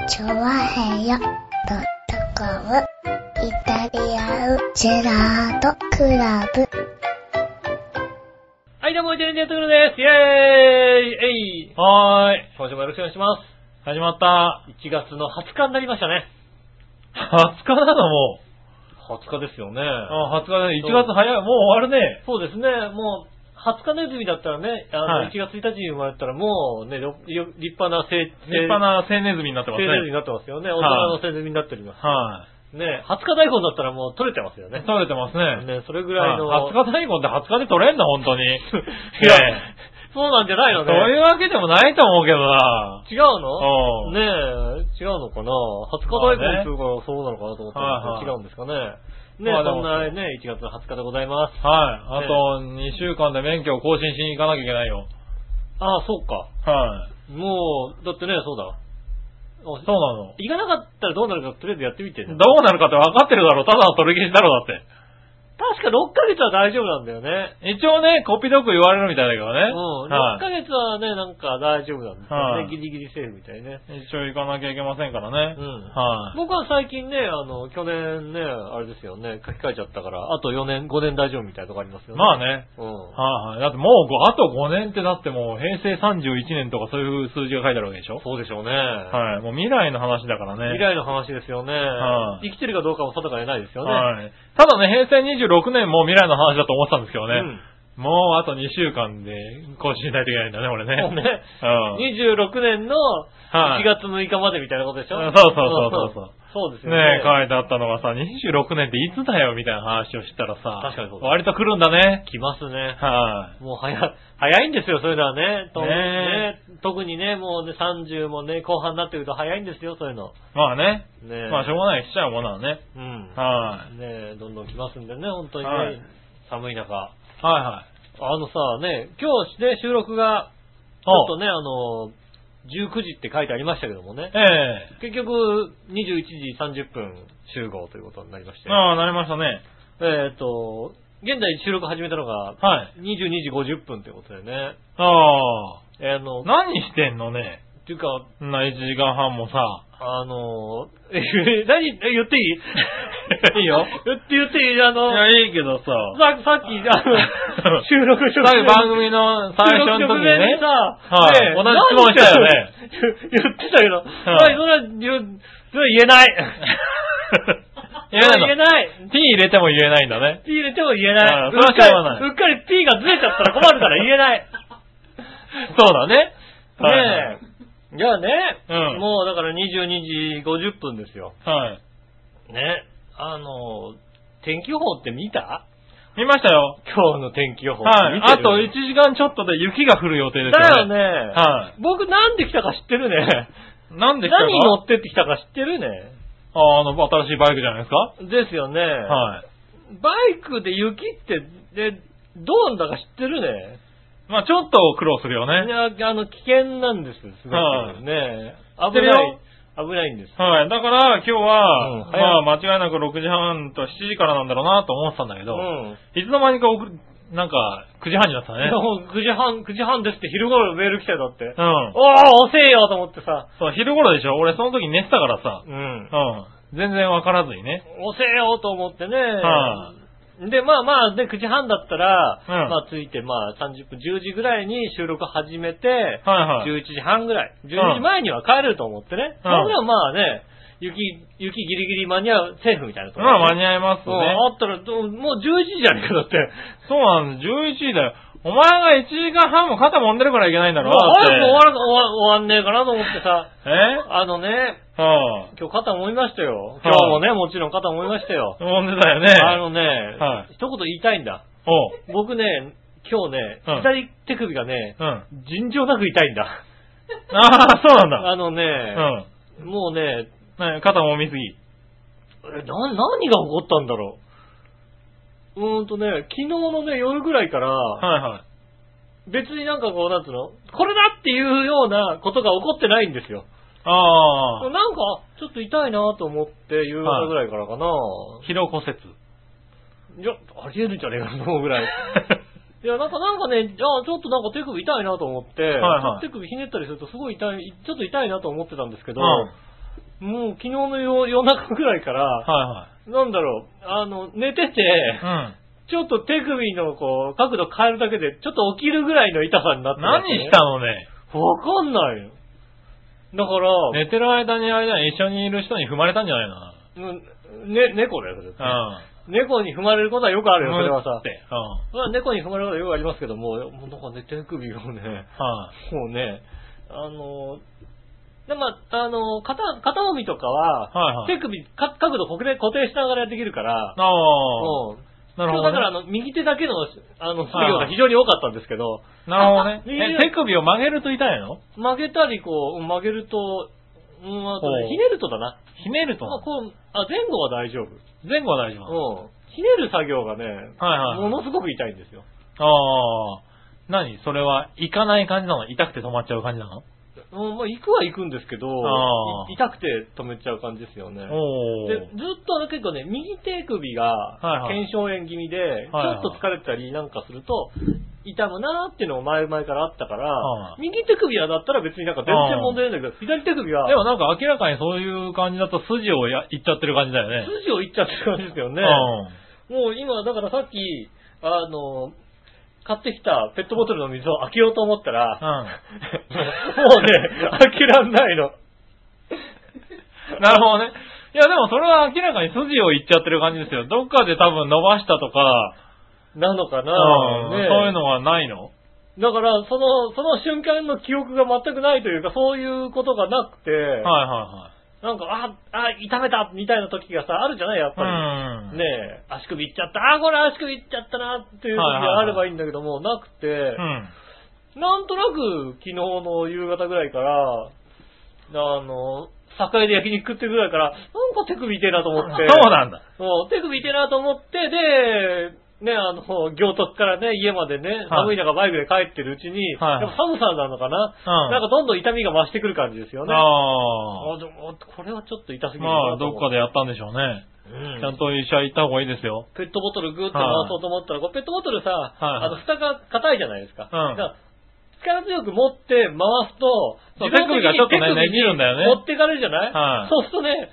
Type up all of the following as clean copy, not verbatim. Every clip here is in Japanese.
チョワヘヨ.com イタリアンジェラートクラブ。 はい、どうも、イタリアンジェラートクラブです。イェーイ。えい。 はーい。 今週もよろしくお願いします。 始まった。 1月の20日になりましたね。 20日なのもう。20日ですよね。 20日だね。1月早い。もう終わるね。 そうですね。もう、20日ネズミだったらね、 はい、 1月1日に生まれたらもうね、立派な立派な青ネズミになってますね。 青ネズミになってますよね。大人の青ネズミになっております。 はい。 ね、20日大根だったらもう取れてますよね。 取れてますね。 ね、それぐらいの。 20日大根って20日で取れんの本当に。いや、 そうなんじゃないのね。 そういうわけでもないと思うけどな。 違うの？ねえ、違うのかな。20日大根っていうからそうなのかなと思ったら違うんですかね。ねえ、そんなね、1月の20日でございます。 はい。あと2週間で免許を更新しに行かなきゃいけないよ。 ああ、そうか。 はい。 もう、だってね、そうだ。 そうなの。 行かなかったらどうなるかとりあえずやってみてね。 どうなるかって分かってるだろう。ただの取り消しだろうだって。 確か6ヶ月は大丈夫なんだよね。 一応ね、コピドク言われるみたいだけどね。 うん。6ヶ月はね、なんか大丈夫なんですよね。ギリギリセーフみたいね。 一応行かなきゃいけませんからね。 うん。はい。僕は最近ね、去年ね、あれですよね、書き換えちゃったから、あと4年、5年大丈夫みたいなとこありますよね。 まあね。 うん。 はい。だってもう、あと5年ってだってもう平成31年とかそういう数字が書いてあるわけでしょ？ そうでしょうね。 はい。もう未来の話だからね。 未来の話ですよね。はい。生きてるかどうかも定かでないですよね。 はい。ただね、平成26年も未来の話だと思ってたんですけどね。うん、もうあと2週間で更新しないといけないんだね、俺ね。 もうね。26年の1月6日までみたいなことでしょ？ そう。 そうですよね。 ねえ、書いてあったのがさ、26年っていつだよみたいな話をしたらさ、 確かにそうです。 割と来るんだね。 来ますね。 はい。 もう早いんですよ、そういうのはね。特にね、もうね、30もね、後半になってくると早いんですよ、そういうの。 まあね。 ねまあしょうがない、しちゃうものはね。 うん。 はい。 ねどんどん来ますんでね、本当にね、 はい、 寒い中。 はい。 ね、今日ね、収録が、ちょっとね、19時って書いてありましたけどもね。結局、21時30分集合ということになりまして。 ああ、なりましたね。 現在収録始めたのが、22時50分ということでね。 ああ。何してんのね。 っていうか、 1時間半もさ。 言っていいいいよ。 言っていいいや、いいけどさ。 さっき、収録直前。番組の最初の時にね。 さ、 同じ質問したよね。 言ってたけど、それは言えない。言えない。 P 入れても言えないんだね。 P 入れても言えない。 それはしょうがない。 うっかり P がずれちゃったら困るから言えない。 そうだね。 ねえ。じゃあね、もうだから22時50分ですよ。 はい。 ね。天気予報って見た？ 見ましたよ。 今日の天気予報。 はい。あと1時間ちょっとで雪が降る予定ですよね。 だよね。 はい。 僕なんで来たか知ってるね。 なんで来たか？ 何乗ってって来たか知ってるね。 新しいバイクじゃないですか？ ですよね。 はい。 バイクで雪って、どうなんだか知ってるね。 まあちょっと苦労するよね。 いや、危険なんです。すごくね。危ないんです。 はい。だから今日は、まあ間違いなく6時半と7時からなんだろうなと思ってたんだけど、いつの間にかなんか9時半になったね。 9時半ですって昼頃メール来たよだって。遅えよと思ってさ。 そう、昼頃でしょ？俺その時寝てたからさ。全然わからずにね。 遅えよと思ってね。で、まあ、9時半だったら、まあ、着いて、まあ、30分、10時ぐらいに収録始めて、11時半ぐらい、12時前には帰れると思ってね。それはまあね、雪ギリギリ間に合う、セーフみたいなところ、 まあ、間に合いますね。 あったら、もう11時じゃねえか、だって。 そうなんです、11時だよ。お前が1時間半も肩揉んでるからいけないんだろ。 早く終わんねえかなと思ってさ。今日肩揉みましたよ。今日もね、もちろん肩揉みましたよ。 揉んでたよね。 一言言いたいんだ。僕ね、今日ね、左手首がね、尋常なく痛いんだ。 ああ、そうなんだ。 もうね、 肩揉みすぎ。 何が起こったんだろう。昨日のね、夜ぐらいから、別になんかこう、なんつうの、これだっていうようなことが起こってないんですよ。なんか、ちょっと痛いなと思って、夕方ぐらいからかな。 疲労骨折。 いや、ありえるんじゃねえかなと思うぐらい。いや、なんかね、ちょっとなんか手首痛いなと思って、手首ひねったりするとすごいちょっと痛いなと思ってたんですけど、 もう昨日の夜中ぐらいから、なんだろう、寝てて、ちょっと手首のこう、角度変えるだけで、ちょっと起きるぐらいの痛さになってますね。 何したのね。 わかんないよ。だから、 寝てる間にあれだ、一緒にいる人に踏まれたんじゃないの？ 猫だよ、それ。猫に踏まれることはよくあるよ、それはさ。猫に踏まれることはよくありますけども、なんかね、手首がね、もうね、で肩もみとかは、手首、角度固定しながらできるから、なるほど、ね。だから右手だけの、作業が非常に多かったんですけど。 なるほどね。手首を曲げると痛いの？ 曲げたり、曲げると、あとね、ひねるとだな。 ひねると？ 前後は大丈夫。 前後は大丈夫。 ひねる作業がね、ものすごく痛いんですよ。 何？それは、行かない感じなの？痛くて止まっちゃう感じなの？ 行くは行くんですけど、痛くて止めちゃう感じですよね。で、ずっと結構ね、右手首が腱鞘炎気味で、ちょっと疲れたりなんかすると、痛むなーっていうのも前々からあったから、右手首はだったら別になんか全然問題ないんだけど、左手首は。 でもなんか明らかにそういう感じだと筋をいっちゃってる感じだよね。 筋をいっちゃってる感じですよね。もう今、だからさっき、買ってきたペットボトルの水を開けようと思ったら、もうね、開けらんないの。 なるほどね。いやでもそれは明らかに筋をいっちゃってる感じですよ。どっかで多分伸ばしたとか、 なのかな、 そういうのはないの？ だから、その瞬間の記憶が全くないというか、そういうことがなくて、なんか、痛めたみたいな時がさ、あるじゃないやっぱり。ねえ、足首いっちゃった。これ足首いっちゃったなっていう時があればいいんだけども、なくて、なんとなく昨日の夕方ぐらいから、境で焼肉食ってぐらいから、なんか手首痛えなと思って。 そうなんだ。 手首痛えなと思って、で、ね、行徳からね、家までね、寒い中バイクで帰ってるうちに、やっぱ寒さなのかな、なんかどんどん痛みが増してくる感じですよね。でもこれはちょっと痛すぎるなと思って。 どっかでやったんでしょうね。ちゃんと医者行った方がいいですよ。 ペットボトルグーッと回そうと思ったら、ペットボトルさ、蓋が硬いじゃないですか。力強く持って回すと、 手首がちょっとね、ねじるんだよね。 持ってかれるじゃない？そうするとね、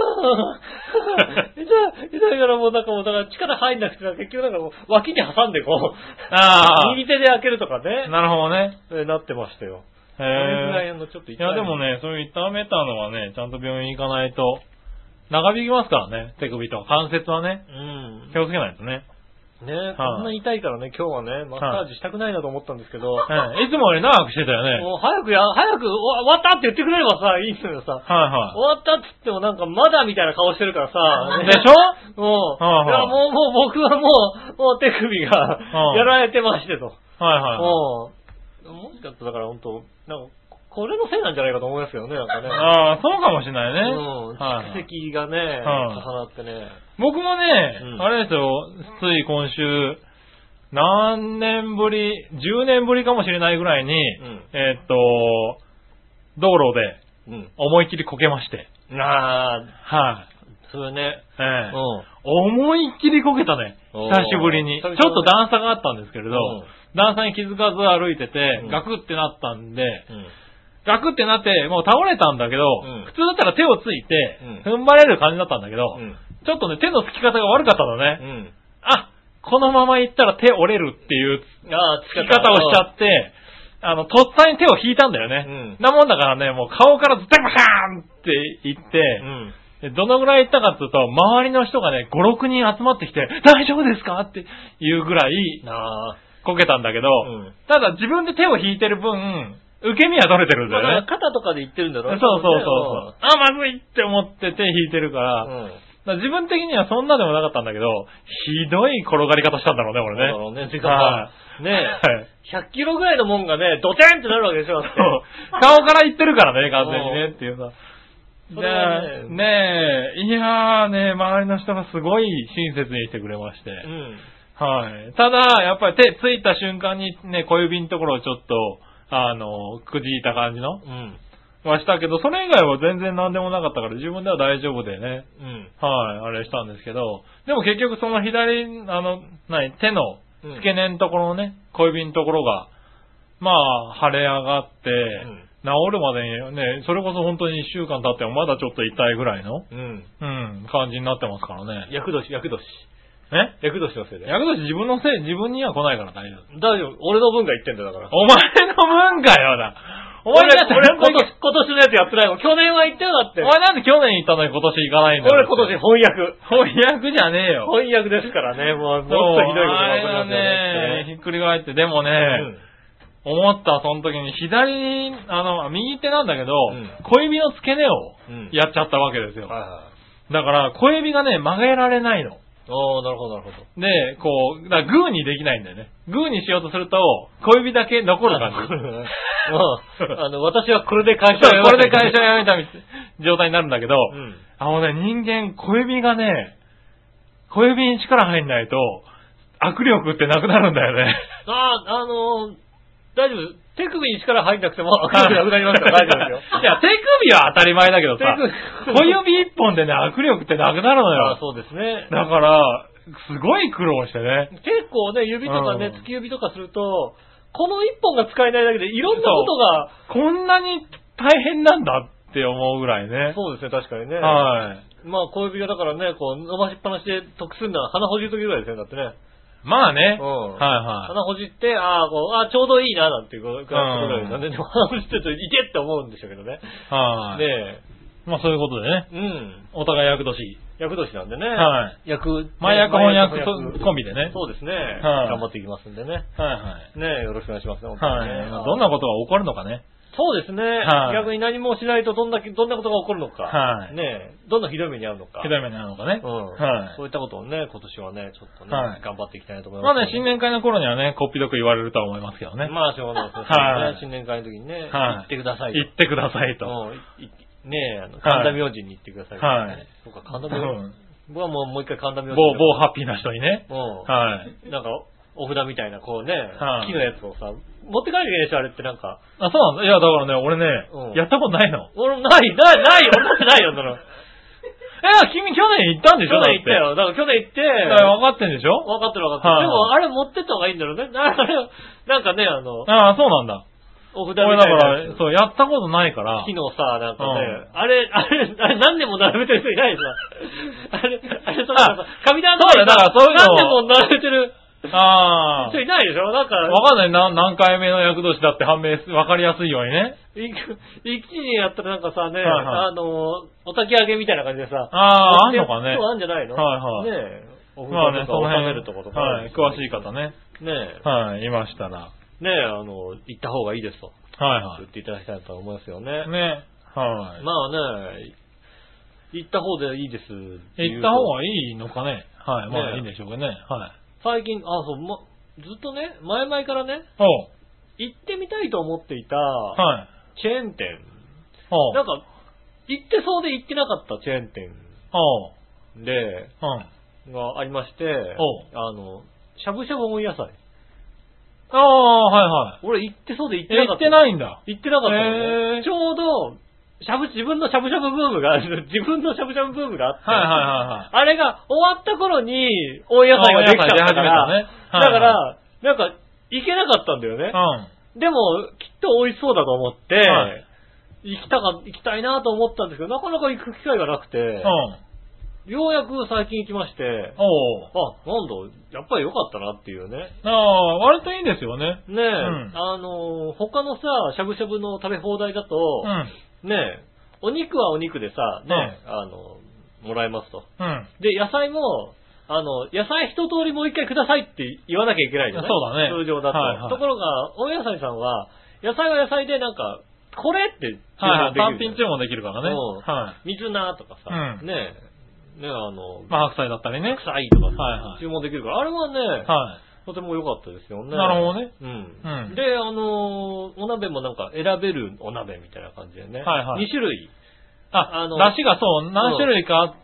痛いからもうだから力入んなくて、結局なんか脇に挟んで右手で開けるとかね。 なるほどね。 なってましたよ。 いやでもね、そういう痛めたのはね、ちゃんと病院行かないと、長引きますからね、手首とか関節はね。気をつけないとね。 ねえ、こんなに痛いからね、今日はね、マッサージしたくないなと思ったんですけど。 いつもより長くしてたよね。 もう早く終わったって言ってくれればさ、いいのよさ。終わったって言ってもなんかまだみたいな顔してるからさ。 でしょ？ もう僕はもう手首がやられてましてと。もしかしたらだから本当なんか、これのせいなんじゃないかと思いますけどね、なんかね。 そうかもしれないね。 蓄積がね、重なってね。 僕もね、あれですよ、つい今週、何年ぶり、10年ぶりかもしれないぐらいに、道路で、思いっきりこけまして。それね。思いっきりこけたね。久しぶりに。ちょっと段差があったんですけれど、段差に気づかず歩いてて、ガクってなったんで、ガクってなって、もう倒れたんだけど、普通だったら手をついて、踏ん張れる感じだったんだけど、ちょっとね、手のつき方が悪かったのね。このまま行ったら手折れるっていうつき方をしちゃって、とっさに手を引いたんだよね。なもんだからね、もう顔からずっとバカーンって行って、どのぐらい行ったかっていうと、周りの人がね、5、6人集まってきて、大丈夫ですかっていうぐらい、こけたんだけど、ただ自分で手を引いてる分、受け身は取れてるんだよね。 肩とかで言ってるんだろ？ そう。まずいって思って手引いてるから、自分的にはそんなでもなかったんだけど、ひどい転がり方したんだろうね、俺ね。 そうだろうね。てかさ、100キロぐらいのもんがね、ドテンってなるわけでしょ。 顔から言ってるからね、完全にね、っていうさ。いやーね、周りの人がすごい親切にしてくれまして。ただ、やっぱり手ついた瞬間にね、小指のところをちょっと、くじいた感じの、はしたけど、それ以外は全然何でもなかったから自分では大丈夫でね。あれしたんですけど、でも結局その左、手の付け根のところのね、小指のところが、まあ、腫れ上がって、 るまでにね、それこそ本当に1週間経ってもまだちょっと痛いぐらいの、感じになってますからね。 厄年。厄年のせいで。 厄年自分には来ないから大丈夫。 大丈夫。俺の分が言ってんだよ、だから。 お前の分かよだ。お前だって俺今年のやつやってないもん。去年は言ってよだって。 お前なんで去年行ったのに今年行かないんだよ。 俺今年翻訳じゃねえよ。 翻訳ですからね。もっとひどいことが起こりますよね。 ひっくり返って、でもね、思った、その時に右手なんだけど、小指の付け根をやっちゃったわけですよ。だから小指がね、曲げられないの。 なるほど、なるほど。 で、だからグーにできないんだよね。グーにしようとすると、小指だけ残る感じ。 私はこれで会社を辞めた状態になるんだけど、人間、小指に力入んないと、握力ってなくなるんだよね。 大丈夫。手首に力入んなくても握力なくなりますから大丈夫ですよ。 いや、手首は当たり前だけどさ、小指一本でね、握力ってなくなるのよ。 そうですね。 だから、すごい苦労してね。 結構ね、指とかね、突き指とかすると、この一本が使えないだけでいろんなことが。 こんなに大変なんだって思うぐらいね。 そうですね、確かにね。 はい。 まあ、小指がだからね、伸ばしっぱなしで得するのは鼻ほじるときぐらいですよ、だってね。 まあね。 鼻ほじって、ちょうどいいな、なんていうことぐらいなんで、鼻ほじってるといけって思うんでしょうけどね。 はい。 ねまあそういうことでね。お互い厄年なんでね。 はい。前役翻訳コンビでね。 そうですね。頑張っていきますんでね。ねよろしくお願いしますね。 どんなことが起こるのかね。 そうですね。逆に何もしないとどんなことが起こるのか。ねどんなひどい目に遭うのか。 ひどい目に遭うのかね。 そういったことをね、今年はね、ちょっとね、頑張っていきたいなと思います。 まあね、新年会の頃にはね、こっぴどく言われるとは思いますけどね。 まあ、しょうがないですね。新年会の時にね、行ってくださいと。 行ってくださいと。 ね神田明神に行ってください。そうか、神田明神。僕はもう一回神田明神。 某ハッピーな人にね。 なんか、お札みたいな、木のやつをさ、持って帰るけでしょ、あれってなんか。 そうなんだ。いや、だからね、俺ね、やったことないの。 俺ないよ、俺だってないよ、その。 君去年行ったんでしょ？ 去年行ったよ。だから去年行って。 分かってんでしょ？ 分かってる。でも、あれ持ってった方がいいんだろうね。あれ、なんかね、 そうなんだ。 お札みたいな。 俺だから、そう、やったことないから。 木のさ、なんかね、あれ、何年も並べてる人いないでさ。あれ、さ、紙段とかでさ、何年も並べてる。人いないでしょ？なんか。 わかんない。何回目の厄年だって判明わかりやすいようにね。 一気にやったらなんかさ、ね、お焚き上げみたいな感じでさ。 あんのかね。 そうあんじゃないの？ねお風呂とか収めるとことか。 詳しい方ね。いましたら。 ね行った方がいいですと。言っていただきたいと思いますよね。まあね、行った方でいいです。 行った方がいいのかね。まあいいんでしょうかね。 最近、ずっとね、前々からね、行ってみたいと思っていた、チェーン店。なんか、行ってそうで行ってなかったチェーン店で、がありまして、しゃぶしゃぶ温野菜。俺行ってそうで行ってなかった。 行ってないんだ。 行ってなかったのね。ちょうど、自分のしゃぶしゃぶブームが、自分のしゃぶしゃぶブームがあって、あれが終わった頃に、温野菜ができちゃったから、だから、なんか、行けなかったんだよね。でも、きっと美味しそうだと思って、行きたいなと思ったんですけど、なかなか行く機会がなくて、ようやく最近行きまして、なんだ、やっぱり良かったなっていうね。 割といいですよね。 ねえ、他のさ、しゃぶしゃぶの食べ放題だと、ねえ、お肉はお肉でさ、ね、もらえますと。で、野菜も、野菜一通りもう一回くださいって言わなきゃいけないじゃない？ そうだね。 通常だと。ところが、温野菜さんは、野菜は野菜でなんか、これって注文できる。 単品注文できるからね。 水菜とかさ、ねえ、 白菜だったりね。 白菜とかさ、注文できるから、あれはね、とても良かったですよね。 なるほどね。 で、お鍋もなんか選べるお鍋みたいな感じでね。2種類。 出汁がそう、何種類かあって、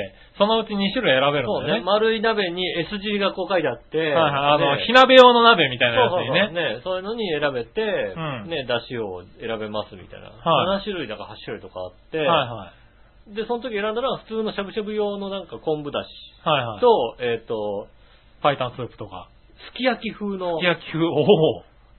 そのうち2種類選べるんだよね。 丸い鍋に S 字がこう書いてあって、 火鍋用の鍋みたいなやつにね。 そういうのに選べて、ね、出汁を選べますみたいな。7種類だか8種類とかあって、で、その時選んだのは普通のしゃぶしゃぶ用のなんか昆布だしと、 パイタンスープとか。 すき焼き風の。 すき焼き風、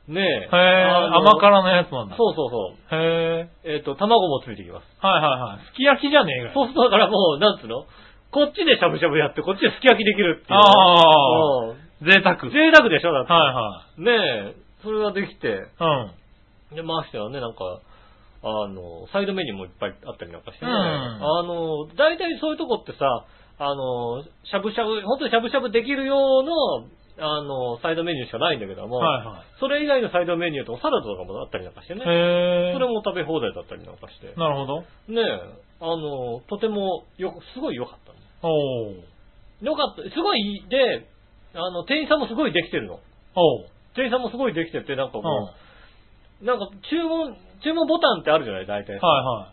ねえ。 甘辛のやつなんだ。 そうそうそう。 へえ。 卵もついてきます。 はいはいはい。すき焼きじゃねえか。 そうするとだからもう、なんつうのこっちでしゃぶしゃぶやって、こっちですき焼きできるっていう。 ああ。贅沢でしょだって。 はいはい。 ねえ。それができて。 うん。 で、ましてはね、なんか、サイドメニューもいっぱいあったりなんかしてね。大体そういうとこってさ、しゃぶしゃぶ、本当にしゃぶしゃぶできる用の、サイドメニューしかないんだけども、 はいはい。 それ以外のサイドメニューとサラダとかもあったりなんかしてね。それも食べ放題だったりなんかして。 なるほど。 ねえ、とてもすごい良かったんです。良かった。すごい、で、店員さんもすごいできてるの。店員さんもすごいできてて、なんかもう、なんか注文ボタンってあるじゃない、大体。はい。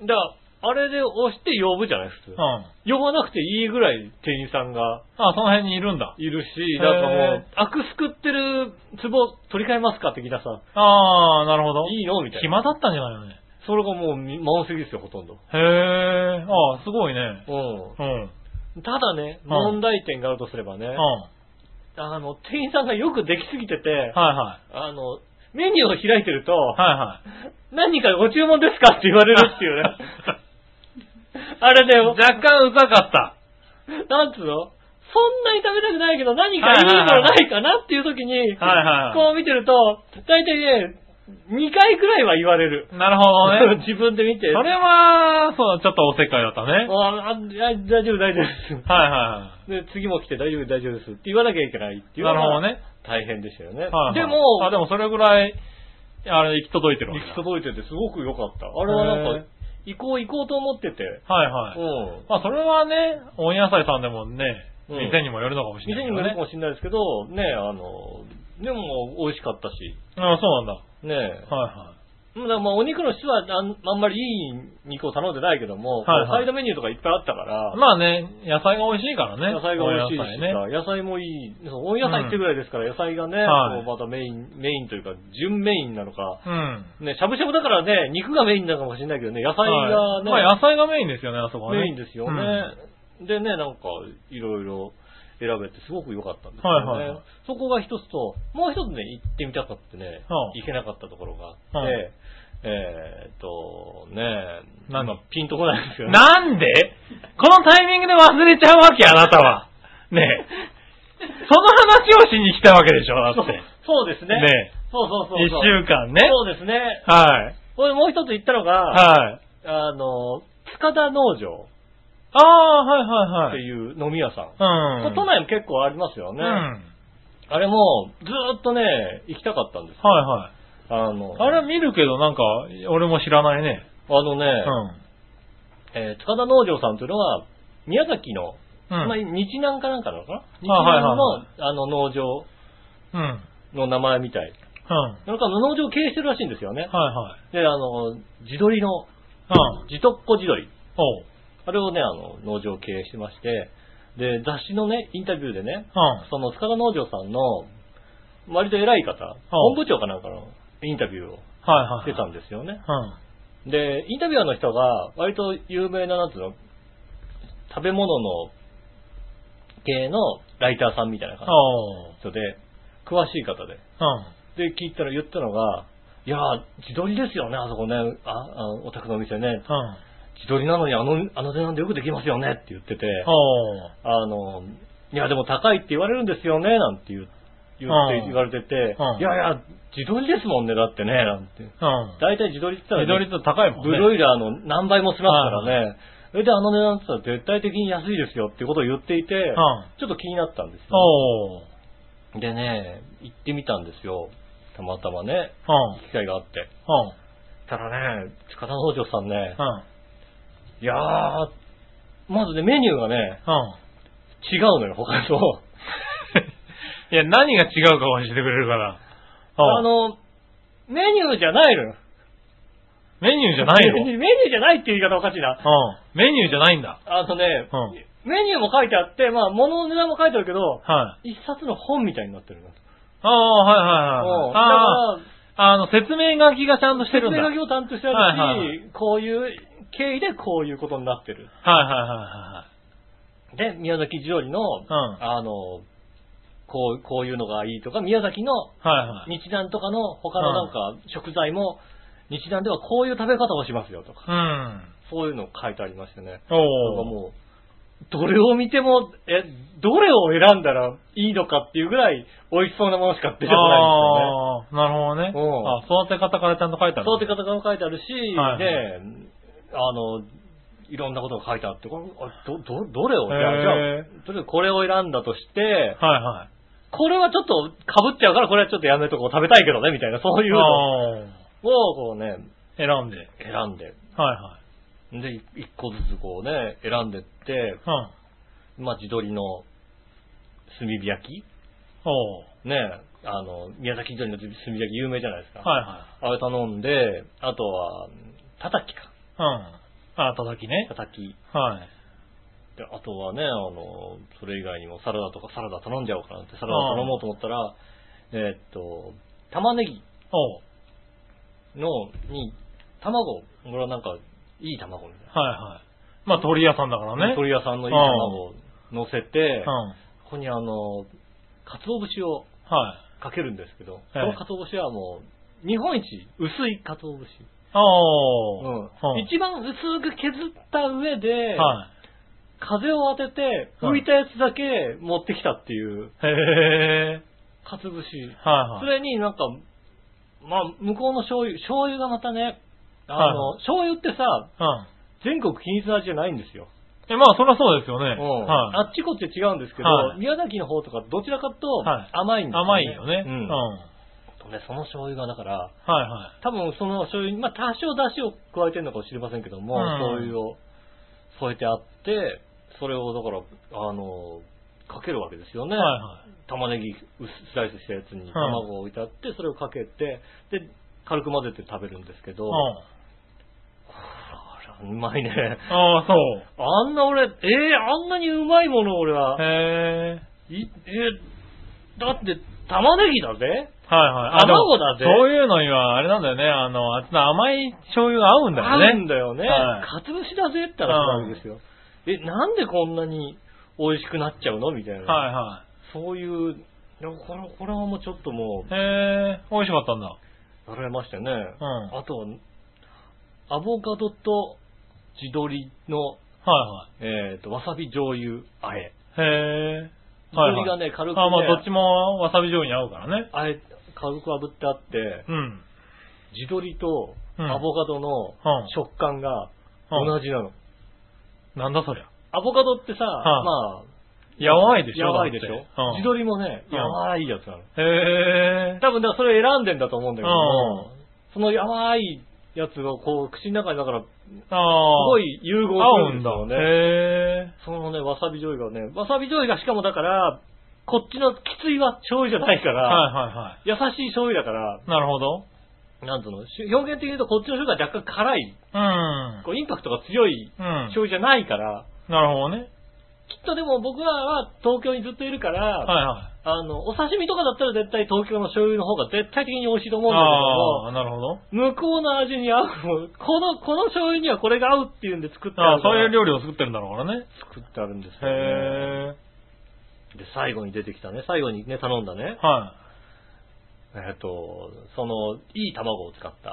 だから、あれで押して呼ぶじゃない、普通。呼ばなくていいぐらい店員さんが。その辺にいるんだ。いるし、なんかもう、アクすくってる壺取り替えますか的なさ。なるほど。いいのみたいな。暇だったんじゃないのね。それがもう満席ですよ、ほとんど。すごいね。ただね、問題点があるとすればね。店員さんがよくできすぎてて、メニューを開いてると、何かご注文ですかって言われるっていうね。あれだよ。若干うざかった。なんつうのそんなに食べたくないけど何かいいものないかなっていう時に、こう見てると、だいたいね、2回くらいは言われる。なるほどね。自分で見て。それは、そう、ちょっとおせっかいだったね。大丈夫です。で、次も来て大丈夫ですって言わなきゃいけないっていうのが。なるほどね。大変でしたよね。でもそれぐらい、行き届いてるわけだ。行き届いててすごく良かった。あれはなんか、行こうと思ってて。それはね、温野菜さんでもね、店にもよるのかもしれない。店にもよるかもしれないですけど、ね、でも美味しかったし。そうなんだ。ねお肉の質はあんまりいい肉を頼んでないけども、サイドメニューとかいっぱいあったから。まあね、野菜が美味しいからね。野菜が美味しいしね。野菜もいい。温野菜ってぐらいですから野菜がね、またメインというか、準メインなのか。ね、しゃぶしゃぶだからね、肉がメインなのかもしれないけどね、野菜がね。野菜がメインですよね、あそこはね。メインですよね。でね、なんか、いろいろ選べてすごく良かったんですよね。そこが一つと、もう一つね、行ってみたかったね、行けなかったところがあって、なんかピンとこないんですよね。なんでこのタイミングで忘れちゃうわけ、あなたは。ねえ。その話をしに来たわけでしょ、だって。そうですね。ねえ。そう。一週間ね。そうですね。はい。これもう一つ言ったのが、塚田農場。っていう飲み屋さん。都内も結構ありますよね。あれも、ずーっとね、行きたかったんですよ。あれは見るけど、なんか、俺も知らないね。塚田農場さんというのは、宮崎の、日南かなんかなのかな日南の、農場の名前みたい。なんか農場を経営してるらしいんですよね。で、地鶏の、地とっこ地鶏。あれをね、農場を経営してまして、で、雑誌のね、インタビューでね、その塚田農場さんの、割と偉い方、本部長かなんかのインタビューをしてたんですよね。で、インタビュアーの人が、割と有名な、なんていうの、食べ物の系のライターさんみたいな感じの人で、詳しい方で。で、言ったのが、いやー、地鶏ですよね、あそこね、お宅のお店ね。地鶏なのにあの値段でよくできますよねって言ってて、いやでも高いって言われるんですよね、なんて言われてて、いや、地鶏ですもんね、だってね、なんて。大体地鶏って言ったら、地鶏って高いもんね。ブロイラーの何倍もしますからね。それで値段って言ったら絶対的に安いですよっていうことを言っていて、ちょっと気になったんですよ。でね、行ってみたんですよ。たまたまね、機会があって。ただね、塚田農場さんね、いやー、まずね、メニューがね、違うのよ、他と。いや、何が違うか教えてくれるから。メニューじゃないのよ。メニューじゃないの？メニューじゃないっていう言い方おかしいな。メニューじゃないんだ。メニューも書いてあって、まあ、物の値段も書いてあるけど、一冊の本みたいになってるの。説明書きがちゃんとしてるんだ。説明書きをちゃんとしてあるし、こういう経緯でこういうことになってる。で、宮崎地鶏の、 こういうのがいいとか、宮崎の日南とかの他のなんか食材も、日南ではこういう食べ方をしますよとか、そういうの書いてありましてね。なんかもう、どれを見ても、どれを選んだらいいのかっていうぐらい美味しそうなものしか出てこないんですよね。 なるほどね。育て方からちゃんと書いてある。 育て方から書いてあるし、で、いろんなことが書いてあって、どれを、じゃあ、とりあえずこれを選んだとして、これはちょっと被っちゃうから、これはちょっとやめとこう、食べたいけどね、みたいな、そういうのを、こうね、 選んで。 で、一個ずつこうね、選んでって、まあ、地鶏の炭火焼きね、宮崎地鶏の炭火焼き有名じゃないですか。あれ頼んで、あとは、たたきか。 たたきね。 たたき。で、あとはね、それ以外にもサラダ頼んじゃおうかなって、サラダ頼もうと思ったら、玉ねぎに、卵、これはなんか、いい卵みたいな。 まあ、鶏屋さんだからね。 鶏屋さんのいい卵を乗せて、ここに鰹節をかけるんですけど、この鰹節はもう、日本一薄い鰹節。一番薄く削った上で、風を当てて、浮いたやつだけ持ってきたっていう、鰹節。それになんか、まあ、向こうの醤油がまたね、醤油ってさ、全国均一の味じゃないんですよ。 まあ、そりゃそうですよね。 あっちこっち違うんですけど、宮崎の方とかどちらかと甘いんですよね。 甘いよね。 その醤油がだから、多分その醤油に、まあ、多少出汁を加えてるのかもしれませんけども、醤油を添えてあって、それをだから、かけるわけですよね。玉ねぎスライスしたやつに卵を置いてあって、それをかけて、で、軽く混ぜて食べるんですけど、うまいね。 そう。 あんな俺、あんなにうまいもの俺は。だって、玉ねぎだぜ。卵だぜ。 そういうのには、あれなんだよね。あっちの甘い醤油が合うんだよね。 合うんだよね。かつぶしだぜって言ったらそうなんですよ。なんでこんなに美味しくなっちゃうのみたいな。そういう、これはもうちょっともう。 美味しかったんだ。 やられましたよね。あと、アボカドと地鶏の、わさび醤油あえ。地鶏がね、軽くね。 まあ、どっちもわさび醤油に合うからね。 あえ、軽く炙ってあって、地鶏とアボカドの食感が同じなの。 なんだそりゃ。 アボカドってさ、まあ、 やわいでしょ。 やわいでしょ。地鶏もね、やわいやつなの。多分だからそれ選んでんだと思うんだけども、そのやわいやつをこう口の中にだから、すごい融合するんですよね。そのね、わさび醤油がね、わさび醤油がしかもだから、こっちのきつい醤油じゃないから、優しい醤油だから、 なるほど。 なんつうの、表現的に言うとこっちの醤油が若干辛い、こうインパクトが強い醤油じゃないから、 なるほどね。 きっとでも僕らは東京にずっといるから、お刺身とかだったら絶対東京の醤油の方が絶対的に美味しいと思うんだけども、 なるほど。 向こうの味に合う、この醤油にはこれが合うっていうんで作ってある。 そういう料理を作ってるんだろうからね。 作ってあるんですよね。で、最後に出てきたね、最後にね、頼んだね。その、いい卵を使った、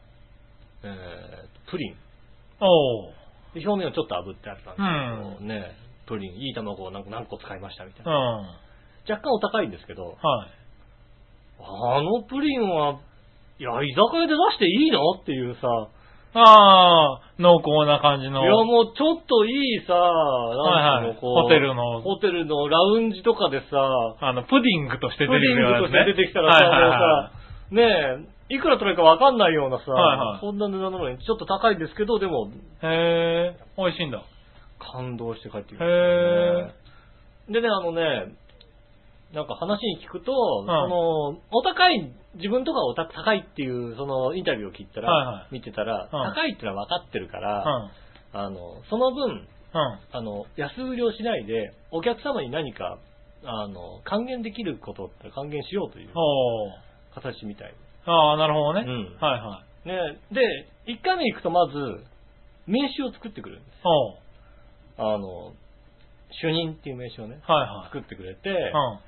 プリン。表面をちょっと炙ってあったんですけど、ね、プリン、いい卵を何個使いましたみたいな。若干お高いんですけど、あのプリンは、いや、居酒屋で出していいのっていうさ、 濃厚な感じの。 いや、もうちょっといいさ、なんかホテルのラウンジとかでさ、 プディングとして出てきたら、 プディングとして出てきたらさ、もうさ、ねえ、いくら取れるかわかんないようなさ、そんな値段なのにちょっと高いんですけど、でも、 美味しいんだ。 感動して帰ってきましたね。でね、なんか話に聞くと、お高い、自分とかお高いっていう、そのインタビューを聞いたら、見てたら、高いってのは分かってるから、その分、安売りをしないで、お客様に何か、還元できることって還元しようという形みたい。 なるほどね。 ね、で、1回目行くとまず、名刺を作ってくるんです。主任っていう名刺をね、作ってくれて、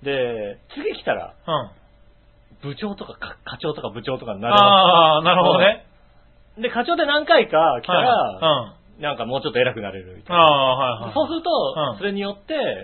で、次来たら、部長とか課長とか部長とかになる。 ああ、なるほどね。 で、課長で何回か来たら、なんかもうちょっと偉くなれるみたいな。 はいはい。 そうすると、それによって、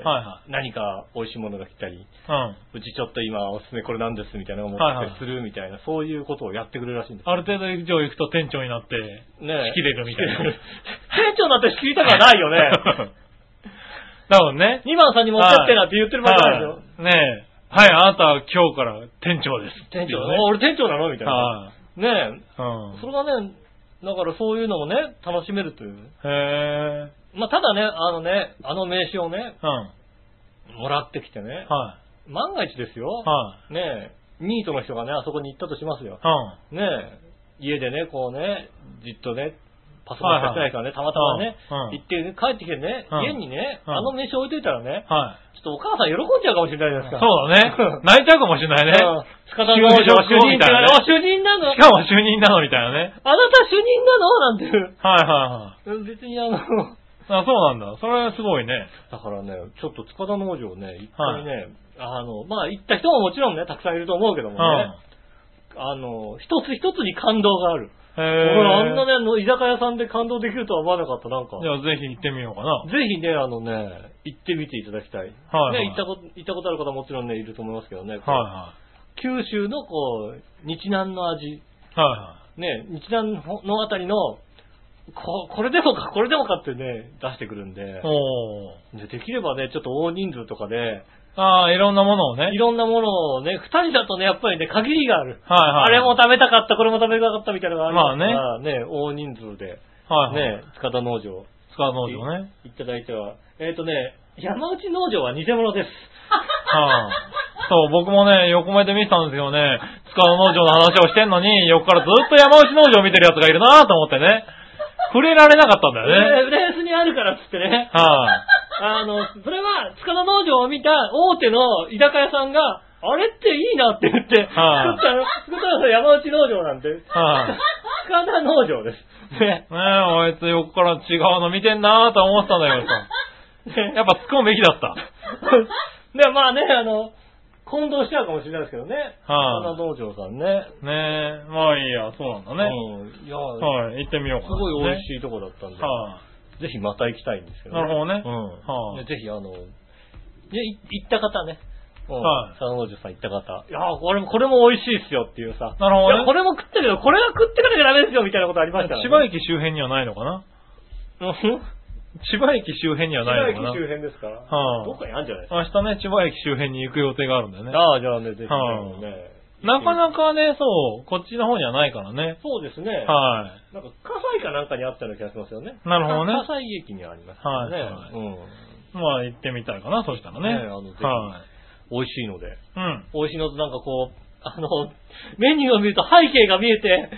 何か美味しいものが来たり、うちちょっと今おすすめこれなんですみたいなのを持ってするみたいな、そういうことをやってくれるらしいんです。 ある程度以上行くと店長になって、仕切れるみたいな。 店長になって仕切りたくはないよね。 多分ね。 2番さんに持ってってなって言ってる場合じゃないですよ。 ねえ。はい、あなたは今日から店長です。 店長、俺店長なのみたいな。ねえ。それがね、だからそういうのもね、楽しめるという。へぇー。まあ、ただね、あの名刺をね、もらってきてね、万が一ですよ、ねえ、ニートの人がね、あそこに行ったとしますよ。ねえ、家でね、こうね、じっとね、パソコンしかしてないからね、たまたまね、行ってね、帰ってきてね、家にね、あの名刺置いといたらね、ちょっとお母さん喜んじゃうかもしれないですから。 そうだね。泣いちゃうかもしれないね。 塚田農場主任って主任なの。 しかも主任なのみたいなね。 あなた主任なのなんて。別にそうなんだ。それはすごいね。 だからね、ちょっと塚田農場ね、一回ね、まあ行った人ももちろんね、たくさんいると思うけどもね、一つ一つに感動がある。あんなね、居酒屋さんで感動できるとは思わなかった、なんか。 じゃあぜひ行ってみようかな。 ぜひね、行ってみていただきたい。ね、行ったことある方はもちろんね、いると思いますけどね。九州のこう、日南の味。ね、日南のあたりの、これでもかってね、出してくるんで。できればね、ちょっと大人数とかで、 いろんなものをね。 いろんなものをね、二人だとね、やっぱりね、限りがある。あれも食べたかった、これも食べたかったみたいなのがあるから、ね、大人数で、ね、塚田農場。 ね。 いただいては。山内農場は偽物です。 そう、僕もね、横目で見てたんですけどね、塚田農場の話をしてんのに、横からずっと山内農場を見てる奴がいるなと思ってね。触れられなかったんだよね。 ベースにあるからっつってね。それは、塚田農場を見た大手の居酒屋さんが、あれっていいなって言って、作ったの山内農場なんて、塚田農場です。ねあいつ横から違うの見てんなーと思ってたんだけどさ。やっぱ突っ込むべきだった。 で、まあね、混同しちゃうかもしれないですけどね。塚田農場さんね。 まあいいや、そうなんだね。行ってみようかな。 すごい美味しいとこだったんで。ぜひまた行きたいんですけどね。なるほどね。 ぜひ行った方ね。塚田農場さん行った方。いやこれも美味しいっすよっていうさ。 なるほどね。 これも食ってるよ。これは食ってかなきゃダメですよみたいなことありましたね。 千葉駅周辺にはないのかな？千葉駅周辺にはないのかな？ 千葉駅周辺ですか？どっかにあるんじゃないですか？ 明日ね、千葉駅周辺に行く予定があるんだよね。 じゃあね、ぜひね。 なかなかね、そう、こっちの方にはないからね。 そうですね。なんか、葛西かなんかにあったような気がしますよね。 なるほどね。 葛西駅にありますね。 まあ、行ってみたいかな、そしたらね。 美味しいので。美味しいのとなんかこう、メニューを見ると背景が見えて、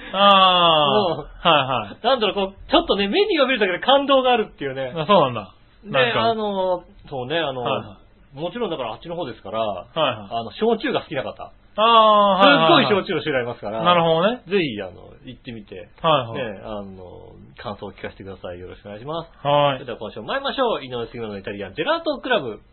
なんだろう、こう、ちょっとね、メニューを見るだけで感動があるっていうね。 そうなんだ。 で、そうね、もちろんだからあっちの方ですから、焼酎が好きな方。すっごい焼酎の種類ありますから。 なるほどね。 ぜひ、行ってみて、ね、感想を聞かせてください。よろしくお願いします。それでは今週も参りましょう。井上杉村のイタリアンジェラートクラブ。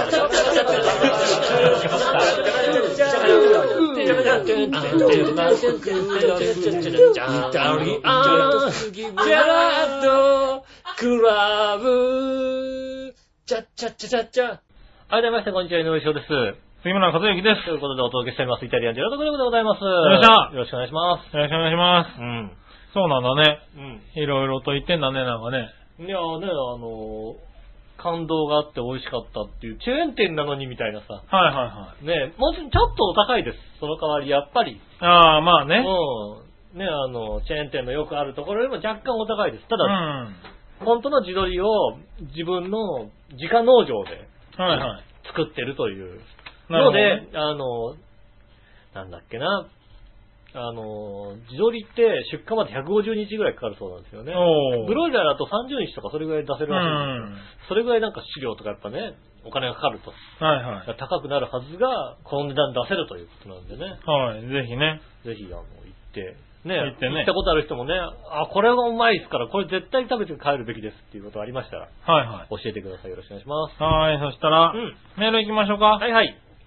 改めまして、こんにちは、井上翔です。 杉村和之です。 ということでお届けしております。イタリアンジェラートクラブでございます。よろしくお願いします。 よろしくお願いします。そうなんだね。いろいろと言ってんだね、なんかね。 いやね、感動があって美味しかったっていう、チェーン店なのにみたいなさ。ね、もちろんちょっとお高いです。その代わり、やっぱり。 まあね。 ね、チェーン店のよくあるところよりも若干お高いです。ただ、本当の地鶏を自分の自家農場で作ってるというので、なんだっけな、地鶏って出荷まで150日ぐらいかかるそうなんですよね。ブロイラーだと30日とかそれぐらい出せるらしいんですよ。それぐらいなんか飼料とかやっぱね、お金がかかると。高くなるはずが、この値段出せるということなんでね。ぜひね。ぜひ、行って、ね、行ったことある人もね、これはうまいですから、これ絶対食べて帰るべきですっていうことありましたら、教えてください。よろしくお願いします。 そしたら、メール行きましょうか。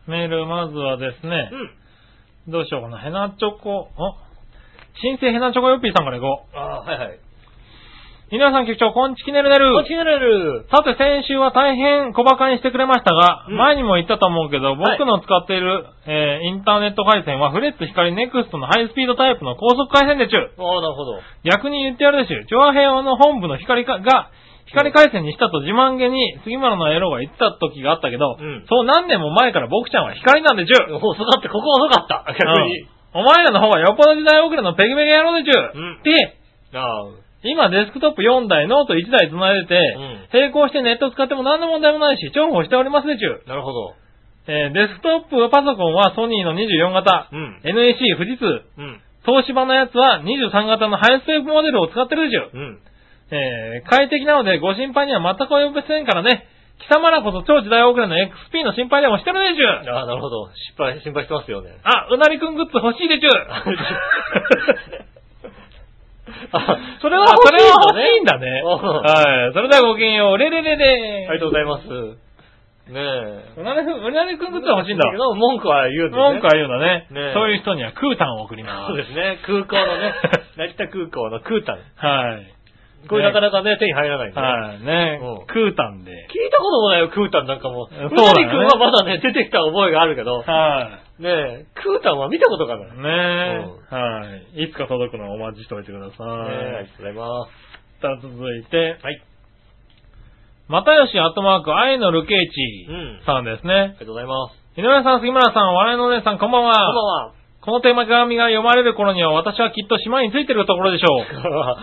メール、まずはですね、どうしようかな。ヘナチョコ、新生ヘナチョコヨッピーさんからいこう。 はいはい。 井上さん局長、こんちきねるねる。 こんちきねるねる。 さて、先週は大変小馬鹿にしてくれましたが、前にも言ったと思うけど、僕の使っている、インターネット回線はフレッツ光ネクストのハイスピードタイプの高速回線でちゅ。 なるほど。 逆に言ってやるでしゅ。調和平和の本部の光回線にしたと自慢げに杉村のエロが言ってた時があったけど、そう何年も前から僕ちゃんは光なんでちゅ。 遅かった、ここ遅かった。逆に。 お前らの方がよっぽど時代遅れのペグペグ野郎でちゅ。で、今デスクトップ4台、ノート1台繋いでて、並行してネット使っても何の問題もないし、重宝しておりますでちゅ。 なるほど。 デスクトップパソコンはソニーの24型、NEC 富士通、東芝のやつは23型のハイスペックモデルを使ってるでちゅ。快適なのでご心配には全く及びませんからね。貴様らこそ超時代遅れの XP の心配でもしてるでちゅ。 なるほど。心配してますよね。 うなりくんグッズ欲しいでちゅ。それは欲しいんだね。はい。それではごきげんよう。レレレレ。 ありがとうございます。ねえ。 うなりくんグッズは欲しいんだ。 文句は言うんだね。 文句は言うんだね。そういう人にはクータンを送ります。 そうですね。空港のね、成田空港のクータン。 はい。 これなかなかね、手に入らないんで。 はい。ね。クータンで。 聞いたこともないよ、クータンなんかも。 そうだね。 くんはまだね、出てきた覚えがあるけど。 はい。 ねえ、クータンは見たことがない。 ねえ。はい。いつか届くのをお待ちしておいてください。 ありがとうございます。 さあ、続いて。はい。またよしアットマーク、愛のルケイチさんですね。ありがとうございます。 井上さん、杉村さん、笑いのお姉さん、こんばんは。 こんばんは。 この手紙が読まれる頃には私はきっと島に着いてるところでしょう。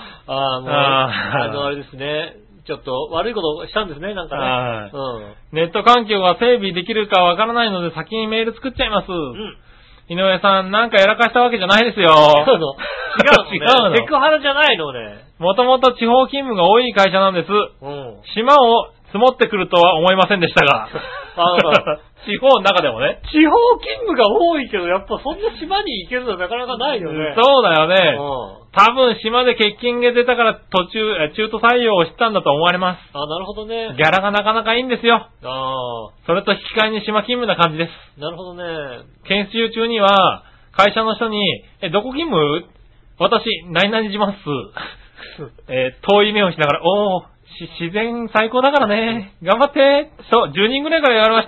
あれですね。ちょっと悪いことしたんですね、なんかね。 ネット環境が整備できるかわからないので先にメール作っちゃいます。井上さん、なんかやらかしたわけじゃないですよ。 違うの。セクハラじゃないのね。 もともと地方勤務が多い会社なんです。島を積もってくるとは思いませんでしたが。地方の中でもね。 地方勤務が多いけど、やっぱそんな島に行けるのはなかなかないよね。 そうだよね。多分島で欠勤が出たから中途採用をしたんだと思われます。 なるほどね。 ギャラがなかなかいいんですよ。それと引き換えに島勤務な感じです。 なるほどね。 研修中には、会社の人に、どこ勤務？私、何々します。遠い目をしながら、自然最高だからね。頑張って。そう、10人ぐらいから言われました。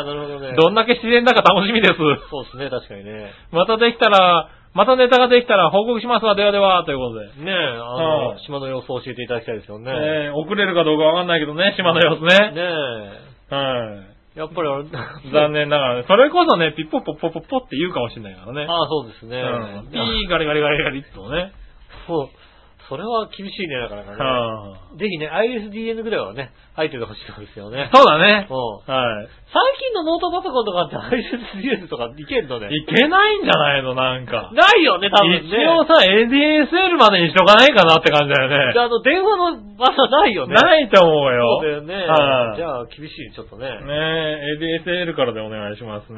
なるほどね。 どんだけ自然だか楽しみです。 そうですね、確かにね。 またネタができたら報告しますわ、ではでは、ということで。 ねえ、島の様子を教えていただきたいですよね。 送れるかどうかわかんないけどね、島の様子ね。 ねえ。はい。やっぱり残念ながらね。それこそね、ピッポッポッポッポッポって言うかもしれないからね。 そうですね。 ピーガリガリガリガリっとね。 そう。それは厳しいね、なかなかね。ぜひね、ISDN ぐらいはね、入っててほしいところですよね。 そうだね。 はい。最近のノートパソコンとかって ISDN とかいけんのね。 いけないんじゃないのなんか。 ないよね、多分ね。 一応さ、ADSL までにしとかないかなって感じだよね。 電話の場所ないよね。 ないと思うよ。 そうだよね。じゃあ、厳しい、ちょっとね。 ADSL からでお願いしますね。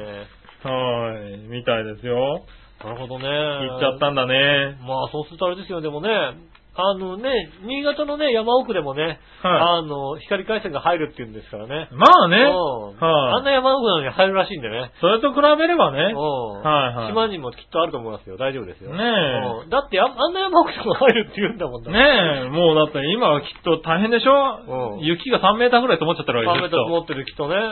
みたいですよ。 なるほどね。 行っちゃったんだね。 まあ、そうするとあれですよ、でもね、新潟のね、山奥でもね、光回線が入るって言うんですからね。 まあね。 あんな山奥なのに入るらしいんでね。 それと比べればね。 島にもきっとあると思いますよ。大丈夫ですよ。 ねえ。 だって、あんな山奥でも入るって言うんだもんね。 ねえ。もうだって今はきっと大変でしょ？雪が3メーターぐらい積もっちゃってるわけですよ。 3メーター積もってるきっとね。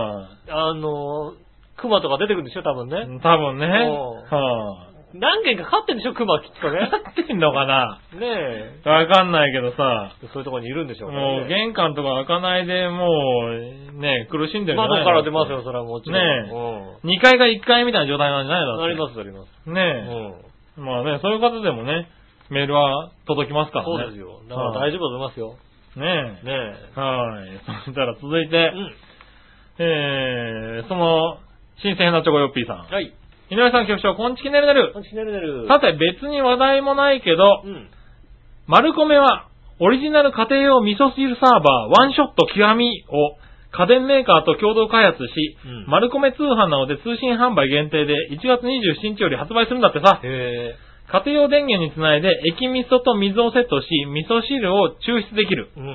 熊とか出てくるんでしょ、多分ね。 多分ね。 何件か飼ってんでしょ、熊きっとね。 飼ってんのかなねえ。 わかんないけどさ。 そういうところにいるんでしょうね。 もう玄関とか開かないで、もう、ね、苦しんでるじゃない窓から出ますよ、それはもちろん。 ねえ。2階が1階みたいな状態なんじゃないの？ あります、あります。 ねえ。まあね、そういう方でもね、メールは届きますからね。 そうですよ。だから大丈夫だと思いますよ。 ねえ。 ねえ。はい。そしたら続いて、その、新鮮なチョコヨッピーさん。 はい。 井上さん局長、こんちきねるねる。 こんちきねるねる。 さて、別に話題もないけど、マルコメは、オリジナル家庭用味噌汁サーバー、ワンショット極みを、家電メーカーと共同開発し、マルコメ通販なので通信販売限定で1月27日より発売するんだってさ。家庭用電源につないで液味噌と水をセットし、味噌汁を抽出できる。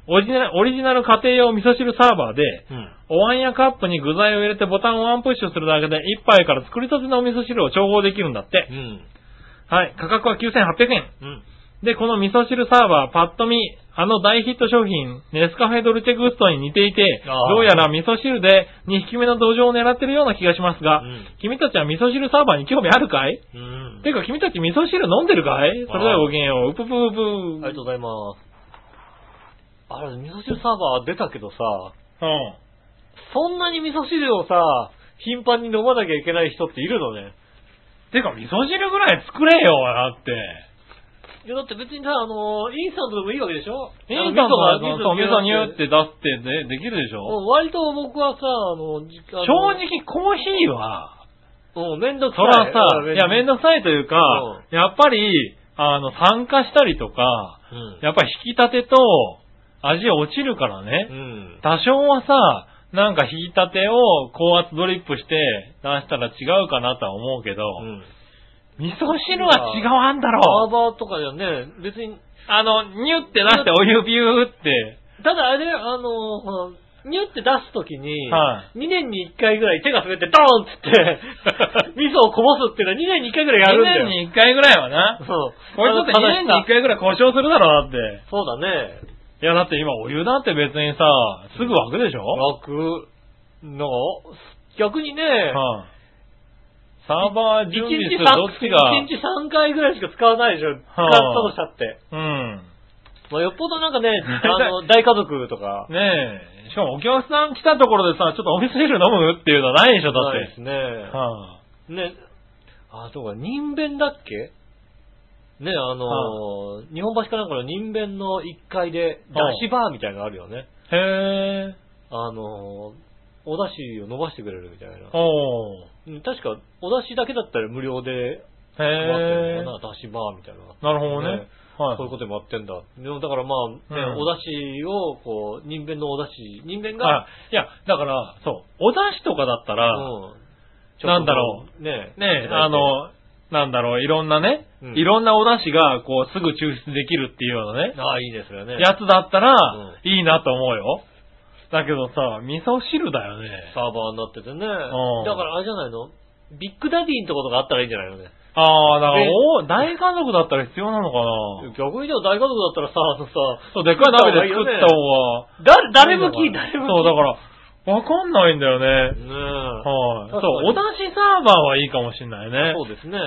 オリジナル家庭用味噌汁サーバーで、お椀やカップに具材を入れてボタンをワンプッシュするだけで1杯から作りたてのお味噌汁を調合できるんだって。はい。価格は9800円。で、この味噌汁サーバー、パッと見、大ヒット商品、ネスカフェドルチェグストに似ていて、どうやら味噌汁で2匹目の土壌を狙ってるような気がしますが、君たちは味噌汁サーバーに興味あるかい？てか君たち味噌汁飲んでるかい？それではごきげんよう。うぷぷぷ。 ありがとうございます。あれ、味噌汁サーバー出たけどさ、そんなに味噌汁をさ、頻繁に飲まなきゃいけない人っているのね。 てか味噌汁ぐらい作れよ、だって。 いや、だって別にさ、インスタントでもいいわけでしょ？ インスタントが、味噌ニューって出してできるでしょ？ 割と僕はさ、 正直コーヒーは、 めんどくさい。 そらさ、いや、めんどくさいというか、やっぱり、酸化したりとか、やっぱり引き立てと、味落ちるからね。多少はさ、なんか引き立てを高圧ドリップして出したら違うかなとは思うけど、味噌汁は違わんだろ。 サーバーとかじゃね、別に。 ニュって出してお湯ビューって。 ただあれ、ニュって出すときに、2年に1回ぐらい手が滑ってドーンってって、味噌をこぼすっていうのは2年に1回ぐらいやるんだよ。 2年に1回ぐらいはな。そう。これだって2年に1回ぐらい故障するだろ、だって。 そうだね。 いや、だって今お湯だって別にさ、すぐ沸くでしょ？ 沸く。逆にね、 サーバー準備するどっちが。 1日3回ぐらいしか使わないでしょ。使ったとしたって。まあ、よっぽどなんかね、大家族とか。 ねえ。しかもお客さん来たところでさ、ちょっとお味噌汁飲むっていうのはないでしょ、だって。 ないですね。ね。そうか、人弁だっけね、日本橋かなんかの人弁の1階で、だしバーみたいなのあるよね。 へー。お出汁を伸ばしてくれるみたいな。確か、お出汁だけだったら無料で、だしバーみたいな。 なるほどね。 そういうことでもやってんだ。でもだからまあ、ね、お出汁を、こう、人弁のお出汁、人弁が。 いや、だから、そう、お出汁とかだったら、なんだろう、なんだろう、いろんなね、いろんなお出汁が、こう、すぐ抽出できるっていうようなね。 いいですよね。 やつだったら、いいなと思うよ。だけどさ、味噌汁だよね。 サーバーになっててね。だからあれじゃないの？ビッグダディのところがあったらいいんじゃないのね。 だから大家族だったら必要なのかな？ 逆にでも大家族だったらさ、 そう、でっかい鍋で作った方が。 誰向き？ そう、だから、わかんないんだよね。そう、お出汁サーバーはいいかもしんないね。 そうですね。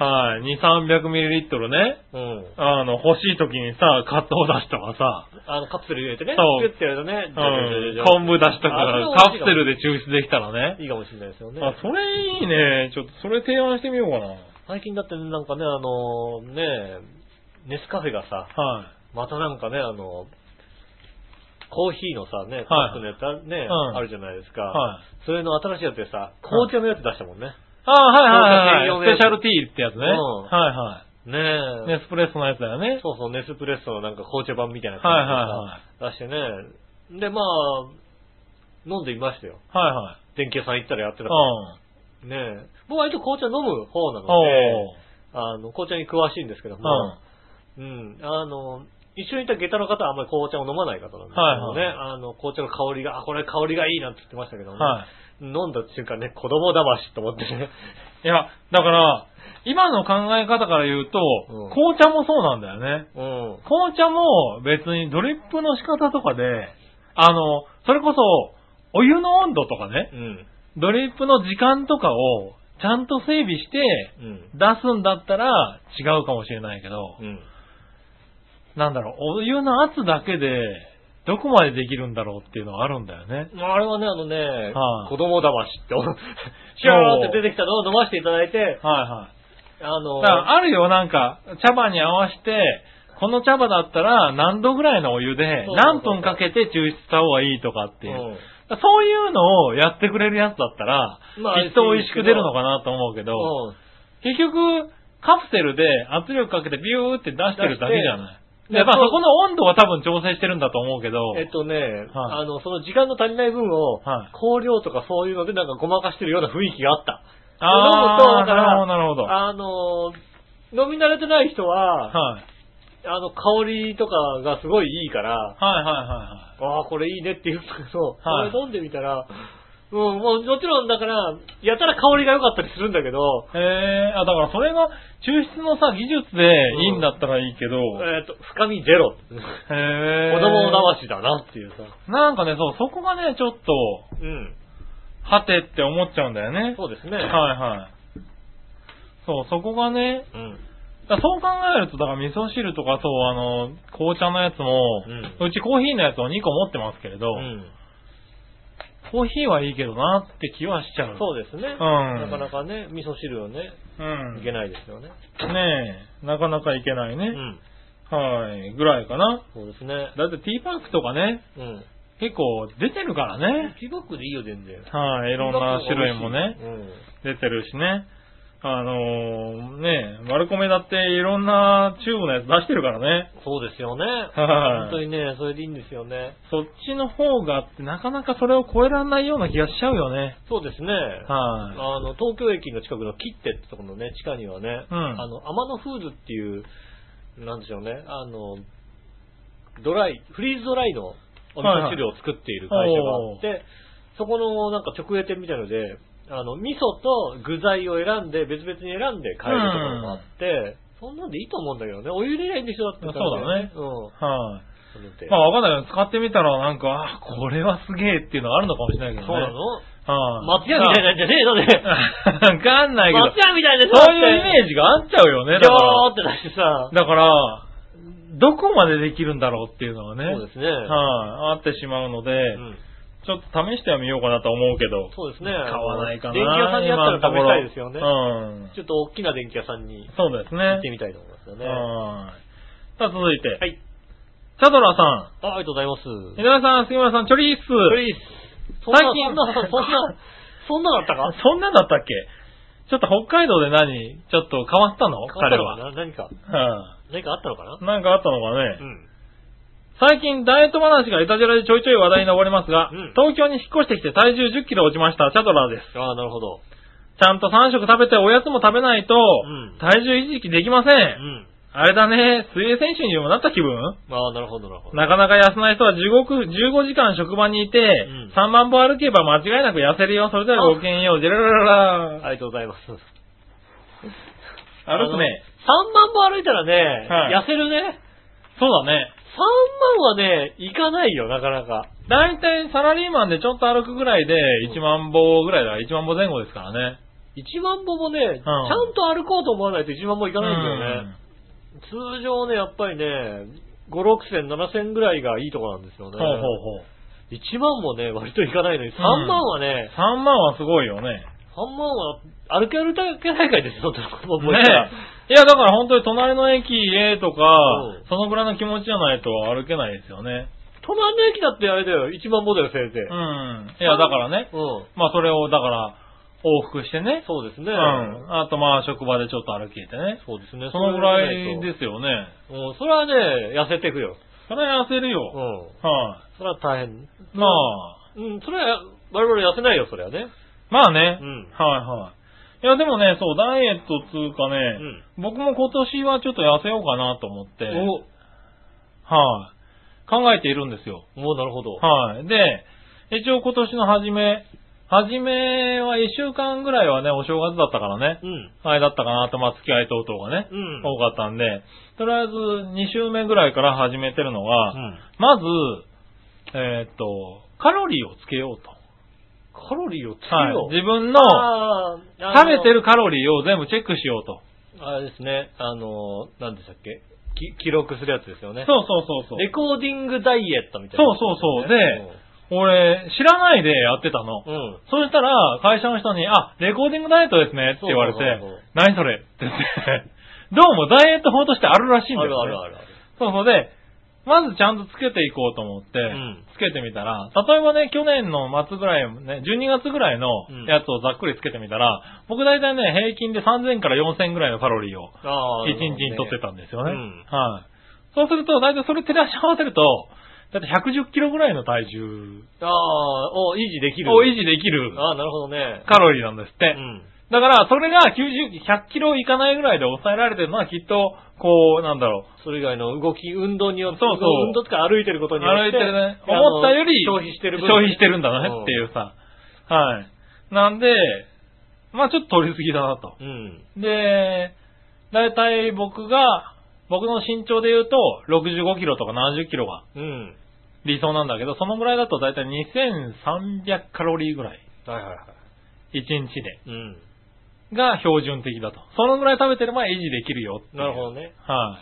2、300ミリリットルね。欲しい時にさ、カツオだしとかさ。 カプセル入れてね。そう。ピュッてやるとね。 昆布だしとかカプセルで抽出できたらね。 いいかもしんないですよね。 それいいね。ちょっとそれ提案してみようかな。 最近だってなんかね、ネスカフェがさ、またなんかね、コーヒーのさ、ね、カップのやつね、あるじゃないですか。それの新しいやつでさ、紅茶のやつ出したもんね。スペシャルティーってやつね。ねネスプレッソのやつだよね。 そうそう、ネスプレッソのなんか紅茶版みたいなやつ出してね。で、まあ、飲んでいましたよ。電気屋さん行ったらやってたから。ねえ。僕は割と紅茶飲む方なので、紅茶に詳しいんですけども、一緒にいた下駄の方はあんまり紅茶を飲まない方なんですけどね、紅茶の香りが、これ香りがいいなんて言ってましたけども、飲んだ瞬間ね、子供騙しと思ってね。 いや、だから、今の考え方から言うと、紅茶もそうなんだよね。紅茶も別にドリップの仕方とかで、それこそ、お湯の温度とかね、ドリップの時間とかをちゃんと整備して出すんだったら違うかもしれないけど、なんだろう、お湯の圧だけでどこまでできるんだろうっていうのがあるんだよね。 あれはね、子供騙しって、シャーって出てきたのを飲ませていただいて、 あるよ、なんか、茶葉に合わせて、この茶葉だったら何度ぐらいのお湯で何分かけて抽出した方がいいとかっていう。そういうのをやってくれるやつだったら、きっと美味しく出るのかなと思うけど、結局、カプセルで圧力かけてビューって出してるだけじゃない。そこの温度は多分調整してるんだと思うけど。 その時間の足りない分を、香料とかそういうのでなんかごまかしてるような雰囲気があった。 なるほど。 飲み慣れてない人は、 香りとかがすごいいいから、 はいはいはいはい。 ああ、これいいねって言うんだけど、 はい、 これ飲んでみたら、もちろんだから、やたら香りが良かったりするんだけど。 だからそれが抽出のさ、技術でいいんだったらいいけど。 深みゼロ。子供騙しだなっていうさ。 なんかね、そこがね、ちょっと、はてって思っちゃうんだよね。 そうですね。 はいはい。そう、そこがね、そう考えると、だから味噌汁とか紅茶のやつも、うちコーヒーのやつを2個持ってますけれど、コーヒーはいいけどなって気はしちゃう。 そうですね。なかなかね、味噌汁をね、いけないですよね。 ねえ、なかなかいけないね。はい、ぐらいかな。 そうですね。 だってティーパックとかね、結構出てるからね。 ティーパックでいいよ、全然。 はい、いろんな種類もね、出てるしね。マルコメだっていろんなチューブのやつ出してるからね。 そうですよね。本当にね、それでいいんですよね。 そっちの方があって、なかなかそれを超えられないような気がしちゃうよね。 そうですね。東京駅の近くの切手ってところのね、地下にはね、アマノフーズっていう、なんでしょうね、フリーズドライのお味噌汁を作っている会社があって、そこのなんか直営店みたいので、味噌と具材を選んで、別々に選んで買えるところもあって、そんなんでいいと思うんだけどね。お湯入れないんでしょだって。 そうだね。はい。わかんないけど、使ってみたらなんか、これはすげえっていうのがあるのかもしれないけどね。 そうなの？松屋みたいなんじゃねえのね。 わかんないけど。 松屋みたいでそういうイメージがあっちゃうよね。 だから。って出してさ。 だから、どこまでできるんだろうっていうのはね。 そうですね。 あってしまうので、ちょっと試してはみようかなと思うけど。 そうですね。 買わないかな。 電気屋さんにあったら試したいですよね。ちょっと大きな電気屋さんに。 そうですね。 行ってみたいと思いますよね。 さあ続いて。 はい。 チャドラさん。 ありがとうございます。 井上さん、杉村さん、チョリース。 最近、そんなだったか？ そんなんだったっけ？ちょっと北海道でちょっと変わったの？彼は。 何かあったのかな？ なんかあったのかね。最近ダイエット話がイタジェラでちょいちょい話題に上りますが、東京に引っ越してきて体重10キロ落ちましたチャドラーです。 ああ、なるほど。 ちゃんと3食食べておやつも食べないと、体重維持できません。あれだね、水泳選手にでもなった気分？ ああ、なるほど、なるほど。 なかなか痩せない人は15時間職場にいて、3万歩歩けば間違いなく痩せるよ。それではごきげんよう、ジェララララ。 ありがとうございます。 歩くね。 3万歩歩いたらね、痩せるね。 そうだね。 3万はね、いかないよ、なかなか。 だいたいサラリーマンでちょっと歩くぐらいで、1万歩ぐらいだから1万歩前後ですからね。 1万歩もね、ちゃんと歩こうと思わないと1万歩いかないんだよね。通常ね、やっぱりね、5、6千、7千ぐらいがいいとこなんですよね。1万もね、割といかないのに、3万はね、 3万はすごいよね。 3万は歩け大会ですよ、 ねいや、だから本当に隣の駅へとか、そのぐらいの気持ちじゃないと歩けないですよね。 隣の駅だってあれだよ、1万歩だよ、せいぜい。 いや、だからね。まあそれを、だから、往復してね。 そうですね。 あとまあ職場でちょっと歩けてね。 そうですね。 そのぐらいですよね。 それはね、痩せていくよ。 それは痩せるよ。 それは大変。 まあ。 それは、我々痩せないよ、それはね。 まあね。いやでもね、そう、ダイエットつうかね、僕も今年はちょっと痩せようかなと思って、考えているんですよ。 なるほど。 で、一応今年の初めは1週間ぐらいはね、お正月だったからね、あれだったかなと、まあ付き合い等々がね、多かったんで、とりあえず2週目ぐらいから始めてるのが、まず、カロリーをつけようと。 カロリーをつけよう。 自分の食べてるカロリーを全部チェックしようと。 あれですね、何でしたっけ？記録するやつですよね。 そう。 レコーディングダイエットみたいな、ね。 そう。で、俺、知らないでやってたの。そしたら、会社の人に、レコーディングダイエットですねって言われて、何それって言って、どうもダイエット法としてあるらしいんだよね。ある。そうで、まずちゃんとつけていこうと思って、つけてみたら、例えばね、去年の末ぐらい、ね、12月ぐらいのやつをざっくりつけてみたら、僕大体ね、平均で3000から4000ぐらいのカロリーを1日に取ってたんですよね。そうすると、大体それ照らし合わせると、だって110キロぐらいの体重。 維持できる。 維持できる。 なるほどね。 カロリーなんですって。 だから、それが100キロいかないぐらいで抑えられてるのはきっと、こう、なんだろう。 それ以外の動き、運動によって、 そうそう。 運動とか歩いてることによって。 歩いてるね。思ったより消費してるんだねっていうさ。はい。なんで、まあちょっと取りすぎだなと。うん。で、だいたい僕の身長で言うと、65キロとか70キロが、理想なんだけど、そのぐらいだとだいたい2300カロリーぐらい。 はいはいはい。 1日で。うん。が標準的だと。そのぐらい食べてれば維持できるよっていう。 なるほどね。 はい。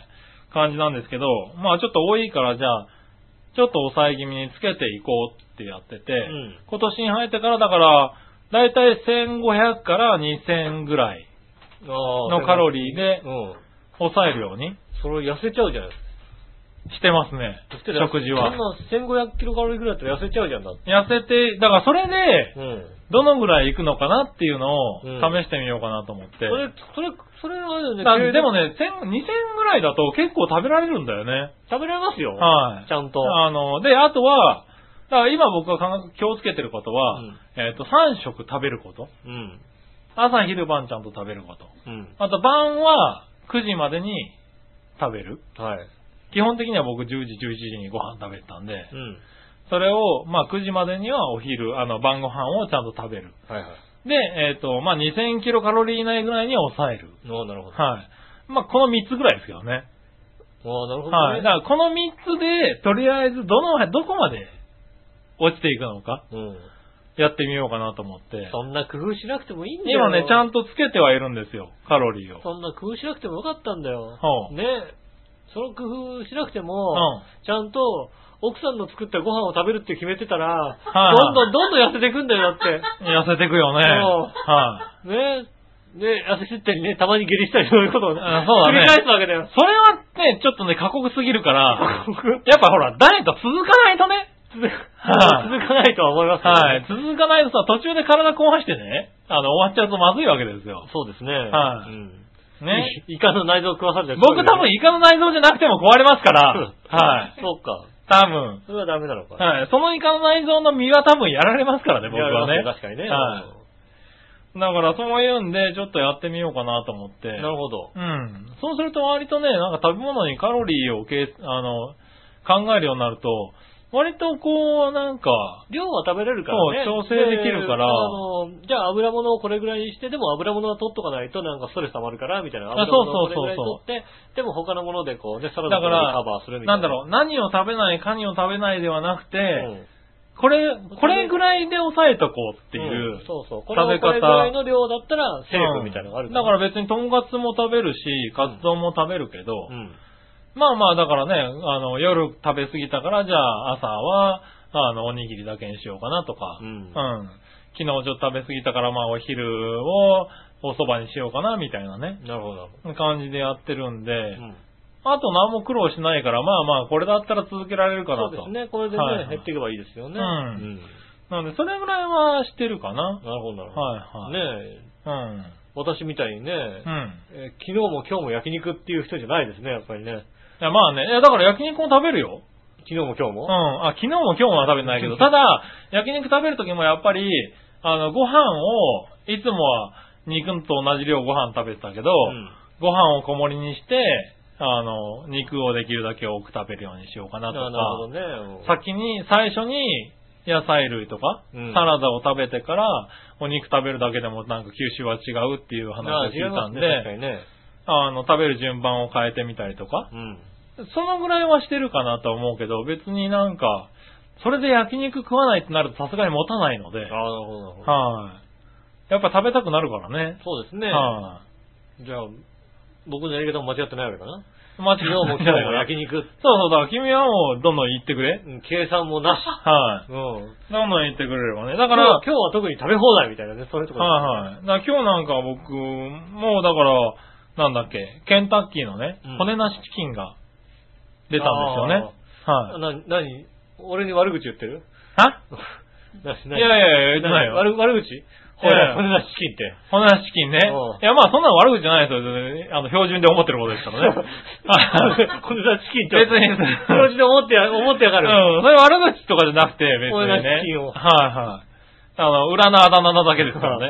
感じなんですけど、まあちょっと多いからじゃあ、ちょっと抑え気味につけていこうってやってて、今年に入ってからだから、だいたい1500から2000ぐらいのカロリーで抑えるように。 それ痩せちゃうじゃないですか。 してますね。食事は。 そんな1500キロカロリーぐらいだったら痩せちゃうじゃんだって。 痩せて、だからそれで、どのぐらいいくのかなっていうのを試してみようかなと思って。それはあれだね。でもね、2000ぐらいだと結構食べられるんだよね。 食べられますよ。 はい。 ちゃんと。 で、あとは、だから今僕が気をつけてることは、3食食べること。朝昼晩ちゃんと食べること。あと晩は9時までに食べる。はい。基本的には僕10時、11時にご飯食べてたんで、それを、まあ9時までにはお昼、晩ご飯をちゃんと食べる。はいはい。で、まあ2000キロカロリー以内ぐらいに抑える。 なるほど。 はい。まあこの3つぐらいですけどね。 なるほどね。 はい。だからこの3つで、とりあえずどこまで落ちていくのか、やってみようかなと思って。 そんな工夫しなくてもいいんだよ。 今ね、ちゃんとつけてはいるんですよ、カロリーを。 そんな工夫しなくてもよかったんだよ。ね。その工夫しなくても、ちゃんと奥さんの作ったご飯を食べるって決めてたら、どんどん痩せていくんだよ、だって。 痩せていくよね。 はい。ね。で、痩せてったりね、たまに下痢したりそういうことを繰り返すわけだよ。 それはね、ちょっとね、過酷すぎるから、やっぱほら、ダイエット続かないとね。 続かないとは思いますけど、 はい。続かないとさ、途中で体壊してね、終わっちゃうとまずいわけですよ。 そうですね。 はい。ね。 イカの内臓食わされちゃう。 僕多分イカの内臓じゃなくても壊れますから。はい。 そうか。 多分。 それはダメなのか。 はい。そのイカの内臓の身は多分やられますからね、僕はね。 確かにね。 はい。だからそういうんで、ちょっとやってみようかなと思って。 なるほど。 うん。そうすると割とね、なんか食べ物にカロリーを考えるようになると、割とこう、なんか、 量は食べれるからね。 そう、調整できるから。 じゃあ油物をこれぐらいにして、でも油物は取っとかないとなんかストレス溜まるから、みたいな。 そうこれぐらい取って、でも他のものでこうね、サラダとかでカバーするみたいな。 なんだろう、何を食べない、何を食べないではなくて、これぐらいで抑えとこうっていう、 そうそう。これぐらいの量だったらセーフみたいなのがあるだから別にとんかつも食べるし、カツ丼も食べるけど、まあまあだからね、夜食べ過ぎたから、じゃあ朝は、おにぎりだけにしようかなとか、昨日ちょっと食べ過ぎたから、まあお昼をお蕎麦にしようかなみたいなね。 なるほど。 感じでやってるんで、あと何も苦労しないから、まあまあこれだったら続けられるかなと。 そうですね。これでね、減っていけばいいですよね。 なので、それぐらいはしてるかな。 なるほど、なるほど。 はいはい。 ねえ。私みたいにね、昨日も今日も焼肉っていう人じゃないですね、やっぱりね。 いや、まあね。だから焼肉も食べるよ。 昨日も今日も昨日も今日もは食べてないけど、ただ、焼肉食べるときもやっぱり、ご飯を、いつもは肉と同じ量ご飯食べてたけど、ご飯を小盛りにして、肉をできるだけ多く食べるようにしようかなとか、 なるほどね。 最初に野菜類とか、サラダを食べてから、お肉食べるだけでもなんか吸収は違うっていう話を聞いたんで、食べる順番を変えてみたりとか、そのぐらいはしてるかなと思うけど、別になんか、それで焼肉食わないってなるとさすがに持たないので。 なるほど。 はい。やっぱ食べたくなるからね。 そうですね。 はい。 じゃあ、僕のやり方も間違ってないわけかな。 間違ってない。 昨日も今日も焼肉。 そう、だから君はもうどんどん言ってくれ。 計算もなし。 はい。どんどん言ってくれればね。だから、 今日は特に食べ放題みたいなね、そういうところ。 はい。だから今日なんか僕、もうだから、なんだっけ、ケンタッキーのね、骨なしチキンが出たんですよね。はい。 何俺に悪口言ってる？ いやいや、言ってないよ。 悪口？骨なしチキンって。 骨なしチキンね。いや、まあそんなの悪口じゃないですよ。標準で思ってることですからね。 骨なしチキンって。 別に。 標準で思ってやがる。 それ悪口とかじゃなくて、別にね。 骨なしチキンを。 はいはい。 裏のあだ名なだけですからね。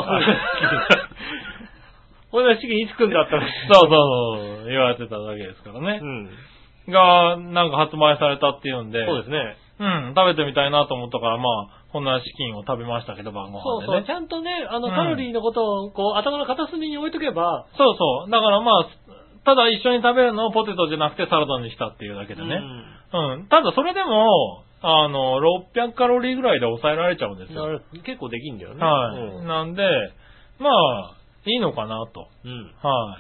骨なし式いつ来んだったら。 そう、言われてただけですからね。が、なんか発売されたっていうんで。 そうですね。 食べてみたいなと思ったから、まあ、骨なしチキンを食べましたけど、晩ご飯でね。 そう、ちゃんとね、カロリーのことを、こう、頭の片隅に置いとけば。 そう。だからまあ、ただ一緒に食べるのをポテトじゃなくてサラダにしたっていうだけでね。ただそれでも、600カロリーぐらいで抑えられちゃうんですよ。 結構できんだよね。 はい。なんで、まあ、いいのかなと。はい。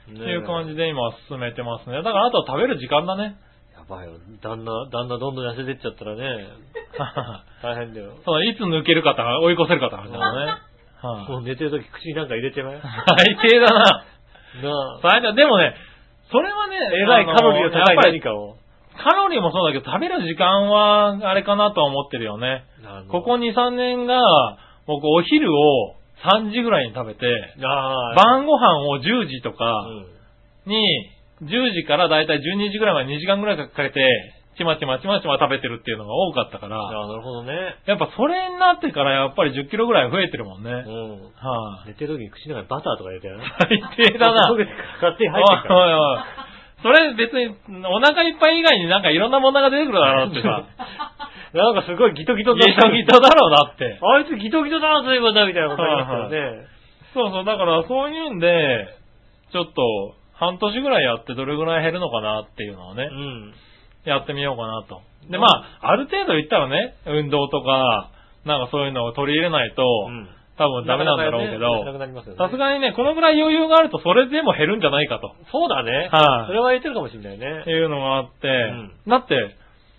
っていう感じで今進めてますね。だからあとは食べる時間だね。 やばいよ。だんだんどんどん痩せてっちゃったらね。大変だよ。 いつ抜けるか追い越せるかって話だよね。 もう寝てるとき口になんか入れちゃう。 最低だな。最低。でもね、それはね、 えらいカロリーが高い何かを。 カロリーもそうだけど、食べる時間は、あれかなとは思ってるよね。ここ2、3年が、僕お昼を3時ぐらいに食べて、晩ご飯を10時とかに、10時からだいたい12時ぐらいまで2時間ぐらいかけて、ちまちま食べてるっていうのが多かったから。 なるほどね。 やっぱそれになってからやっぱり10キロぐらい増えてるもんね。 寝てる時に口の中にバターとか入れてるね。 最低だな。 勝手に入ってるから。 それ別にお腹いっぱい以外になんかいろんな問題が出てくるだろうってさ。 なんかすごいギトギトだ。ギトギトだろうなって。 あいつギトギトだな、随分だみたいなことありますよね。 そう、だからそういうんで、ちょっと半年ぐらいやってどれぐらい減るのかなっていうのをね。やってみようかなと。で、まあ、ある程度言ったらね、運動とか、なんかそういうのを取り入れないと、多分ダメなんだろうけど、さすがにね、このぐらい余裕があるとそれでも減るんじゃないかと。 そうだね。それは言ってるかもしれないね。 っていうのがあって、だって、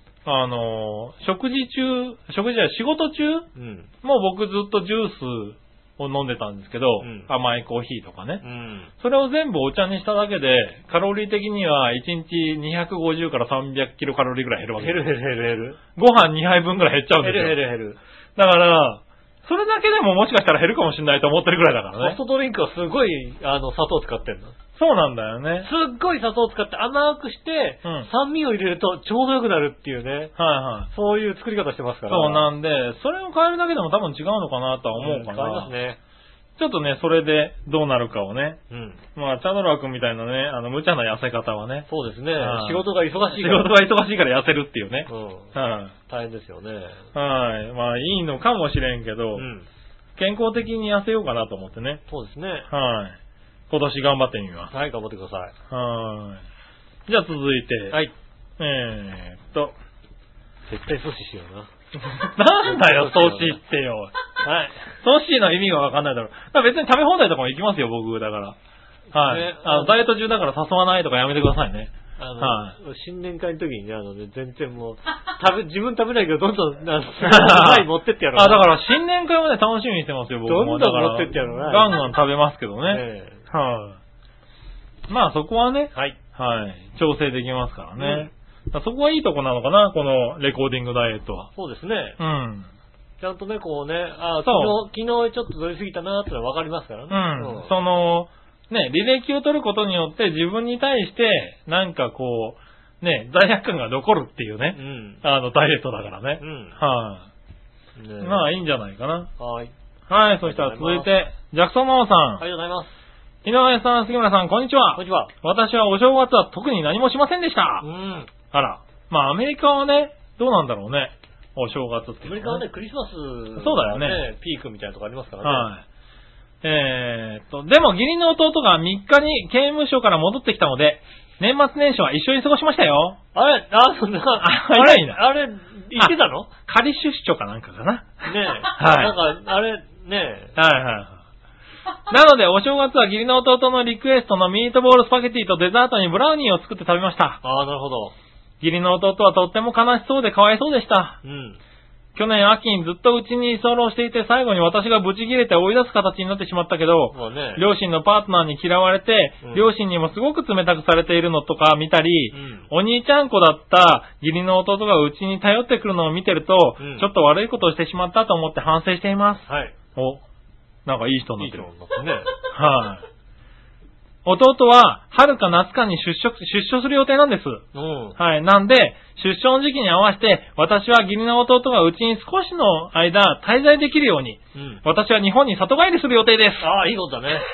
仕事中もう僕ずっとジュースを飲んでたんですけど、甘いコーヒーとかね。それを全部お茶にしただけで、カロリー的には1日250から300キロカロリーぐらい減るわけです。 減る。 ご飯2杯分ぐらい減っちゃうんですよ。 減る。 だから、それだけでももしかしたら減るかもしれないと思ってるぐらいだからね。 ソフトドリンクはすごい、砂糖使ってんの。 そうなんだよね。 すっごい砂糖を使って甘くして、酸味を入れるとちょうどよくなるっていうね。そういう作り方してますから。 そうなんで、それを変えるだけでも多分違うのかなとは思うから。 変わりますね。 ちょっとね、それでどうなるかをね。まあ、チャドラー君みたいなね、無茶な痩せ方はね。 そうですね。仕事が忙しいから痩せるっていうね。 大変ですよね。 はい。まあ、いいのかもしれんけど、健康的に痩せようかなと思ってね。 そうですね。 はい。今年頑張ってみます。 はい、頑張ってください。 はい。じゃあ続いて。 はい。絶対阻止しような。 なんだよ、阻止ってよ。 はい。 阻止の意味がわかんないだろ。別に食べ放題とかも行きますよ、僕、だから。はい。ダイエット中だから誘わないとかやめてくださいね。 新年会の時にね、全然もう、自分食べないけど、どんどん、前持ってってやろう。 だから新年会もね、楽しみにしてますよ、僕も。 どんどん持ってってやろうな。 ガンガン食べますけどね。まあそこはね、 はい。 調整できますからね。そこはいいとこなのかな、このレコーディングダイエットは。 そうですね。ちゃんとね、こうね、昨日ちょっと取りすぎたなーってのはわかりますからね。ね、履歴を取ることによって自分に対して、なんかこう、ね、罪悪感が残るっていうね、ダイエットだからね。まあいいんじゃないかな。はい、そしたら続いて、ジャクソンママさん。 ありがとうございます。 井上さん、杉村さん、こんにちは。 こんにちは。 私はお正月は特に何もしませんでした。あら。まあアメリカはね、どうなんだろうね。お正月って。 アメリカはね、クリスマス、 そうだよね。 ピークみたいなとこありますからね。 でも義理の弟が3日に刑務所から戻ってきたので、年末年始は一緒に過ごしましたよ。 あれ、言ってたの？ 仮出所かなんかかな。 ねえ。なんか、あれ、ねえ。 なので、お正月は義理の弟のリクエストのミートボールスパゲティとデザートにブラウニーを作って食べました。 なるほど。 義理の弟はとっても悲しそうでかわいそうでした。去年秋にずっとうちに居候していて最後に私がブチ切れて追い出す形になってしまったけど、両親のパートナーに嫌われて、両親にもすごく冷たくされているのとか見たり、お兄ちゃん子だった義理の弟がうちに頼ってくるのを見てると、ちょっと悪いことをしてしまったと思って反省しています。なんかいい人になってる。 いい人になってね。 弟は春か夏かに出所する予定なんです。はい。なんで、出所の時期に合わせて、私は義理の弟がうちに少しの間滞在できるように、私は日本に里帰りする予定です。 ああ、いいことだね。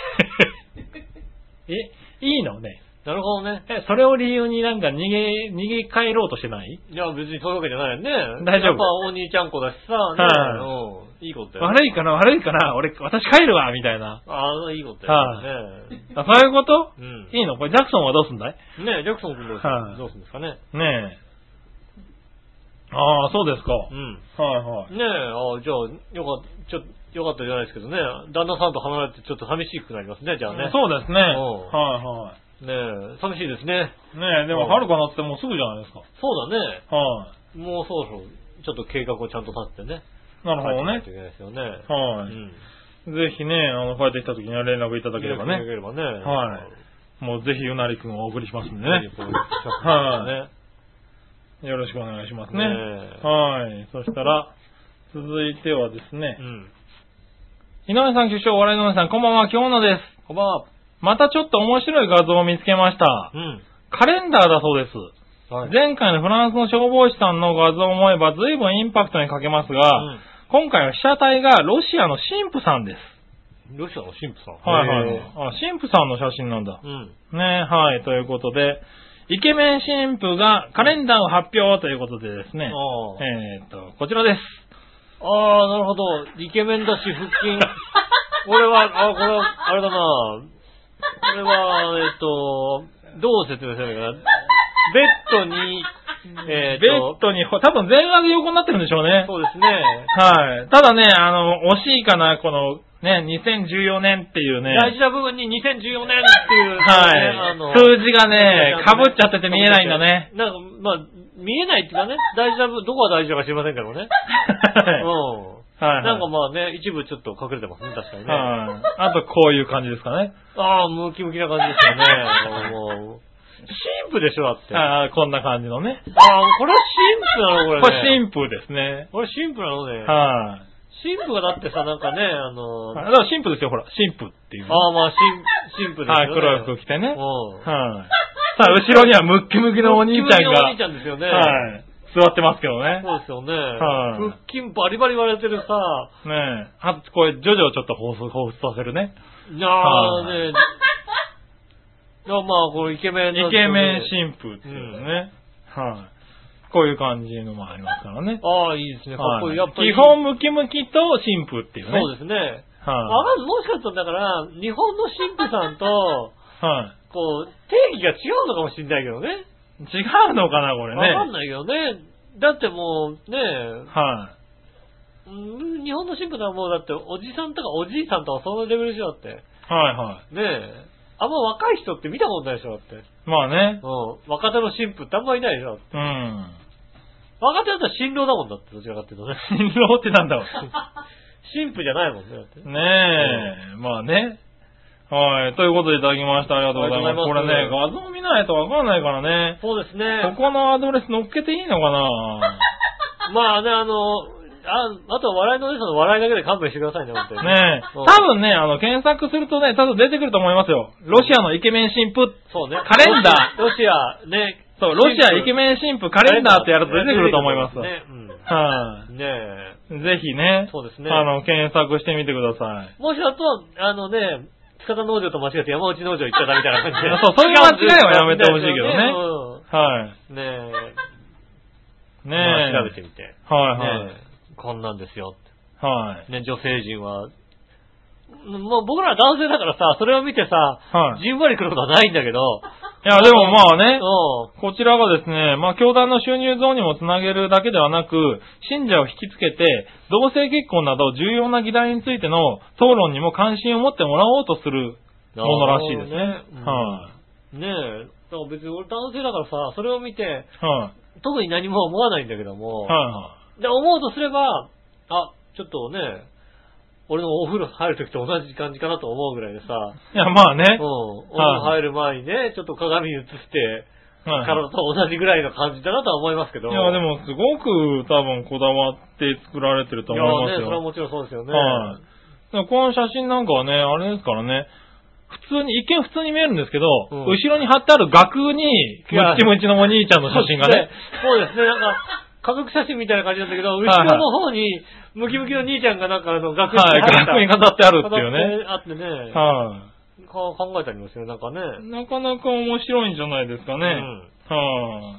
いいのね。 なるほどね。 それを理由になんか逃げ帰ろうとしてない？ いや、別にそういうわけじゃないよね。 大丈夫。 やっぱお兄ちゃん子だしさ、いいことだよ、 ね。悪いかな、私帰るわ、みたいな。 ああ、いいことだよね。 そういうこと？いいの？これジャクソンはどうすんだい？ ねえ、ジャクソン君どうすんですかね。 ねえ。ああ、そうですか。 はいはい。ねえ、じゃあ、よかったじゃないですけどね。旦那さんと離れてちょっと寂しくなりますね、じゃあね。 そうですね。はいはい。 ねえ、寂しいですね。 ねえ、でも春か夏ってもうすぐじゃないですか。 そうだね。 はい。 もうそろそろ、ちょっと計画をちゃんと立ってね。 なるほどね。 帰っていけないですよね。 はい。ぜひね、帰ってきた時には連絡いただければね。はい。もうぜひうなりくんをお送りしますんでね。はい。よろしくお願いしますね。はい。そしたら、続いてはですね。井上さん、局長、笑いの皆さん、こんばんは、京野です。 こんばんは。 またちょっと面白い画像を見つけました。カレンダーだそうです。はい、前回のフランスの消防士さんの画像を思えば随分インパクトに欠けますが、今回は被写体がロシアの神父さんです。 ロシアの神父さん？ はいはい。神父さんの写真なんだ。ね、はい、ということで、イケメン神父がカレンダーを発表ということでですね、こちらです。 ああ、なるほど。イケメンだし、腹筋。これは、あれだな。これは、どう説明するのかな。ベッドに、多分前腕で横になってるんでしょうね。そうですね。 はい。ただね、惜しいかな、この、ね、2014年っていうね。 大事な部分に2014年っていう、ね。 はい。数字がね、被っちゃってて見えないんだね。 なんか、まあ、見えないっていうかね、大事な部分、どこが大事だか知りませんけどね。はい。なんかまあね、一部ちょっと隠れてますね、確かにね。 はい。あとこういう感じですかね。 ああ、ムキムキな感じですよね。もう、神父でしょ、だって。 ああ、こんな感じのね。 ああ、これは神父なのこれね。 これ神父ですね。 これ神父なのね。 はい。 神父がだってさ、なんかね、 だから神父ですよ、ほら、神父っていう。 ああ、まあ、神父ですよね。 はい、黒い服着てね。はい。さあ、後ろにはムッキムキのお兄ちゃんが。ムッキムキのお兄ちゃんですよね。はい。座ってますけどね。 そうですよね。はい。腹筋バリバリ割れてるさ。 ねえ。あと、これ、ジョジョをちょっと彷彿させるね。 いやーね。いや、まあ、これイケメンイケメン神父っていうね。はい。こういう感じのもありますからね。 ああ、いいですね。かっこいい。やっぱり。 基本ムキムキと神父っていうね。 そうですね。はい。もしかしたらだから、日本の神父さんと、はい。こう、定義が違うのかもしれないけどね。 違うのかな、これね。 わかんないけどね。だってもう、ねはい。 日本の神父はもうだって、おじさんとかおじいさんとかそのレベルでしょ、だって。 はいはい。 ねえ。あんま若い人って見たことないでしょ、だって。 まあね。 若手の神父ってあんまいないでしょ。若手だったら新郎だもんだって、どちらかっていうとね。 新郎ってなんだろう。 神父じゃないもんね、だって。 ねえ、まあね。はい。ということでいただきました。ありがとうございます。これね、画像見ないとわかんないからね。 そうですね。 ここのアドレス載っけていいのかなまあね、あとは笑いのお姉さんの笑いだけで勘弁してくださいね、本当に。 ねえ。多分ね、検索するとね、多分出てくると思いますよ。ロシアのイケメン神父。 そうね。 カレンダー。ロシア、ね。 そう、ロシアイケメン神父カレンダーってやると出てくると思います。ね。はい。 ねえ。 ぜひね。 そうですね。 検索してみてください。 もしだと、塚田農場と間違って山内農場行っちゃったみたいな感じで。 そう、そういう間違いはやめてほしいけどね。はい。 ねえ。 ねえ。 調べてみて。 はいはい。 こんなんですよ。 はい。 ね、女性陣は、もう僕ら男性だからさ、それを見てさ、じんわり来ることはないんだけど。 いや、でもまあね、こちらがですね、まあ教団の収入増にもつなげるだけではなく、信者を引きつけて、同性結婚など重要な議題についての討論にも関心を持ってもらおうとするものらしいですね。はい。 ねえ、だから別に俺男性だからさ、それを見て、特に何も思わないんだけども、で、思うとすれば、ちょっとね、俺のお風呂入るときと同じ感じかなと思うぐらいでさ。 いや、まあね。 お風呂入る前にね、ちょっと鏡に映して、体と同じぐらいの感じだなとは思いますけど。 いや、でもすごく多分こだわって作られてると思いますよ。 いやね、それはもちろんそうですよね。 はい。この写真なんかはね、あれですからね、 普通に、一見普通に見えるんですけど、後ろに貼ってある額に、ムチムチのお兄ちゃんの写真がね。 そうですね、なんか、家族写真みたいな感じなんだけど、後ろの方に、ムキムキの兄ちゃんがなんか額に飾ってあるっていうね。 あってね。 はい。 考えてありますよ、なんかね。 なかなか面白いんじゃないですかね。はい。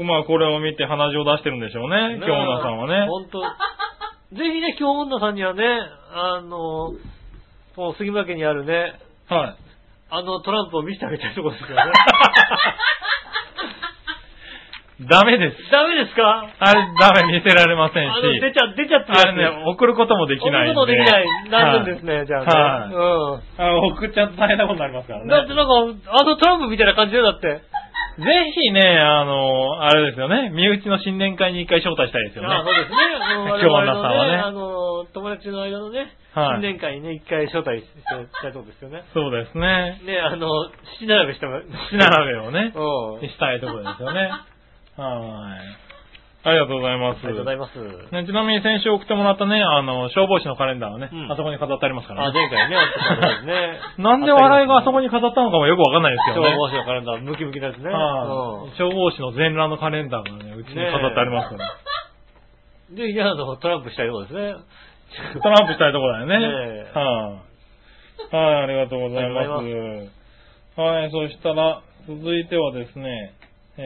まあ、これを見て鼻血を出してるんでしょうね、京女さんはね。 ほんと。ぜひね、京女さんにはね、もう杉村家にあるね、 はい。 トランプを見せてあげたいところですよね。 ダメです。 ダメですか？ あれ、ダメ、見せられませんし。 出ちゃってるやつ。 あれね、送ることもできないんで。 送ることもできない。なんですね、じゃあね。 はい。送っちゃうと大変なことになりますからね。 だってなんか、トランプみたいな感じでだって。 ぜひね、あれですよね、身内の新年会に一回招待したいですよね。 そうですね。 京女さんはね。 友達の間のね、新年会にね、一回招待したいとこですよね。 そうですね。 ね、七並べした七並べをね、したいところですよね。はい。ありがとうございます。 ありがとうございます。 ね、ちなみに先週送ってもらったね、消防士のカレンダーはね、あそこに飾ってありますからね。前回ね、ね。 なんで笑いがあそこに飾ったのかもよくわかんないですけどね。 消防士のカレンダー、ムキムキですね。 消防士の全裸のカレンダーがね、うちに飾ってありますから。 で、いや、トランプしたいとこですね。 トランプしたいとこだよね。はい、ありがとうございます。はい、そしたら、続いてはですね、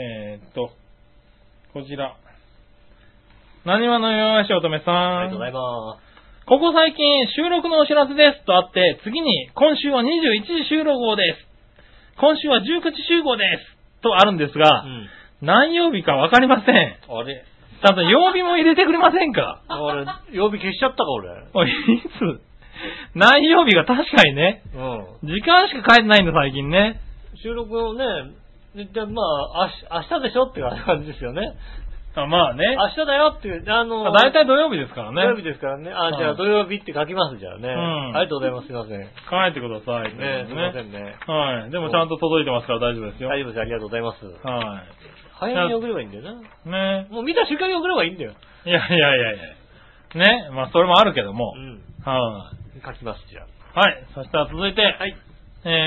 こちら。なにわのよしおとめさん。 ありがとうございます。 ここ最近収録のお知らせですとあって、次に今週は21時収録号です。今週は19時集合ですとあるんですが、何曜日かわかりません。 あれただ曜日も入れてくれませんか？ 俺、曜日消しちゃったか俺。 いつ何曜日が確かにね、時間しか書いてないんだ最近ね。 収録をね、まあ、明日でしょって感じですよね。 まあね。 明日だよっていう、 大体土曜日ですからね。 土曜日ですからね。じゃあ土曜日って書きます、じゃあね。ありがとうございます、すいません。 書いてください。 ね、すいませんね。 はい。でもちゃんと届いてますから大丈夫ですよ。 大丈夫です、ありがとうございます。 はい。 早めに送ればいいんだよな。 ね。 もう見た瞬間に送ればいいんだよ。 いや。ね。まあそれもあるけども。 はい。書きます、じゃあ。はい。そしたら続いて。 はい。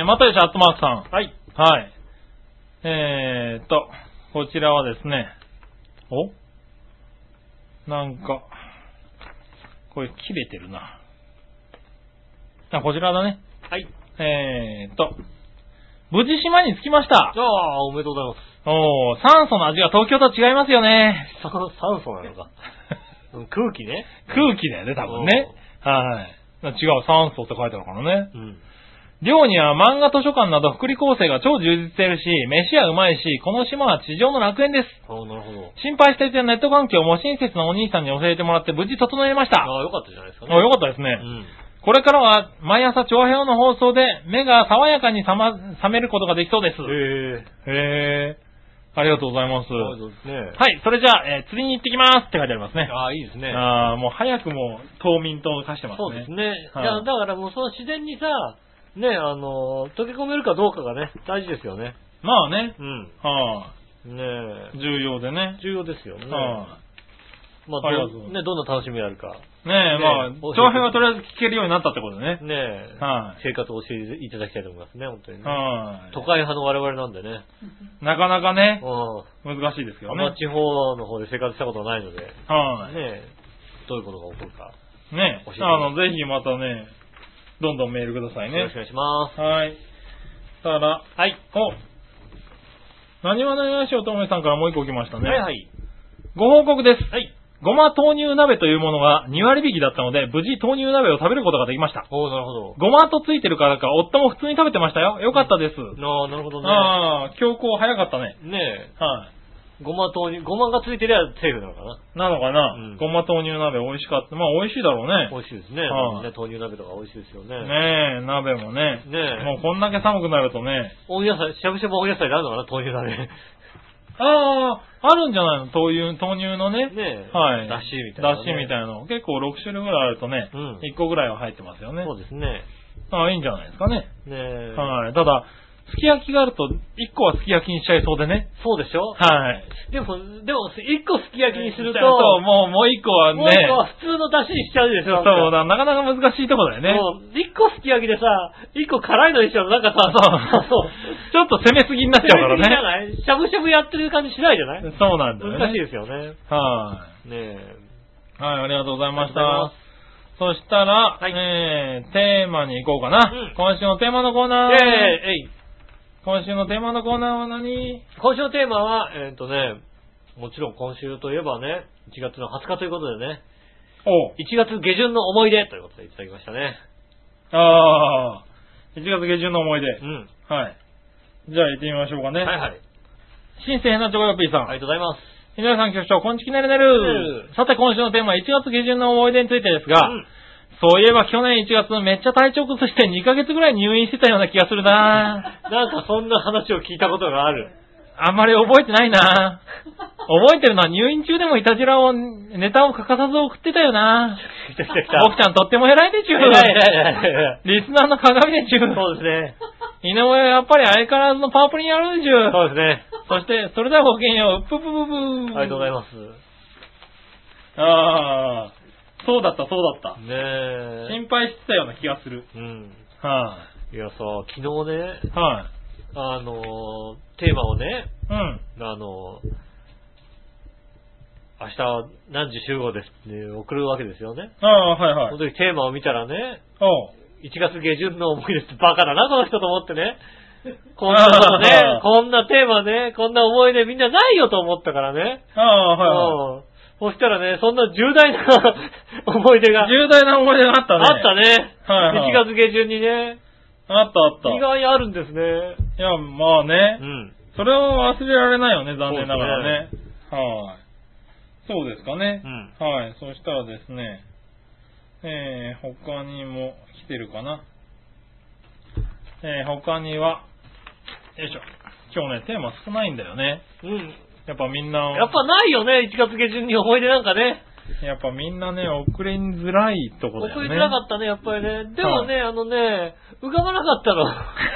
またよしアットマークさん。 はい。 はい。こちらはですね。なんか、これ切れてるな。こちらだね。 はい。 無事島に着きました。 おめでとうございます。 酸素の味が東京と違いますよね。 酸素なのか。空気ね。 空気だよね、多分ね。はい。違う、酸素って書いてあるからね。寮には漫画図書館など福利厚生が超充実しているし、飯はうまいし、この島は地上の楽園です。 なるほど。 心配していたネット環境も親切なお兄さんに教えてもらって無事整えました。 よかったじゃないですかね。 よかったですね。これからは毎朝長編の放送で目が爽やかに覚めることができそうです。へー。ありがとうございます。 そうですね。 はい、それじゃあ、釣りに行ってきますって書いてありますね。 いいですね。 もう早くも冬眠と化してますね。 そうですね。だからもうその自然にさ、ね、溶け込めるかどうかがね、大事ですよね。 まあね。 ね重要でね。 重要ですよね。まあ、ね、どんな楽しみがあるか。 ねまあ、長編はとりあえず聞けるようになったってことでね。生活を教えていただきたいと思いますね、本当にね。都会派の我々なんでね。 なかなかね、難しいですけどね。 地方の方で生活したことないので、ねどういうことが起こるか。 ねぜひまたね、どんどんメールくださいね。 よろしくお願いします。 はい。たら、 はい。 なにわのよしおともえさんからもう一個来ましたね。 はい。 ご報告です。 はい。 ごま豆乳鍋というものが2割引きだったので、無事豆乳鍋を食べることができました。 なるほど。 ごまとついてるからか、夫も普通に食べてましたよ。よかったです。 なるほどね。 強行早かったね。 ねえ。 はい。 ごまがついてりゃセーフなのかな。 なのかな、ごま豆乳鍋美味しかった。まあ美味しいだろうね。 美味しいですね。豆乳鍋とか美味しいですよね。 ねえ、鍋もね。もうこんだけ寒くなるとね。 温野菜、しゃぶしゃぶ温野菜であるのかな、豆乳鍋。 あるんじゃないの豆乳のね。はい。 だしみたいな。 だしみたいなの。結構6種類ぐらいあるとね、1個ぐらいは入ってますよね。 そうですね。 いいんじゃないですかね。 ねはい。ただ、すき焼きがあると、1個はすき焼きにしちゃいそうでね。 そうでしょ？ はい。 でも、1個すき焼きにすると、 もう1個はね。 もう1個は普通の出汁にしちゃうでしょ。 そうだ、なかなか難しいとこだよね。 1個すき焼きでさ、1個辛いのにしちゃうとなんかさ、 そう。ちょっと攻めすぎになっちゃうからね。 攻めすぎじゃない？しゃぶしゃぶやってる感じしないじゃない？ そうなんだよね。 難しいですよね。 はい。 ねえ。 はい、ありがとうございました。そしたら、 はい、 テーマに行こうかな。今週のテーマのコーナー。今週のテーマのコーナーは何？ 今週のテーマは、もちろん今週といえばね、1月の20日ということでね。1月下旬の思い出ということでいただきましたね。 ああ、1月下旬の思い出。はい。じゃあ行ってみましょうかね。 はいはい。 新鮮なチョコヨッピーさん。 ありがとうございます。 皆さん局長、こんちきねるねる。さて今週のテーマは1月下旬の思い出についてですが、そういえば去年1月めっちゃ体調崩して2ヶ月ぐらい入院してたような気がするななんかそんな話を聞いたことがある。 あんまり覚えてないな覚えてるのは入院中でもいたじらを、ネタを欠かさず送ってたよな僕ちゃんとっても偉いでちゅリスナーの鏡でちゅそうですね。 井上はやっぱり相変わらずのパワープリにやるでちゅそうですね。 そして、それではごきげんよう。ぷぷぷぷありがとうございます。 ああ、そうだった、そうだった。 ねえ。 心配してたような気がする。はい。 いやさ、昨日ね、 はい。 テーマをね、明日何時集合ですって送るわけですよね。 はいはい。 その時テーマを見たらね、1月下旬の思い出ってバカだな、この人と思ってね。こんなのね、こんなテーマね、こんな思い出みんなないよと思ったからね。 はい。 そしたらね、そんな重大な思い出が。 重大な思い出があったね。 あったね。 はい。 1月下旬にね。 あった。 意外にあるんですね。 いや、まあね。それを忘れられないよね、残念ながらね。はい。そうですかね。はい。そしたらですね、他にも来てるかな。他には、よいしょ。今日ね、テーマ少ないんだよね。やっぱみんな。 やっぱないよね、1月下旬に思い出なんかね。 やっぱみんなね、送りづらいとこだよね。 送りづらかったね、やっぱりね。でもね、浮かばなかったの。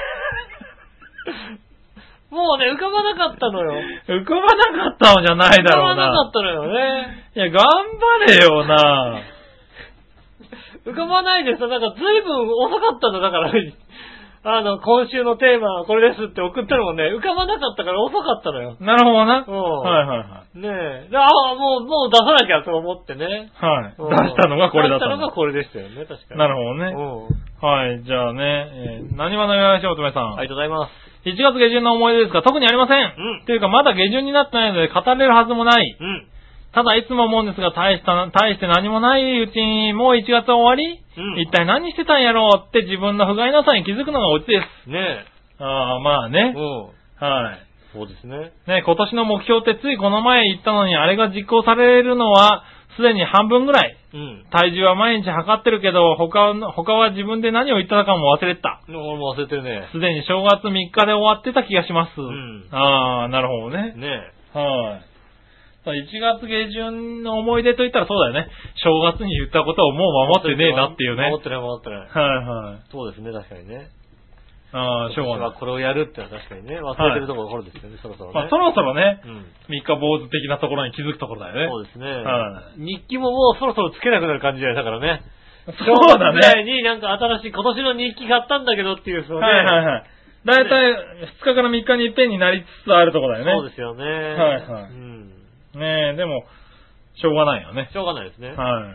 もうね、浮かばなかったのよ。 浮かばなかったのじゃないだろうな。 浮かばなかったのよね。 いや、頑張れよな。 浮かばないでさ、なんか随分遅かったのだから、今週のテーマはこれですって送ったのもね、浮かばなかったから遅かったのよ。 なるほどな。はい。 ねえ。もう出さなきゃと思ってね。 はい。出したのがこれだった。 出したのがこれでしたよね、確かに。 なるほどね。はい。じゃあね、何話のよしおとめさん。 ありがとうございます。 1月下旬の思い出ですが、特にありません。っていうか、まだ下旬になってないので語れるはずもない。ただいつも思うんですが、大して何もないうちにもう1月終わり、一体何してたんやろうって自分の不甲斐なさに気づくのがオチです。 ねえ。 まあね。はい。 そうですね。 ね、今年の目標ってついこの前言ったのに、あれが実行されるのは、すでに半分ぐらい。体重は毎日測ってるけど、他は自分で何を言ったのかも忘れてた。 俺も忘れてるね。 すでに正月3日で終わってた気がします。なるほどね。 ねえ。はい。1月下旬の思い出と言ったらそうだよね。正月に言ったことをもう守ってねえなっていうね。 守ってない。 はい。 そうですね、確かにね。 しょうがない。 これをやるってのは確かにね、忘れてるところですよね、そろそろね。 そろそろね、三日坊主的なところに気づくところだよね。 そうですね。日記ももうそろそろつけなくなる感じだからね。 そうだね。 正月ぐらいになんか新しい今年の日記買ったんだけどっていう、そうね。 はい。だいたい2日から3日に一遍になりつつあるところだよね。 そうですよね。 はい。ねえ、でも、しょうがないよね。 しょうがないですね。 はい。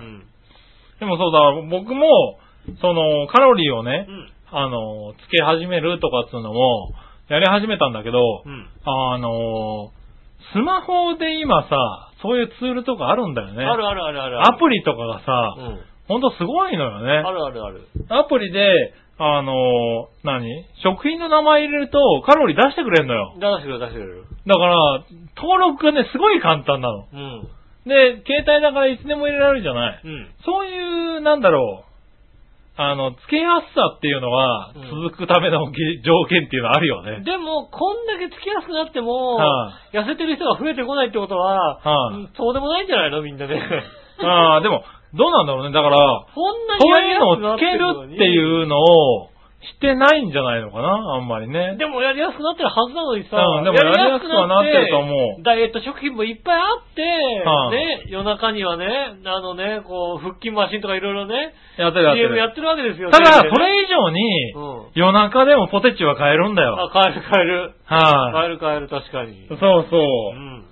でもそうだ、僕も、カロリーをね、つけ始めるとかっていうのも、やり始めたんだけど、スマホで今さ、そういうツールとかあるんだよね。 ある。 アプリとかがさ、ほんとすごいのよね。 ある。 アプリで、食品の名前入れるとカロリー出してくれんのよ。 出してくれる。 だから、登録がね、すごい簡単なの。で、携帯だからいつでも入れられるじゃない。そういう、つけやすさっていうのは、続くための条件っていうのはあるよね。 でも、こんだけつけやすくなっても、痩せてる人が増えてこないってことは、そうでもないんじゃないのみんなね。 でも、どうなんだろうね。だから、そういうのをつけるっていうのをしてないんじゃないのかな、あんまりね。 でもやりやすくなってるはずなのにさ。 うん、でもやりやすくはなってると思う。 ダイエット食品もいっぱいあって、ね、夜中にはね、こう、腹筋マシンとかいろいろね、 やってる。 CM やってるわけですよ。 ただ、それ以上に、夜中でもポテチは買えるんだよ。 買える。 はい。 買える、確かに。 そう。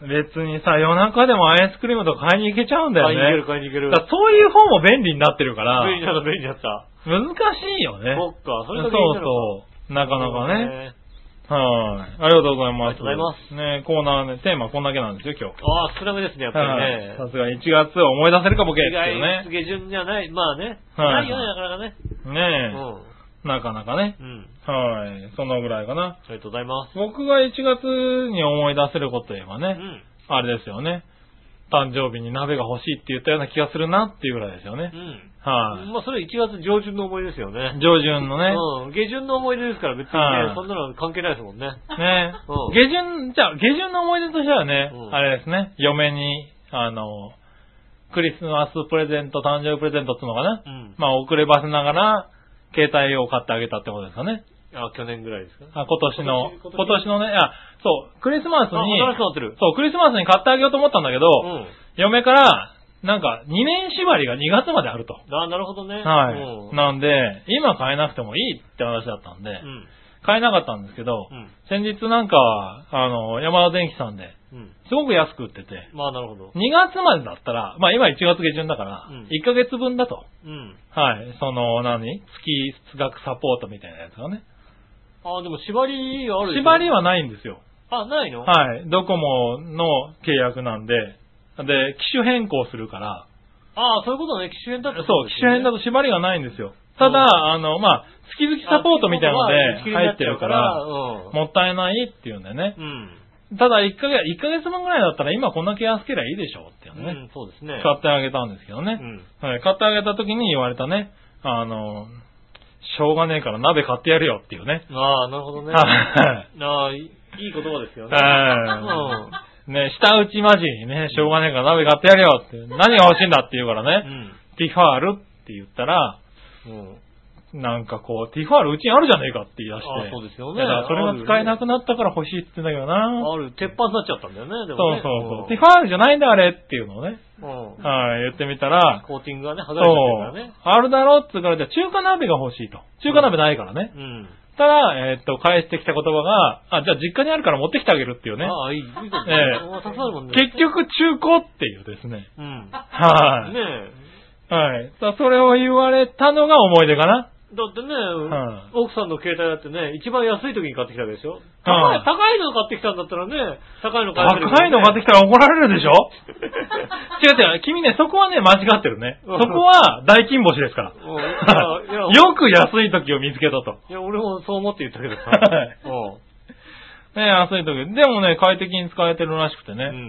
別にさ、夜中でもアイスクリームとか買いに行けちゃうんだよね。 買いに行ける。 そういう方も便利になってるから。 便利になった。 難しいよね。 そっか、それだけいいんだろう。なかなかね。はい。ありがとうございます。 ありがとうございます。 ね、コーナーね、テーマこんだけなんですよ、今日。 少なめですね、やっぱりね。 さすが1月を思い出せるかボケっていうね。 1月下旬じゃない、まあね。ないよね、なかなかね。 ねえ。なかなかね。はい。そのぐらいかな。 ありがとうございます。 僕が1月に思い出せることといえばね。あれですよね。誕生日に鍋が欲しいって言ったような気がするなっていうぐらいですよね。はい。 まあそれ1月上旬の思い出ですよね。 上旬のね。 下旬の思い出ですから別にね、そんなの関係ないですもんね。 ね下旬の思い出としてはね、あれですね、嫁に、クリスマスプレゼント、誕生日プレゼントっていうのかな。まあ遅ればせながら、携帯を買ってあげたってことですかね。 去年ぐらいですか？ 今年のね、そう、クリスマスに、 そう、 クリスマスに買ってあげようと思ったんだけど、嫁から、なんか、2年縛りが2月まであると。 なるほどね。 はい。なんで、今買えなくてもいいって話だったんで、買えなかったんですけど、先日なんか、山田電機さんで、すごく安く売ってて、 まあなるほど。 2月までだったら、まあ今1月下旬だから、1ヶ月分だと。はい。月額サポートみたいなやつがね。 でも縛りはあるでしょ？ 縛りはないんですよ。 ないの？ はい。ドコモの契約なんで、機種変更するから。 そういうことね。機種変だと。 そう、機種変だと縛りがないんですよ。ただ、月々サポートみたいなので入ってるから、もったいないっていうんだよね。ただ1ヶ月分ぐらいだったら今こんだけ安ければいいでしょっていうね。 そうですね。 買ってあげたんですけどね。はい。買ってあげた時に言われたね。しょうがねえから鍋買ってやるよっていうね。 なるほどね。いい言葉ですよね。 ね、下打ちマジにね、しょうがねえから鍋買ってやるよって、何が欲しいんだって言うからね、ティファールって言ったら、なんかこう、ティファールうちにあるじゃねえかって言い出して。 そうですよね。 それが使えなくなったから欲しいって言ってんだけどな。 鉄板になっちゃったんだよね、でもね。 そう。ティファールじゃないんだあれっていうのをね。言ってみたら、 コーティングがね、剥がれちゃったからね。 あるだろって言うから、じゃあ中華鍋が欲しいと。中華鍋ないからね。たら、返してきた言葉が、じゃあ実家にあるから持ってきてあげるっていうね。 いいこと結局中古っていうですね。はい。 ねえ。はい。それを言われたのが思い出かな。 だってね、奥さんの携帯だってね、一番安い時に買ってきたわけでしょ？高いの買ってきたんだったらね、高いの買ってきたら怒られるでしょ？違う。君ね、そこはね、間違ってるね。そこは大金星ですから。よく安い時を見つけたと。 いや、俺もそう思って言ったけどさ。 ね、安い時。でもね、快適に使えてるらしくてね。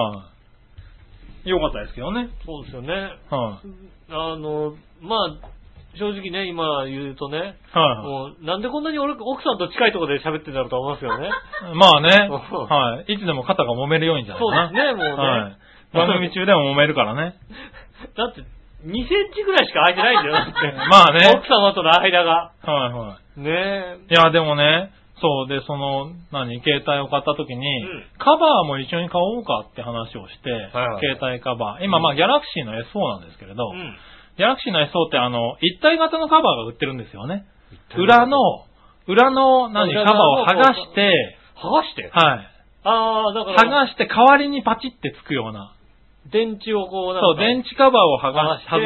よかったですけどね。 そうですよね。正直ね、今言うとね、もうなんでこんなに奥さんと近いところで喋ってんだろうと思いますよね。 まあね、はい。いつでも肩が揉めるようにじゃないかな。 そうですね、もうね。 番組中でも揉めるからね。 だって、2センチぐらいしか空いてないんだよ、だって。 まあね。 奥様との間が。ねえ。いや、でもね、そうで、携帯を買った時に、カバーも一緒に買おうかって話をして、携帯カバー。今、ギャラクシーの S4 なんですけれど、ギャラクシーの S4 って一体型のカバーが売ってるんですよね。裏のカバーを剥がして、はい。 だから。 剥がして代わりにパチってつくような。 電池をこうそう、電池カバーを外して、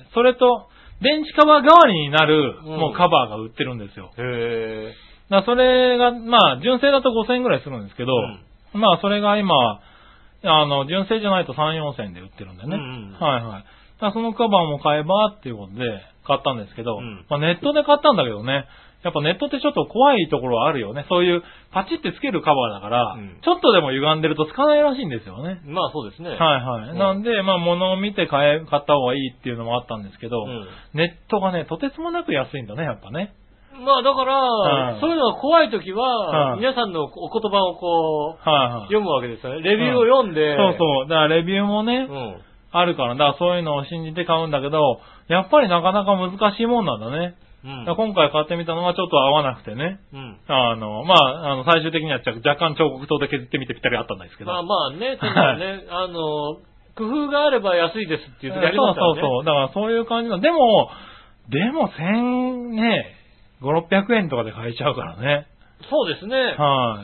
それと、電池カバー代わりになる、もうカバーが売ってるんですよ。それが、純正だと5000円ぐらいするんですけど、それが今、純正じゃないと3、4000円で売ってるんでね。そのカバーも買えばっていうことで買ったんですけど、ネットで買ったんだけどね、やっぱネットってちょっと怖いところはあるよね。そういうパチってつけるカバーだから、ちょっとでも歪んでるとつかないらしいんですよね。 そうですね。 なんで、物を見て買った方がいいっていうのもあったんですけど、ネットがね、とてつもなく安いんだね、やっぱね。 だから、そういうのが怖いときは、皆さんのお言葉をこう、読むわけですよね。レビューを読んで。 だからレビューもね、あるから、そういうのを信じて買うんだけど、やっぱりなかなか難しいもんなんだね。 今回買ってみたのはちょっと合わなくてね。最終的には若干彫刻刀で削ってみてぴったりあったんですけど。 まあね、工夫があれば安いですっていう時ありますからね。 そう。だからそういう感じの。でも1000ね、5、600円とかで買えちゃうからね。 そうですね。 はい。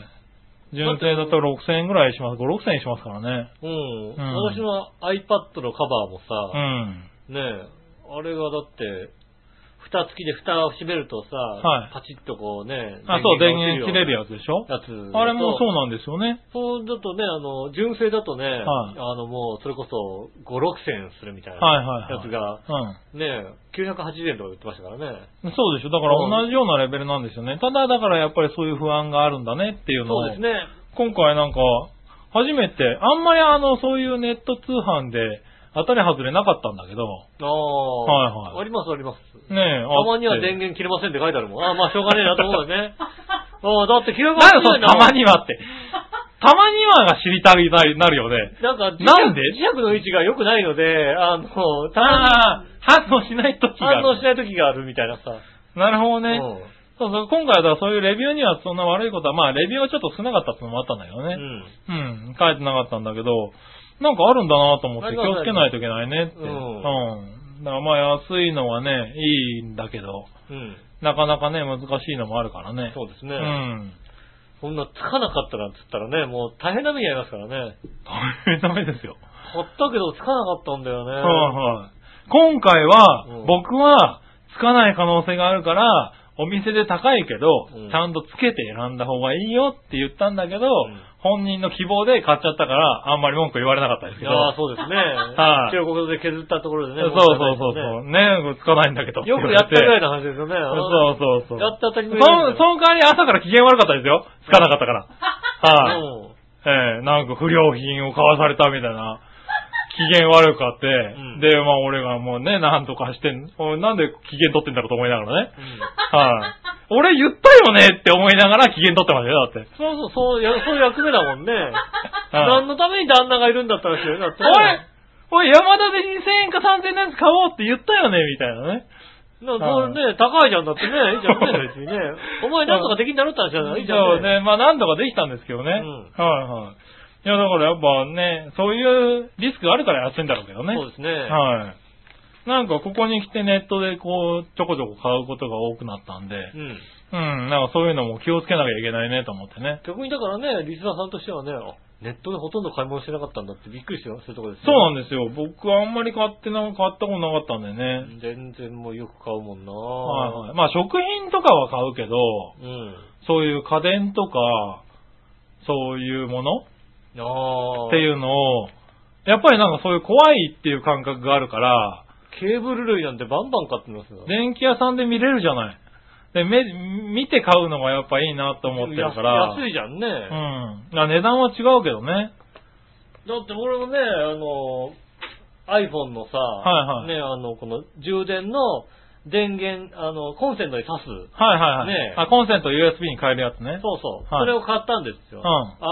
純正だと6000円ぐらいします。5、6000円しますからね。 私の iPad のカバーもさ、ねえ、あれがだって、蓋付きで蓋を閉めるとさ、パチッとこうね、 電源切れるやつでしょ？あれもそうなんですよね。 そうだとね、純正だとね、もうそれこそ5、6000円するみたいなやつが、ね、980円とか売ってましたからね。 そうでしょ。だから同じようなレベルなんですよね。ただだからやっぱりそういう不安があるんだねっていうのを。 そうですね。 今回なんか、初めて、あんまりそういうネット通販で、当たり外れなかったんだけど。 あります。 ねえ、 たまには電源切れませんって書いてあるもん。まあしょうがねえなと思うよね。だって980円たまにはって。たまにはが知りたいなるよね。 なんで磁石の位置が良くないので、 反応しない時がある。 反応しない時があるみたいなさ。 なるほどね。今回はそういうレビューにはそんな悪いことは、レビューはちょっと少なかったってのもあったんだけどね。書いてなかったんだけど、なんかあるんだなと思って気をつけないといけないねって。だから安いのはね、いいんだけど、なかなかね、難しいのもあるからね。 そうですね。そんなつかなかったなんつったらね、もう大変な目に遭いますからね。 大変な目ですよ。 買ったけどつかなかったんだよね。 今回は、僕はつかない可能性があるから、お店で高いけど、ちゃんとつけて選んだ方がいいよって言ったんだけど、本人の希望で買っちゃったから、あんまり文句言われなかったですけど。 そうですね。中国で削ったところでね。 そう。ね、つかないんだけど。 よくやったぐらいの話ですよね。 そう。 やった当たり前。 その代わり朝から機嫌悪かったですよ。つかなかったから。なんか不良品を買わされたみたいな。機嫌悪かって、で、俺がもうね、なんとかして、なんで機嫌取ってんだろうと思いながらね。俺言ったよねって思いながら機嫌取ってましたよ、だって。 そういう役目だもんね。何のために旦那がいるんだったらしいよ、だって。 おい、山田で2000円か3000円のやつ買おうって言ったよね、みたいなね。 高いじゃんだってね、いいじゃんね、別にね。お前なんとかできんだろって話じゃないじゃん。 そうね、なんとかできたんですけどね。いや、だからやっぱね、そういうリスクがあるから安いんだろうけどね。 そうですね。 なんかここに来てネットでこう、ちょこちょこ買うことが多くなったんで、なんかそういうのも気をつけなきゃいけないねと思ってね。 逆にだからね、リスナーさんとしてはね、ネットでほとんど買い物してなかったんだってびっくりしてよ、そういうとこですね。 そうなんですよ。僕はあんまり買ったことなかったんでね。 全然もうよく買うもんな。 食品とかは買うけど、そういう家電とか、そういうものっていうのを、やっぱりなんかそういう怖いっていう感覚があるから、 ケーブル類なんてバンバン買ってますよ。 電気屋さんで見れるじゃない。で、見て買うのがやっぱいいなと思ってるから。 安いじゃんね。 値段は違うけどね。 だって俺もね、iPhone のさ、ね、この充電の電源、コンセントに挿す。 ね。コンセント USB に変えるやつね。 そう。それを買ったんですよ。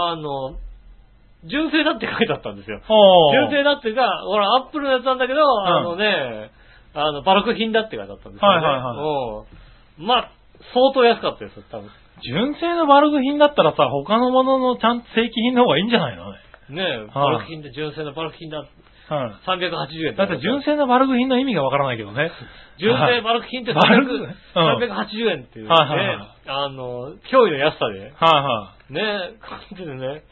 純正だって書いてあったんですよ。純正だってが、ほら、アップルのやつなんだけど、バルク品だって書いてあったんですよね。相当安かったですよ、多分。 純正のバルク品だったらさ、他のもののちゃんと正規品の方がいいんじゃないのね。バルク品で純正のバルク品だ。380円。 だって純正のバルク品の意味がわからないけどね。 純正バルク品って380円っていうね、驚異の安さで。ね、感じでね、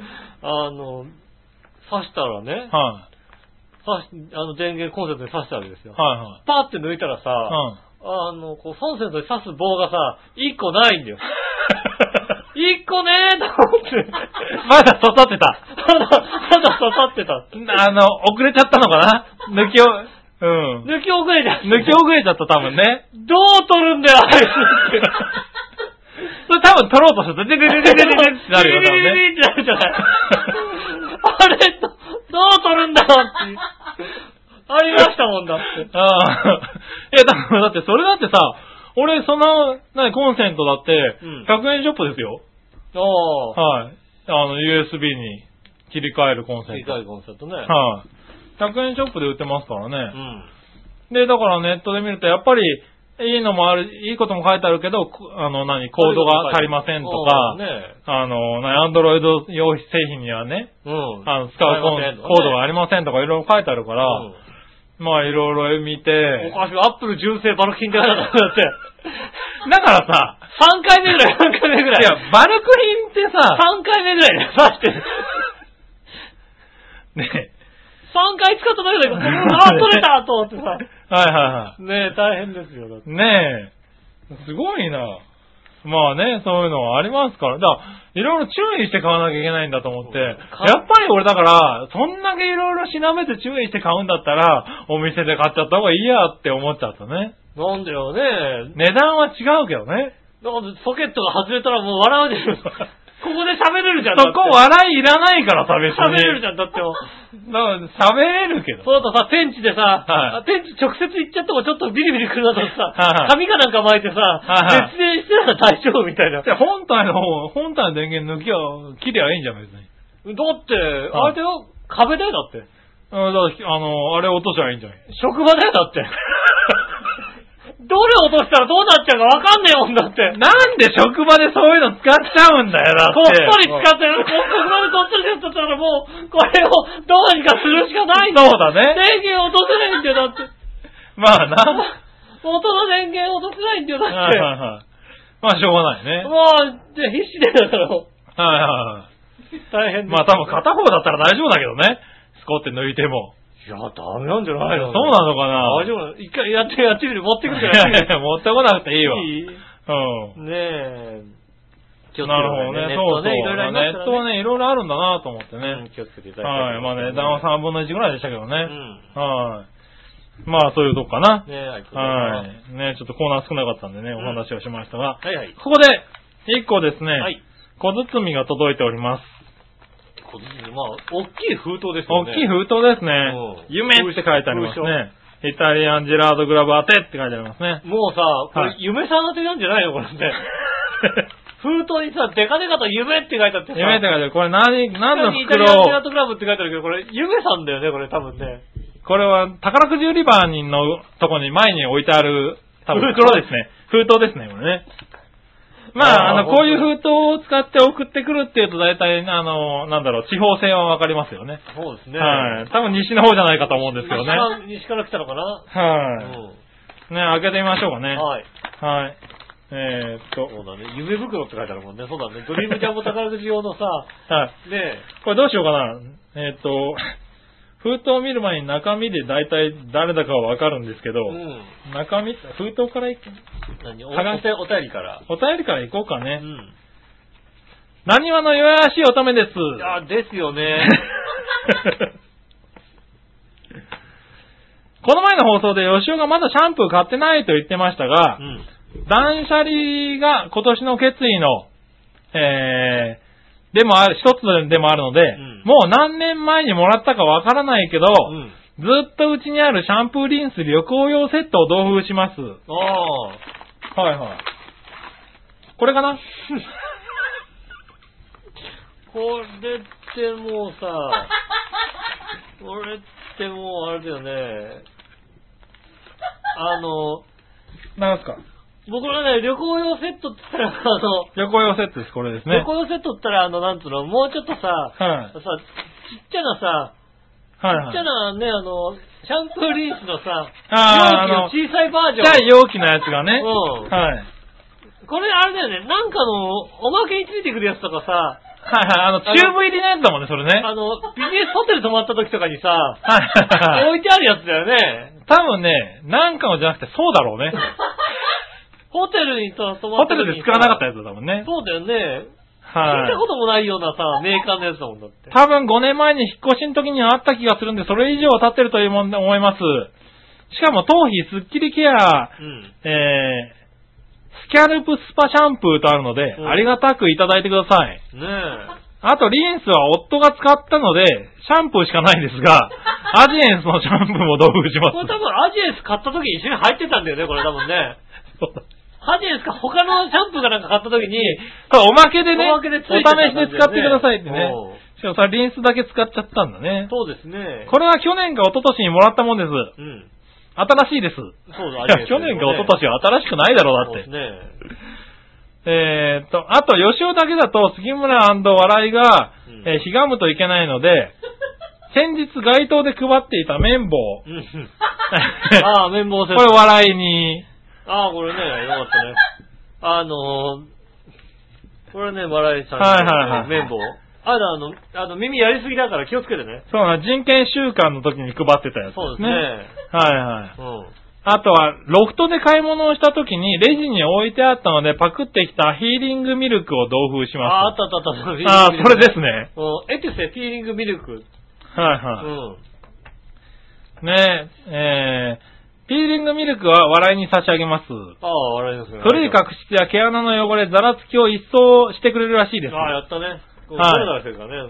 刺したらね、電源コンセントに刺したわけですよ。パーって抜いたらさ、コンセントに刺す棒がさ、1個ないんだよ。1個ねーと思って。 まだ刺さってた。 まだ刺さってた。 遅れちゃったのかな抜き遅れちゃった多分ね。 どう取るんだよ、あいつって。 それ多分取ろうとすると、でってなるよ、多分ね。 ってなるじゃない。あれ、どう取るんだよって。ありましたもんだって。 だってそれだってさ、俺その、コンセントだって、100円ショップですよ。USB に切り替えるコンセント。 切り替えるコンセントね。 100円ショップで売ってますからね。で、だからネットで見ると、やっぱり、 いいのもある、いいことも書いてあるけど、コードが足りませんとか、アンドロイド用製品にはね、使うコードがありませんとかいろいろ書いてあるから、まあいろいろ見て、 おかしい、アップル純正バルク品って書いてあるんだって。 だからさ、 3回目ぐらい。 いや、バルク品ってさ、 3回目ぐらいね、刺してる。 ねえ。 3回使っただけだけど、取れたと思ってさ。 はい。 ねえ、大変ですよ。だってねえ。すごいな。まあね、そういうのはありますから。だから、いろいろ注意して買わなきゃいけないんだと思って。やっぱり俺だから、そんだけいろいろ調べて注意して買うんだったら、お店で買っちゃった方がいいやって思っちゃったね。 なんだよね。 値段は違うけどね。 だからソケットが外れたらもう笑うでしょ。ここで喋れるじゃん。 そこ笑いいらないからさ、別に。 喋れるじゃん、だってもう。 だから喋れるけど。 そうだとさ、ペンチでさ、ペンチ直接行っちゃってもちょっとビリビリくるなとさ、紙かなんか巻いてさ、別電してたら大丈夫みたいな。 本体の電源抜きは切りゃいいんじゃん、別に。 だって、あれだよ、壁だよ、だって。 あれ落としゃいいんじゃん。 職場だよ、だって。どれ落としたらどうなっちゃうかわかんねえもんだって。 なんで職場でそういうの使っちゃうんだよ、だって。 こっそり使ってる。職場でこっそりやったらもう、これをどうにかするしかないんだよ。 そうだね。 電源落とせないんだよ、だって。 まあな。 元の電源落とせないんだよ、だって。 まあしょうがないね。 もう、じゃあ必死でだろ。大変です。 まあ多分片方だったら大丈夫だけどね。スコって抜いても。 いや、ダメなんじゃないの？ そうなのかな？ 大丈夫。一回やってみる。持ってくるから。 いや持ってこなくていいわ。 いい？ うん。 ねえ。 なるほどね。そうそう。ネットはね、いろいろあるんだなと思ってね。 気をつけていただきたい。 はい。まあ値段は3分の1ぐらいでしたけどね。はい。まあそういうとこかな。 ねえ、 はい。ねちょっとコーナー少なかったんでね、お話をしましたが。 はいはい。 ここで、1個ですね。 はい。 小包が届いております。 まあ、大きい封筒ですよね。 大きい封筒ですね。夢って書いてありますね。イタリアンジェラードグラブ当てって書いてありますね。 もうさ、これ夢さん当てなんじゃないのこれって。封筒にさ、デカデカと夢って書いてあってさ。 夢って書いてある。これ何の袋を。 イタリアンジェラードグラブって書いてあるけど、これ夢さんだよね、これ多分ね。 これは宝くじ売り場のとこに前に置いてある、多分袋ですね。封筒ですね、これね。まあ、こういう封筒を使って送ってくるっていうと大体、地方性はわかりますよね。 そうですね。 はい。多分西の方じゃないかと思うんですけどね。 西から来たのかな？ はい。ね、開けてみましょうかね。 はい。 はい。 そうだね。夢袋って書いてあるもんね。そうだね。ドリームジャンボ宝くじ用のさ、 はい。 ねこれどうしようかな。封筒を見る前に中身で大体誰だかはわかるんですけど、中身、封筒からいく？ お便りから。 お便りからいこうかね。何話の弱々しい乙女です。 いや、ですよね。 この前の放送で吉尾がまだシャンプー買ってないと言ってましたが、断捨離が今年の決意の、でもある、一つでもあるので、もう何年前にもらったかわからないけど、ずっとうちにあるシャンプーリンス旅行用セットを同封します。はいはい。これかなこれってもうさ、これってもうあれだよね。 なんすか僕らね、旅行用セットって言ったら、 旅行用セットです、これですね。 旅行用セットって言ったら、なんつうの、もうちょっとさ、ちっちゃなさ、ちっちゃなね、シャンプーリンスのさ、容器の小さいバージョン。 ちっちゃい容器のやつがね。 はい。これあれだよね、なんかの、おまけについてくるやつとかさ、 チューブ入りのやつだもんね、それね。 ビジネスホテル泊まった時とかにさ、置いてあるやつだよね。 多分ね、なんかのじゃなくてそうだろうね。 ホテルに泊まった時に。 ホテルで使わなかったやつだもんね。 そうだよね。聞いたこともないようなさ、メーカーのやつだもんだって。 多分5年前に引っ越しの時にあった気がするんで、それ以上は経ってるというもんで思います。しかも頭皮スッキリケア、スキャルプスパシャンプーとあるので、ありがたくいただいてください。 ねえ。 あと、リンスは夫が使ったので、シャンプーしかないんですが、アジエンスのシャンプーも同封します。 これ多分アジエンス買った時に一緒に入ってたんだよね、これ多分ね。 そうだ。 アジエンスか他のシャンプーかなんか買った時に、 おまけでね、お試しで使ってくださいってね。しかもそれリンスだけ使っちゃったんだね。 そうですね。 これは去年か一昨年にもらったもんです。 新しいです。 そうだ、 いや、去年か一昨年は新しくないだろう、だって。そうですね。あと、吉尾だけだと、杉村&笑いが、ひがむといけないので、先日街頭で配っていた綿棒。 ああ、綿棒先生。 これ笑いに。 ああ、これね、よかったね。これね、笑いさん。 はい。 綿棒。耳やりすぎだから気をつけてね。 そうな、人権週間の時に配ってたやつですね。 そうですね。 はい。あとは、ロフトで買い物をした時に、レジに置いてあったので、パクってきたヒーリングミルクを同封します。 あった。 それですね。 エテュセ、ヒーリングミルク。 はい。ねえ、ヒーリングミルクは笑いに差し上げます。 ああ、笑いますね。 古い角質や毛穴の汚れ、ザラつきを一掃してくれるらしいです。 ああ、やったね。 はい。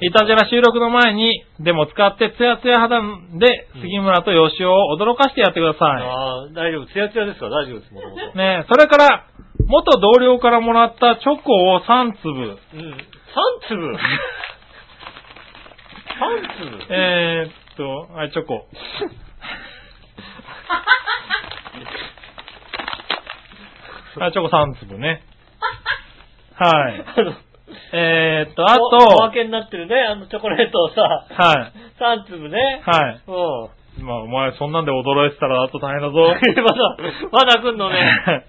いたじら収録の前に、でも使ってツヤツヤ肌で、杉村と吉尾を驚かしてやってください。 ああ、大丈夫。ツヤツヤですから大丈夫です。 ね、それから、元同僚からもらったチョコを3粒。3 粒 3粒はい、チョコ。チョコ3粒ね。はい。あと、 おまけになってるね、チョコレートをさ、 はい。 3粒ね。 はい。まあ、お前そんなんで驚いてたらあと大変だぞ。 まだ来んのね。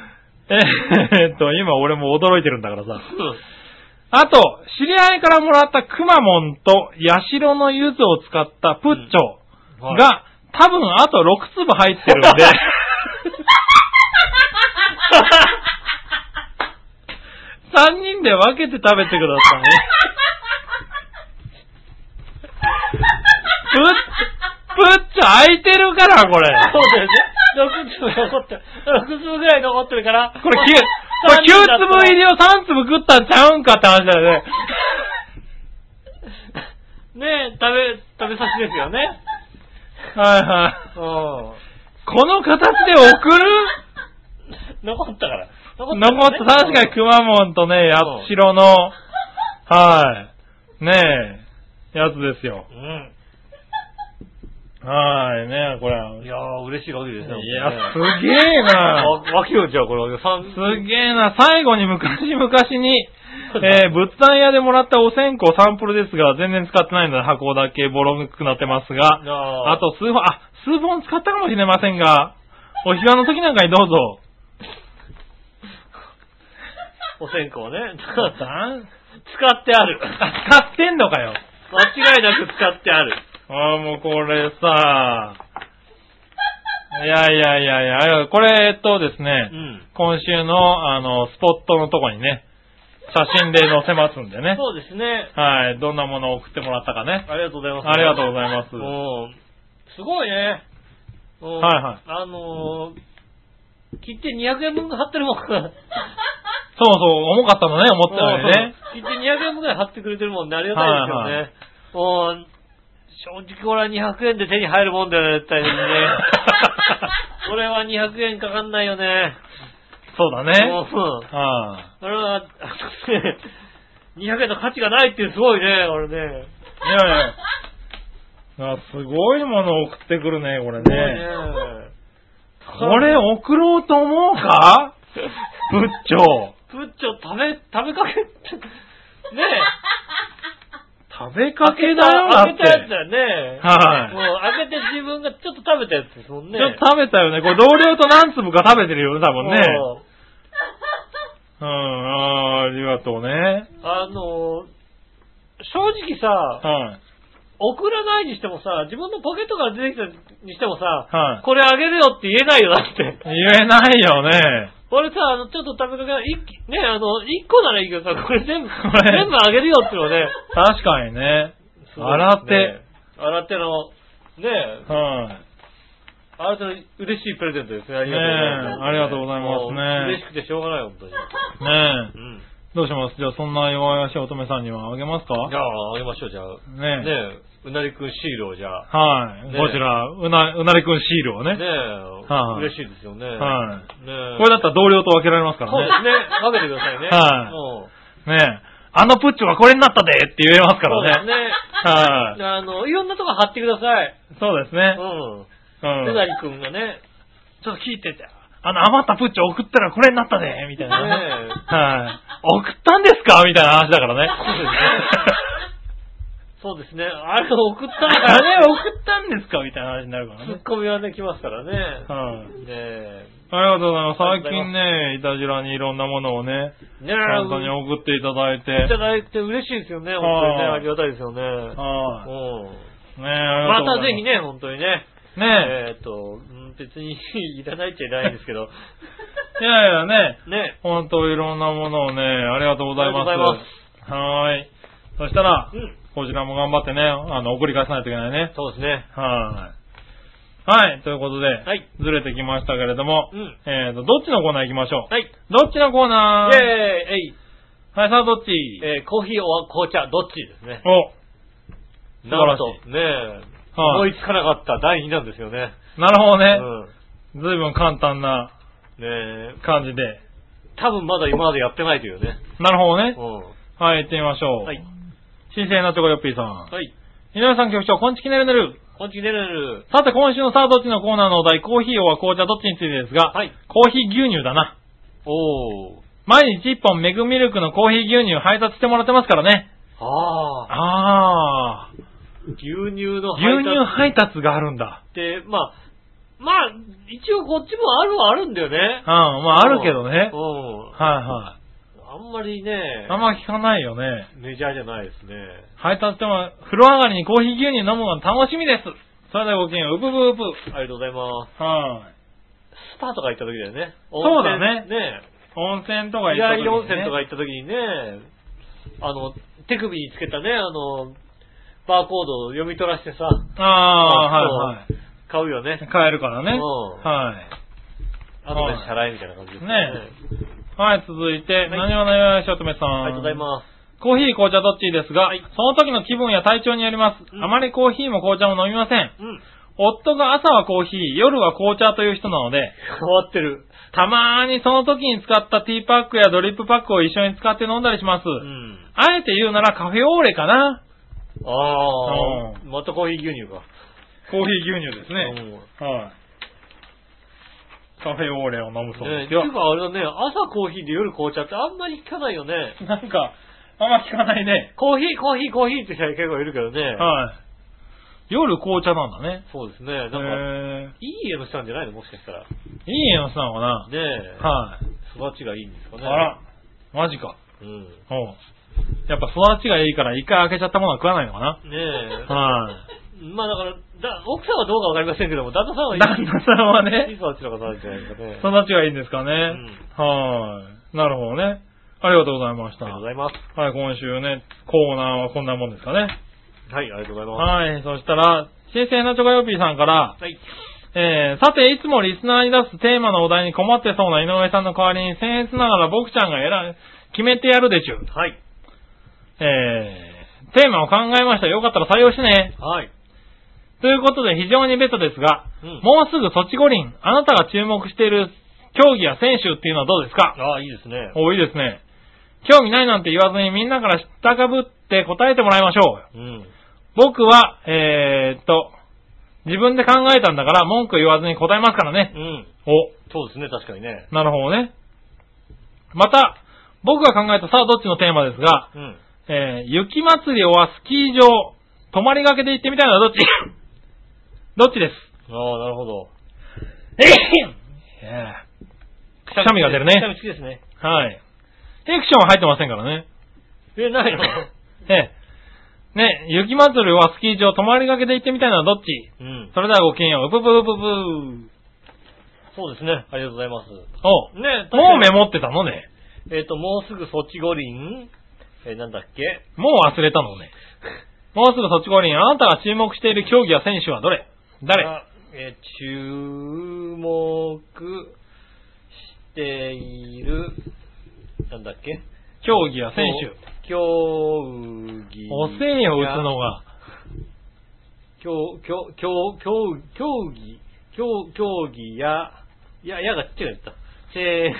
今俺も驚いてるんだからさ。あと、知り合いからもらったくまモンとヤシロの柚子を使ったプッチョが、多分あと6粒入ってるんで、3人で分けて食べてください。プッチョ空いてるから、これ。 そうだよね。6粒ぐらい残ってるから。 これ9粒入りを3粒食ったんちゃうんかって話だよね。 ねえ、食べさしですよね。 はい。この形で送る残ったから。 残った、確かにくまモンとね、やっしろの、はい。ねえ、やつですよ。はい、ねこれは。 いやー、嬉しいわけですよ。 いや、すげえな。 わけよ、じゃあ、これ。 すげえな。最後に昔々に、物産屋でもらったお線香サンプルですが、全然使ってないので箱だけボロくなってますが、あと数本使ったかもしれませんが、お彼岸の時なんかにどうぞ。 お線香ね。使ってある。 使ってんのかよ。 間違いなく使ってある。 もうこれさ、いや、これですね、今週のスポットのとこにね、写真で載せますんでね。 そうですね。 はい、どんなものを送ってもらったかね。 ありがとうございます。 ありがとうございます。 すごいね。 はい。 切って200円分貼ってるもん。 そう、重かったのね、思ったよね。 切って200円分ぐらい貼ってくれてるもんね。ありがたいですよね。正直これは200円で手に入るもんだよね、絶対にね。これは200円かかんないよね。 そうだね。 これは、200円の価値がないっていうすごいね、これね。 いや、すごいものを送ってくるね、これね。これ送ろうと思うかプッチョ食べかけ、ね食べかけだよ、だって。 開けたやつだよね。 はい。 もう開けて自分がちょっと食べたやつですもんね。 ちょっと食べたよね。これ同僚と何粒か食べてるよね、多分ね。ありがとうね。 正直さ、送らないにしてもさ、自分のポケットから出てきたにしてもさ、これあげるよって言えないよ、だって。 言えないよね。 これさ、ちょっと食べかけ、1個ならいいけどさ、これ全部あげるよっていうのね。 確かにね。洗手の、ね洗手の嬉しいプレゼントですね。ありがとうございます。嬉しくてしょうがない、本当に。 どうします？じゃあそんな弱々しい乙女さんにはあげますか？ じゃああげましょう、じゃあ。うなりくんシールをじゃあ。 はい。こちら、うなりくんシールをね。 嬉しいですよね。 これだったら同僚と分けられますからね。 そうですね。分けてくださいね。 あのプッチョがこれになったでって言えますからね。 そうですね。いろんなとこ貼ってください。 そうですね。 で、なりくんがね、 ちょっと聞いてて、余ったプッチョ送ったらこれになったね、みたいなね。はい。送ったんですかみたいな話だからね。 そうですね。あれ送ったんだからね。送ったんですかみたいな話になるからね。 ツッコミはね、来ますからね。 はい。ありがとうございます。最近ね、イタジラにいろんなものをね、本当に送っていただいて。 いただいて嬉しいですよね、本当にね。ありがたいですよね。 はい。ねまたぜひね、本当にね。 ね別にいらないっちゃいないんですけど。 いやいやね。ね。本当いろんなものをね、ありがとうございます。ありがとうございます。はい。そしたら、こちらも頑張ってね、送り返さないといけないね。 そうですね。 はい。ということで、ずれてきましたけれども、どっちのコーナー行きましょう。はい。どっちのコーナー？ イェーイ！ はい、さあどっち？ コーヒーお紅茶、どっちですね。 お、素晴らしい。ねえ。思いつかなかった第2弾ですよね。 なるほどね。ずいぶん簡単な感じで。 多分まだ今までやってないというね。 なるほどね。はい、行ってみましょう。はい。新鮮なチョコヨッピーさん。はい。井上さん局長、こんちきねるねる。 こんちきねるねる。 さて今週のさあどっちのコーナーのお題、コーヒーは紅茶どっちについてですが、はい。コーヒー牛乳だな。 おー。 毎日1本メグミルクのコーヒー牛乳配達してもらってますからね。 牛乳の配達があるんだ。 で、まあ、一応こっちもあるんだよね。 あるけどね。はいはい。 あんまりね。 あんま聞かないよね。 メジャーじゃないですね。 配達しても、風呂上がりにコーヒー牛乳飲むのが楽しみです。それではごきげんよう、うぷぷうぷ。 ありがとうございます。 はい。 スパとか行った時だよね。 そうだね。 ね。 温泉とか行った時に、ね。 温泉とか行った時にね、手首につけたね、バーコードを読み取らせてさ。 はいはい。 買うよね。 買えるからね。はい。 あとで支払いみたいな感じですね。 はい、続いて、なにわのよやしおとめさん。 ありがとうございます。 コーヒー、紅茶どっちですが、その時の気分や体調によります。あまりコーヒーも紅茶も飲みません。夫が朝はコーヒー、夜は紅茶という人なので、 変わってる。 たまーにその時に使ったティーパックやドリップパックを一緒に使って飲んだりします。あえて言うならカフェオーレかな。 またコーヒー牛乳か。 コーヒー牛乳ですね。はい。カフェオーレを飲むそうですよ。 っていうかあれだね、朝コーヒーで夜紅茶ってあんまり聞かないよね。 なんか、あんま聞かないね。 コーヒーって人は結構いるけどね。 はい。夜紅茶なんだね。 そうですね。なんか、いい家の人なんじゃないのもしかしたら。いい家の人なのかな。 ねえ。 はい。 育ちがいいんですかね。 あら、マジか。やっぱ育ちがいいから一回開けちゃったものは食わないのかな。 ねえ。 はい。 まあだから、奥さんはどうかわかりませんけども、旦那さんはいい。 旦那さんはね。 いい育ちの方なんじゃないですかね。 育ちがいいんですかね。はい。なるほどね。ありがとうございました。 ありがとうございます。 はい、今週ね、コーナーはこんなもんですかね。 はい、ありがとうございます。 はい、そしたら、新鮮なチョコヨッピーさんから、 はい。 さて、いつもリスナーに出すテーマのお題に困ってそうな井上さんの代わりに、僭越ながら僕ちゃんが決めてやるでちゅ。 はい。 テーマを考えました。よかったら採用してね。 はい。 ということで非常にベタですが、もうすぐソチ五輪、あなたが注目している競技や選手っていうのはどうですか？ いいですね。 いいですね。興味ないなんて言わずにみんなから知ったかぶって答えてもらいましょう。僕は、自分で考えたんだから文句言わずに答えますからね。 そうですね、確かにね。 なるほどね。また、僕が考えたさあどっちのテーマですが、雪祭りはスキー場、泊まりがけで行ってみたいのはどっちどっちです。 なるほど。 くしゃみが出るね。 くしゃみ好きですね。 はい。エクションは入ってませんからね。 ないのね、雪祭りはスキー場、泊まりがけで行ってみたいのはどっち？それではごきげんよう。うぷぷうぷぷ。 そうですね。ありがとうございます。 ね、もうメモってたのね。 もうすぐソチ五輪なんだっけ？ もう忘れたのね。もうすぐソチ五輪、あなたが注目している競技や選手は誰？ 注目している、なんだっけ？ 競技や選手。 競技。 遅えよ、打つのが。 競技や、やがちっちゃいやった。選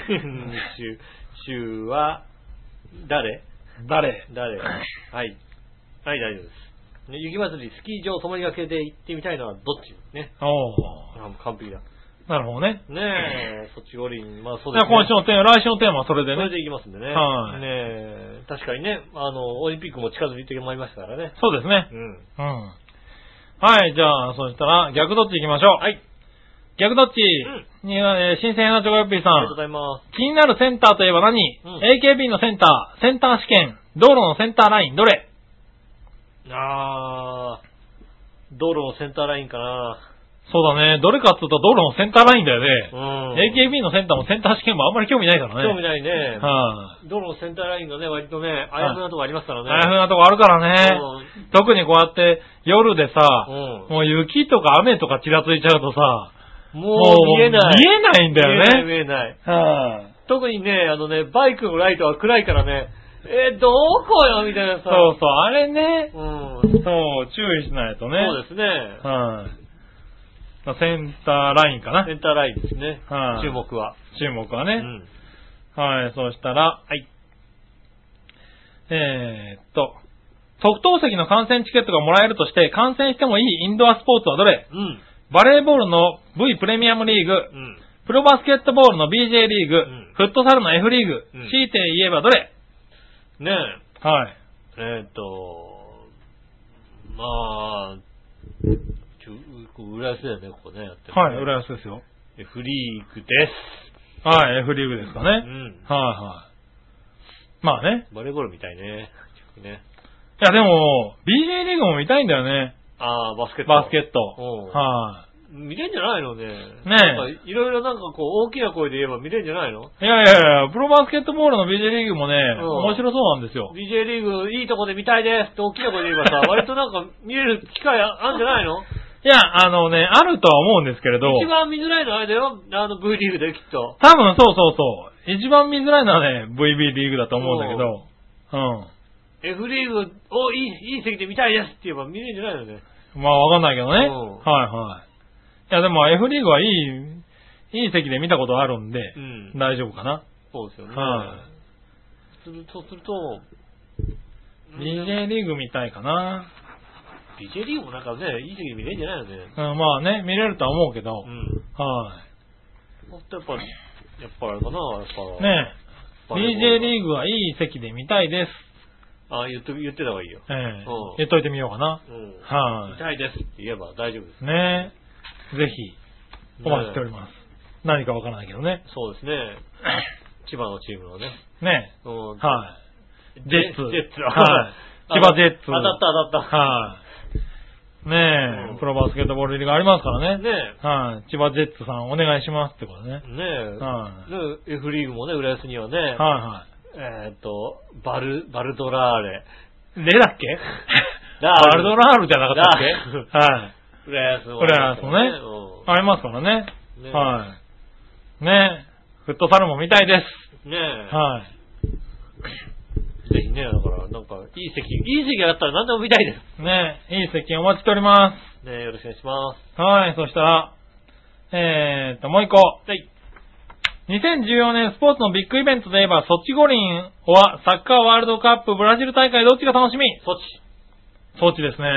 手は、誰？はい。はい、大丈夫です。 雪祭り、スキー場泊まりがけで行ってみたいのはどっちね。完璧だ。 なるほどね。 ねえ、そっち五輪、まあそうですね。 今週のテーマ、来週のテーマはそれでね。 それでいきますんでね。 はい。 ねえ、確かにね、オリンピックも近づいてまいりましたからね。 そうですね。はい、じゃあ、そしたら、逆どっち行きましょう。 はい。 逆どっちに、新鮮なチョコヨッピーさん。 ありがとうございます。 気になるセンターといえば何？ AKB のセンター試験、道路のセンターライン、どれ？ 道路のセンターラインかな。 そうだね。どれかっていうと道路のセンターラインだよね。AKB のセンターもセンター試験もあんまり興味ないからね。 興味ないね。 道路のセンターラインがね、割とね、あやふなとこありますからね。 あやふなとこあるからね。特にこうやって夜でさ、もう雪とか雨とかちらついちゃうとさ、 もう見えない。 見えないんだよね。 見えない。特にね、バイクのライトは暗いからね、どこよみたいなさ。 そうそう、あれね。そう、注意しないとね。 そうですね。 センターラインかな。 センターラインですね。注目はね。はい、そうしたら、はい。 特等席の観戦チケットがもらえるとして観戦してもいいインドアスポーツはどれ？バレーボールの V プレミアムリーグ、プロバスケットボールの BJ リーグ、フットサルの F リーグ、強いて言えばどれ？ ねえ。 はい。 まあ、浦安だよね、ここね。 はい、浦安ですよ。 F リーグです。 はい、F リーグですかね。はいはい。まあね。 バレーボールみたいね。 いやでも、BJ リーグも見たいんだよね。 バスケット。 はい。 見れんじゃないのね。 ねえ。いろいろなんかこう、大きな声で言えば見れんじゃないの？ いや、プロバスケットボールの BJ リーグもね、面白そうなんですよ。 BJ リーグいいとこで見たいですって大きな声で言えばさ、割となんか見れる機会あるんじゃないの？ いや、あるとは思うんですけれど。 一番見づらいのはあれだよ。V リーグできっと。 多分そう。一番見づらいのはね、VB リーグだと思うんだけど。 F リーグをいい席で見たいですって言えば見れるんじゃないのね。 まあわかんないけどね。はい。いやでも F リーグはいい席で見たことあるんで、大丈夫かな。 そうですよね。そうすると、 BJ リーグ見たいかな。 BJ リーグもなんかね、いい席で見れるんじゃないのね。 まあね、見れるとは思うけど。はい。 やっぱあれかな、 ねえ。BJ リーグはいい席で見たいです。 言ってた方がいいよ。 言っといてみようかな。 はい。見たいですって言えば大丈夫です。 ねえ。ぜひ、お待ちしております。何かわからないけどね。 そうですね。千葉のチームのね。 ねえ。はい。ジェッツ。はい。千葉ジェッツ。 当たった。 はい。ねえ、プロバスケットボールリーグありますからね。 ねえ。はい。千葉ジェッツさんお願いしますってことね。 ねえ。はい。F リーグもね、浦安にはね。 はい。 バルドラーレ。 だっけバルドラールじゃなかったっけはい。 浦安もね。ありますからね。はい。ねえ。フットサルも見たいです。 ねえ。 はい。 ぜひね、だから、なんか、いい席があったら何でも見たいです。 ねえ、いい席お待ちしております。 ねえ、よろしくお願いします。 はい、そしたら、もう一個。 はい。 2014年スポーツのビッグイベントといえば、ソチ五輪はサッカーワールドカップブラジル大会どっちが楽しみ？ソチですね。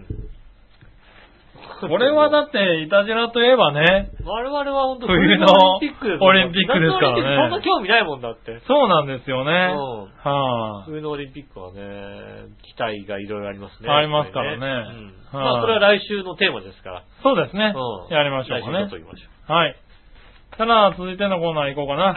これはだって、イタジラといえばね。 我々は本当冬のオリンピックですからね。 そんな興味ないもんだって。 そうなんですよね。 冬のオリンピックはね、期待がいろいろありますね。 ありますからね。 まあ、それは来週のテーマですから。 そうですね。やりましょうかね。はい。ただ、続いてのコーナー行こうかな。 はい。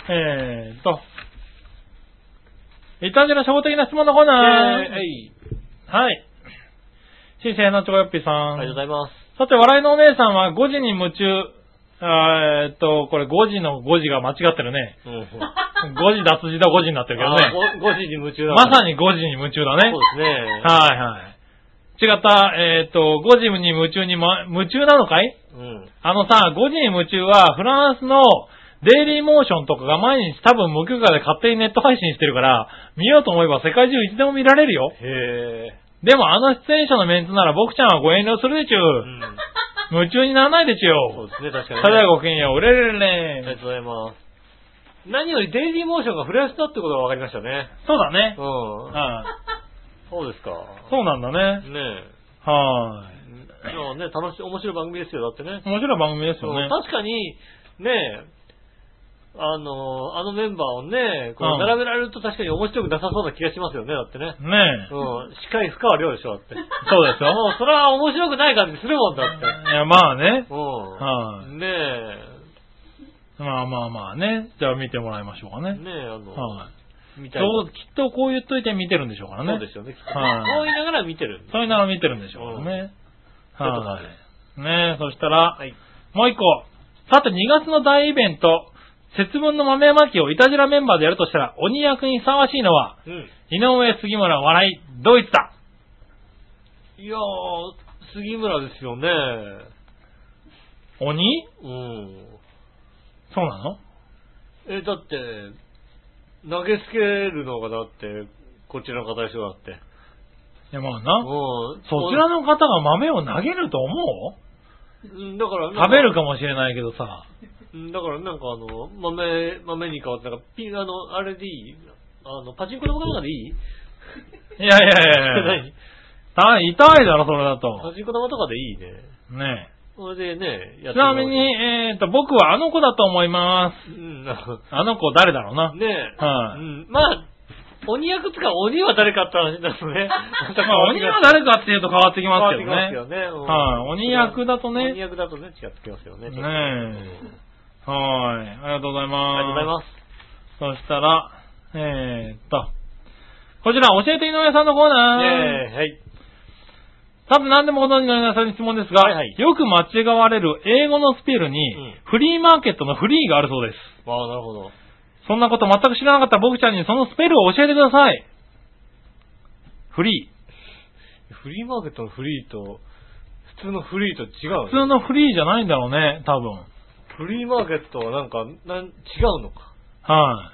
イタジラ初歩的な質問のコーナー。はい。新鮮なチョコヨッピーさん。 ありがとうございます。 さて、笑いのお姉さんは5時に夢中。これ5時の5時が間違ってるね。5時脱字だ5時になってるけどね。 5時に夢中だ。 まさに5時に夢中だね。 そうですね。 はいはい。違った、5時に夢中に、夢中なのかい？5時に夢中はフランスのデイリーモーションとかが毎日多分無許可で勝手にネット配信してるから、見ようと思えば世界中いつでも見られるよ。でも出演者のメンツなら僕ちゃんはご遠慮するでちゅ。夢中にならないでちゅよ。 そうですね、確かに、 ただごきげんよう、うれれれれ。 ありがとうございます。何よりデイリーモーションがフランスだってことが分かりましたね。 そうだね。 そうですか。 そうなんだね。 ねえ。はい。 そうね、面白い番組ですよ、だってね。 面白い番組ですよね。 確かに、ねあのメンバーをね、こう並べられると確かに面白くなさそうな気がしますよね、だってね。 ねえ。 司会深川亮でしょ、だって。 そうですよ。 それは面白くない感じするもんだって。 いや、まあね。 はい。ねえ。 まあね。じゃあ見てもらいましょうかね。 ねえ、 はい。 見たい。 きっとこう言っといて見てるんでしょうからね。 そうですよね、きっと。はい。そう言いながら見てる。 そう言いながら見てるんでしょうからね。はい。ねえ、そしたら、もう一個。さて、2月の大イベント、節分の豆まきをイタジラメンバーでやるとしたら、鬼役にふさわしいのは、井上、杉村、笑い、ドイツだ。 いやー、杉村ですよね。 鬼？そうなの？ だって、投げつけるのがだって、こちらの方でしょ、だって。 いや、まあな。そちらの方が豆を投げると思う？ だから食べるかもしれないけどさ。 だからなんか豆に変わって、なんかあれでいい？パチンコの方とかでいい？ いや。痛いだろ、それだと。 パチンコ玉とかでいいね。 ねえ。 それでね、 ちなみに、僕はあの子だと思います。あの子誰だろうな。 ねえ。 はい。 まあ、鬼役つか鬼は誰かって話だとね。 まあ、鬼は誰かっていうと変わってきますけどね。 変わってきますよね。 はい。鬼役だとね。 鬼役だとね、違ってきますよね。 ねえ。はい。ありがとうございます。 ありがとうございます。 そしたら、こちら、教えて井上さんのコーナー。 はい。 多分何でもご存知の皆さんに質問ですが、よく間違われる英語のスペルに、フリーマーケットのフリーがあるそうです。 ああ、なるほど。 そんなこと全く知らなかった僕ちゃんにそのスペルを教えてください。フリー。 フリーマーケットのフリーと、普通のフリーと違う、 普通のフリーじゃないんだろうね、多分。 フリーマーケットはなんか、違うのか。 はい、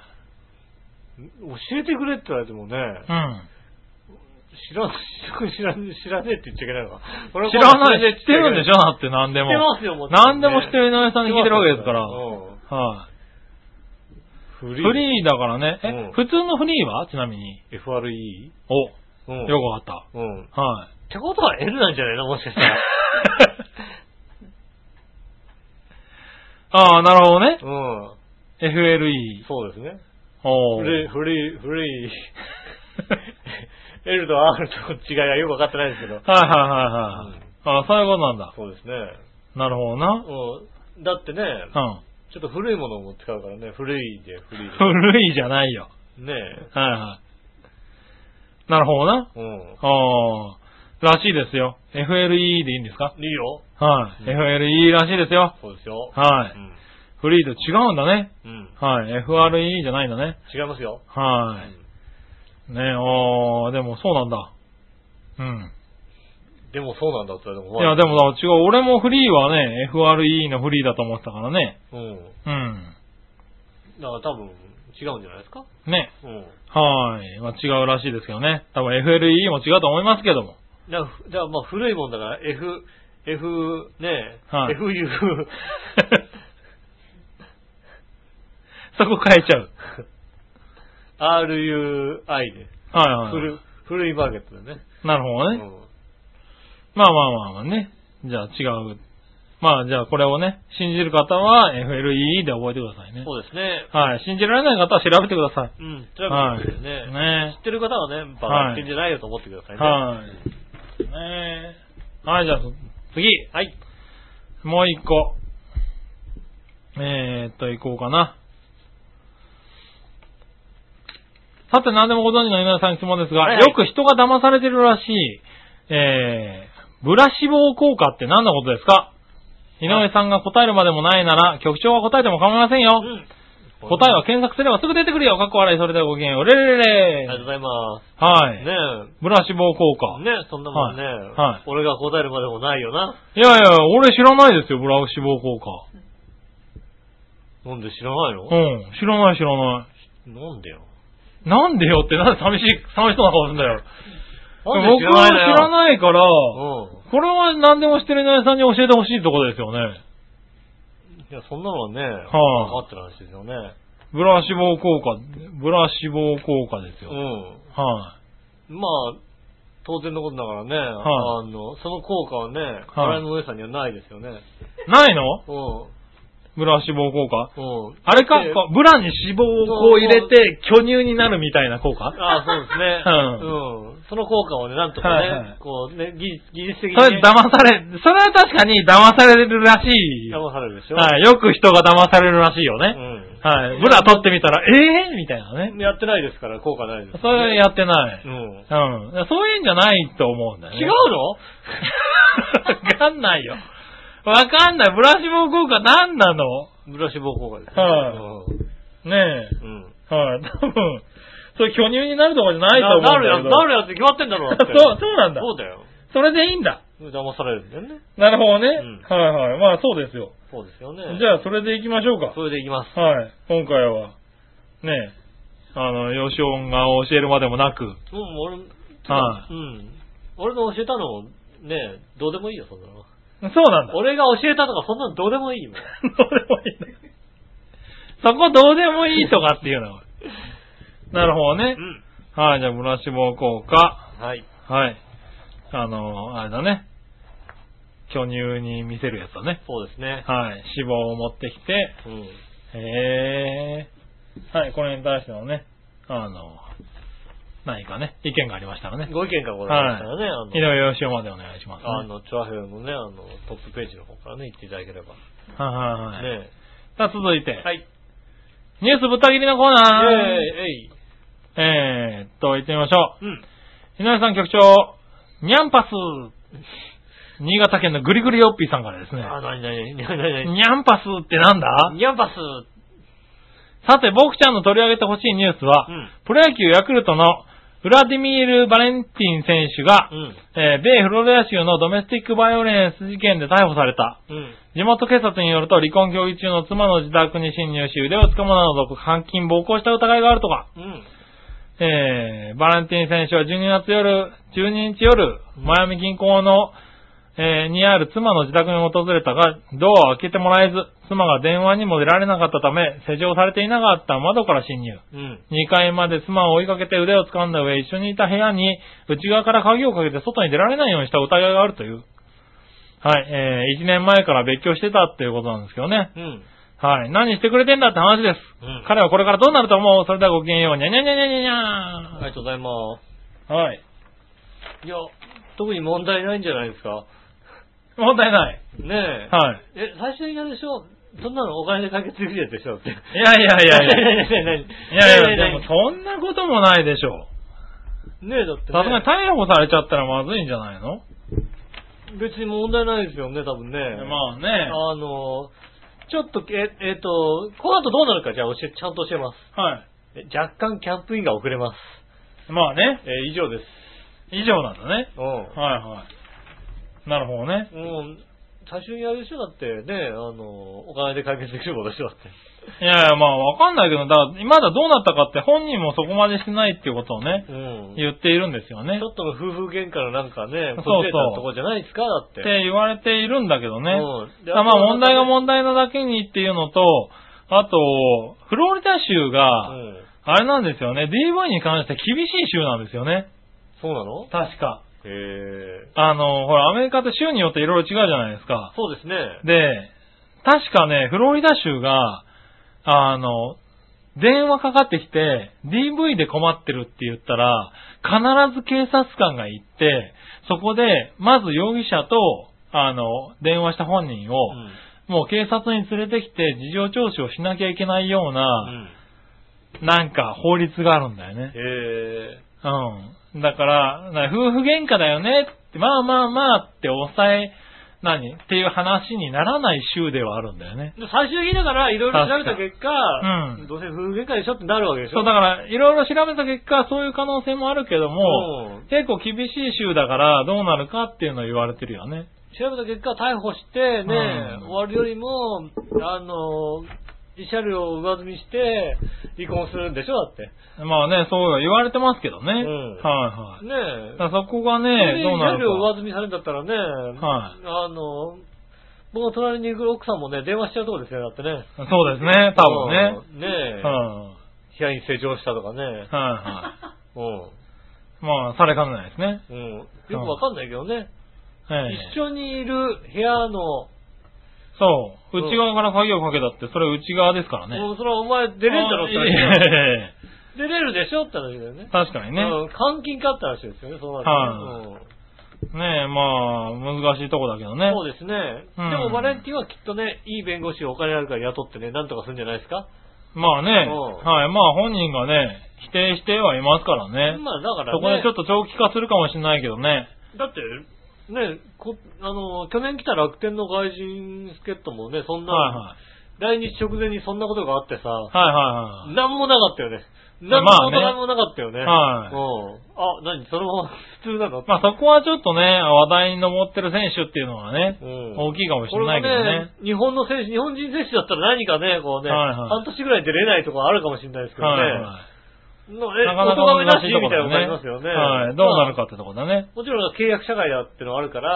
教えてくれって言われてもね。知らねえって言っちゃいけないのか。 知らない、知ってるんでしょだって何でも。 知ってますよ、もちろん、 何でも知ってる井上さんに聞いてるわけですから。はい、フリーだからね。普通のフリーはちなみに。 FRE？ よくわかった。はい。 ってことは L なんじゃないのもしかしたら。 ああ、なるほどね。FLE。 そうですね。フリー。L と R と違いはよくわかってないですけど。 はい。ああ、そういうことなんだ。 そうですね。 なるほどな。 だってね、ちょっと古いものも使うからね、古いで。 古いじゃないよ。 ねえ。 なるほどな。らしいですよ。FLE でいいんですか？ いいよ。 はい。FLE らしいですよ。 そうですよ。 はい。フリーと違うんだね。はい。FRE じゃないんだね。 違いますよ。 はい。ねでもそうなんだ。 でもそうなんだって言われても。 いや、でも違う。俺もフリーはね、FRE のフリーだと思ってたからね。 だから多分違うんじゃないですか？ ね。はい。まあ違うらしいですけどね。多分 FLE も違うと思いますけども。 じゃあまあ古いもんだから FU、 そこ変えちゃう。 RUI で。古いマーケットでね。 なるほどね。まあね。じゃあ違う。まあじゃあこれをね、信じる方は FLE で覚えてくださいね。 そうですね。はい。 信じられない方は調べてください。 調べてくださいね。知ってる方はね、バカ言ってんじゃないよと思ってくださいね。 はい、じゃあ次。 はい。 もう一個。行こうかな。さて何でもご存知の皆さんに質問ですが、よく人が騙されてるらしい、ブラ脂肪効果って何のことですか？井上さんが答えるまでもないなら、局長が答えても構いませんよ。答えは検索すればすぐ出てくるよ。かっこ笑い。それではごきげんよう。レレレ。 ありがとうございます。 はい。 ねえ。 ブラ脂肪効果。 ねえ、そんなもんね。俺が答えるまでもないよな。 いや、俺知らないですよ、ブラ脂肪効果。 なんで知らないの？ 知らない。 なんでよ。 なんでよってなんで寂しそうな顔するんだよ。 僕は知らないから、これは何でも知ってる井上さんに教えてほしいところですよね。 いや、そんなのはね、分かってる話ですよね。 ブラ脂肪効果ですよ。 まあ、 当然のことだからね、その効果はね、体のお姉さんにはないですよね。 ないの？ブラ脂肪効果？あれか、ブラに脂肪をこう入れて巨乳になるみたいな効果？ そうですね。その効果をね、なんとかね、こうね、技術的に、 それは確かに騙されるらしい。 騙されるでしょ？ はい。よく人が騙されるらしいよね。はい。ブラ取ってみたら、みたいなね。 やってないですから、効果ないです。 それやってない。そういうんじゃないと思うんだよね。 違うの？ わかんないよ。わかんない。ブラ脂肪効果何なの？ ブラ脂肪効果ですね。ねえ。はい。多分、それ巨乳になるとかじゃないと思うんだけど。 なるやつ決まってんだろうって。 そうなんだ。 そうだよ。 それでいいんだ。 騙されるんだよね。 なるほどね。はいはい。まあそうですよ。 そうですよね。 じゃあそれで行きましょうか。 それで行きます。 はい。今回は、ねえ、ヨシオンが教えるまでもなく。 俺の教えたの、ね、どうでもいいよ、そんなの。 そうなんだ。 俺が教えたとかそんなのどうでもいいもん。 どうでもいいね。そこどうでもいいとかっていうのは。なるほどね。はい、じゃあ、ブラ脂肪効果。 はい。 はい。あれだね。巨乳に見せるやつだね。 そうですね。 はい。脂肪を持ってきて。はい、これに対してのね、何かね、意見がありましたらね。 ご意見がございましたらね、 井上よしおまでお願いします、ね。 チョアヘヨのね、トップページの方からね、言っていただければ。 はい。 ね。 さあ、続いて。 はい。 ニュースぶった切りのコーナー。 行ってみましょう。井上さん局長、ニャンパス。新潟県のぐりぐりよっぴーさんからですね。 なにニャンパスってなんだ？ ニャンパス。 さて、僕ちゃんの取り上げてほしいニュースは、プロ野球ヤクルトのウラディミール・バレンティン選手が、米フロリダ州のドメスティックバイオレンス事件で逮捕された。地元警察によると離婚協議中の妻の自宅に侵入し腕をつかむなど監禁暴行した疑いがあるとか。バレンティン選手は12日夜、マイアミ銀行のにある妻の自宅に訪れたが、ドアを開けてもらえず、妻が電話にも出られなかったため、施錠されていなかった窓から侵入。2階まで妻を追いかけて腕を掴んだ上、一緒にいた部屋に内側から鍵をかけて外に出られないようにした疑いがあるという。はい、1年前から別居してたっていうことなんですけどね。はい、何してくれてんだって話です。彼はこれからどうなると思う？それではごきげんよう。にゃにゃにゃにゃにゃにゃありがとうございます。 はい。 いや、特に問題ないんじゃないですか？ 問題ない。 ねえ。 はい。 最初にあれでしょ？そんなのお金で解決できるやつでしょって。いや、でもそんなこともないでしょう。 ねえ、だってね。 さすがに逮捕されちゃったらまずいんじゃないの？ 別に問題ないですよね、多分ね。 まあね。 ちょっと、この後どうなるか、じゃあちゃんと教えます。 はい。 若干キャンプインが遅れます。 まあね。 以上です。 以上なんだね。はいはい。なるほどね。 最初にやるでしょだってね、お金で解決できることでしょだって。 いやいや、まあわかんないけど、今だどうなったかって本人もそこまでしてないっていうことをね、言っているんですよね。 ちょっとの夫婦喧嘩のなんかね、こじれたとこじゃないですかだって。 って言われているんだけどね。まあ問題が問題なだけにっていうのと、あと、フロリダ州が、あれなんですよね、DV に関して厳しい州なんですよね。 そうなの？ 確か。 ほら、アメリカって州によっていろいろ違うじゃないですか。 そうですね。 で、確かね、フロリダ州が、電話かかってきて、DV で困ってるって言ったら、必ず警察官が行って、そこで、まず容疑者と、電話した本人を、もう警察に連れてきて事情聴取をしなきゃいけないような、なんか法律があるんだよね。だから、夫婦喧嘩だよねって、まあってっていう話にならない州ではあるんだよね。 最終的にだから、いろいろ調べた結果、どうせ夫婦喧嘩でしょってなるわけでしょ。 そう、だから、いろいろ調べた結果、そういう可能性もあるけども、結構厳しい州だから、どうなるかっていうのを言われてるよね。 調べた結果、逮捕してね、終わるよりも、慰謝料を上積みして、離婚するんでしょだって。 まあね、そう言われてますけどね。はいはい。 ねえ。 そこがね、どうなるか。慰謝料を上積みされるんだったらね、僕の隣にいる奥さんもね、電話しちゃうとこですね、だってね。 そうですね、多分ね。 ねえ。部屋に施錠したとかね。 まあ、されかねないですね。 うん。よくわかんないけどね。一緒にいる部屋の、 そう。内側から鍵をかけたって、それ内側ですからね。 それはお前出れんだろって話。出れるでしょって話だよね。 確かにね。 監禁かって話ですよね、そうなるとね。 ねえ、まあ、難しいとこだけどね。 そうですね。でもバレンティンはきっとね、いい弁護士をお金あるから雇ってね、なんとかするんじゃないですか。 まあね。はい。まあ本人がね、否定してはいますからね。 まあだからね。 そこでちょっと長期化するかもしれないけどね。 だって、ね、去年来た楽天の外人助っ人もね、そんな、来日直前にそんなことがあってさ、なんもなかったよね。なんもなかったよね。何それも普通なの？ まあそこはちょっとね、話題に上ってる選手っていうのはね、大きいかもしれないけどね。 日本人選手だったら何かね、こうね、半年ぐらい出れないとかあるかもしれないですけどね。 なかなか難しいところだね。 みたいなことありますよね。 はい。どうなるかってとこだね。 もちろん契約社会だってのはあるから、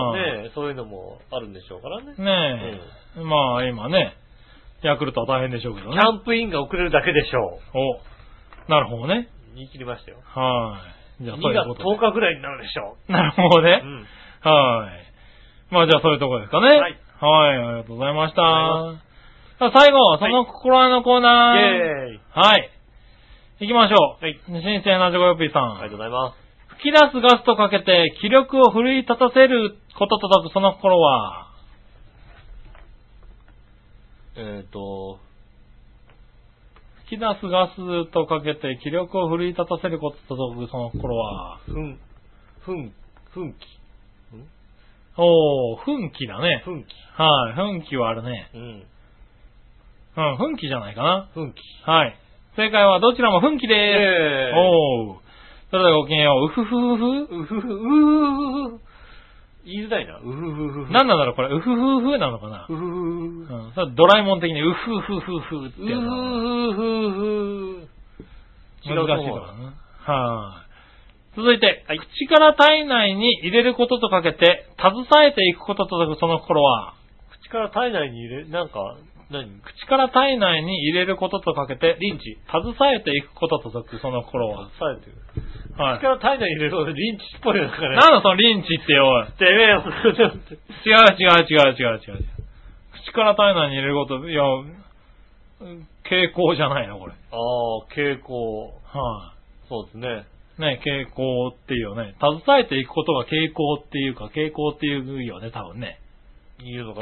ね、そういうのもあるんでしょうからね。 ねえ。まあ今ね、ヤクルトは大変でしょうけどね。 キャンプインが遅れるだけでしょう。なるほどね。 言い切りましたよ。 はい。 じゃあ2月10日ぐらいになるでしょう。 なるほどね。はい。まあじゃあそういうところですかね。はい。はい、ありがとうございました。最後、その心得のコーナー。イェーイ。はい。行きましょう。はい。新鮮なジョコヨッピーさん。 ありがとうございます。 吹き出すガスとかけて気力を奮い立たせることと解くその心は、吹き出すガスとかけて気力を奮い立たせることと解くその心は、 奮起。 奮起だね。 奮起。 はい、奮起はあるね。奮起じゃないかな。 奮起。 はい。正解はどちらも奮起でーす。それではごきげんよう。うふふふ。 言いづらいな。うふふふ。 なんなんだろうこれ。うふふふなのかな。 うふふふ。 それドラえもん的にうふふふふってやつ。うふふふ。 難しいからな。はい。続いて、口から体内に入れることとかけて、携えていくことと解くその心は。 口から体内に入れる、なんか、 口から体内に入れることとかけて、リンチ。携えていくことと解くその心は。 携えてる。はい。口から体内に入れることでリンチっぽいのかね。 なんだそのリンチってよ。 てめえよ、 違う。口から体内に入れること、いや、傾向じゃないのこれ。 傾向。 はい。 そうですね。 ね、傾向っていうよね。携えていくことが傾向っていうか、傾向っていうよね、多分ね。 言うのかな。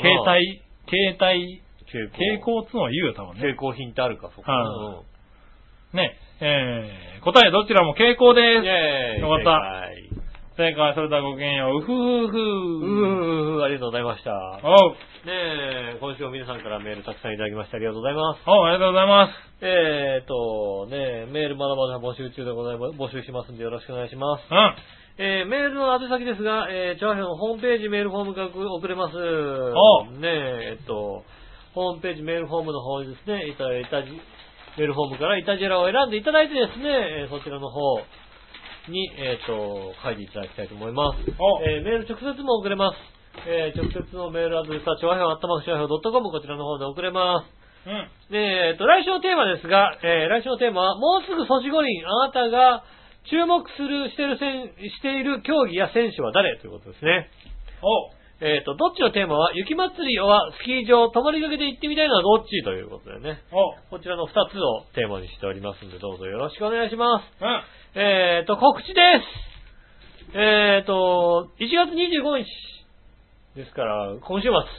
傾向ってのは言うよ、多分ね。 傾向品ってあるか、そこ。 ね、答えどちらも傾向です。よかった。正解、それではごきげんよう。うふふふ。 ありがとうございました。ねえ、今週も皆さんからメールたくさんいただきましてありがとうございます。 ありがとうございます。 ねえ、メールまだまだ募集中でございます。募集しますんでよろしくお願いします。メールの宛先ですが、チャーハンのホームページメールフォームが送れます。ねえ、ホームページメールフォームの方にですね、メールフォームからイタジェラを選んでいただいてですね、そちらの方に、書いていただきたいと思います。メール直接も送れます。直接のメールアドレスは、ちょわひょう@.com こちらの方で送れます。来週のテーマですが、来週のテーマは、もうすぐソシ五輪、あなたが注目している競技や選手は誰ということですね。どっちのテーマは、雪祭りはスキー場、泊まりがけで行ってみたいのはどっちということでね。こちらの2つをテーマにしておりますので、どうぞよろしくお願いします。告知です。1月25日ですから、今週末。はい。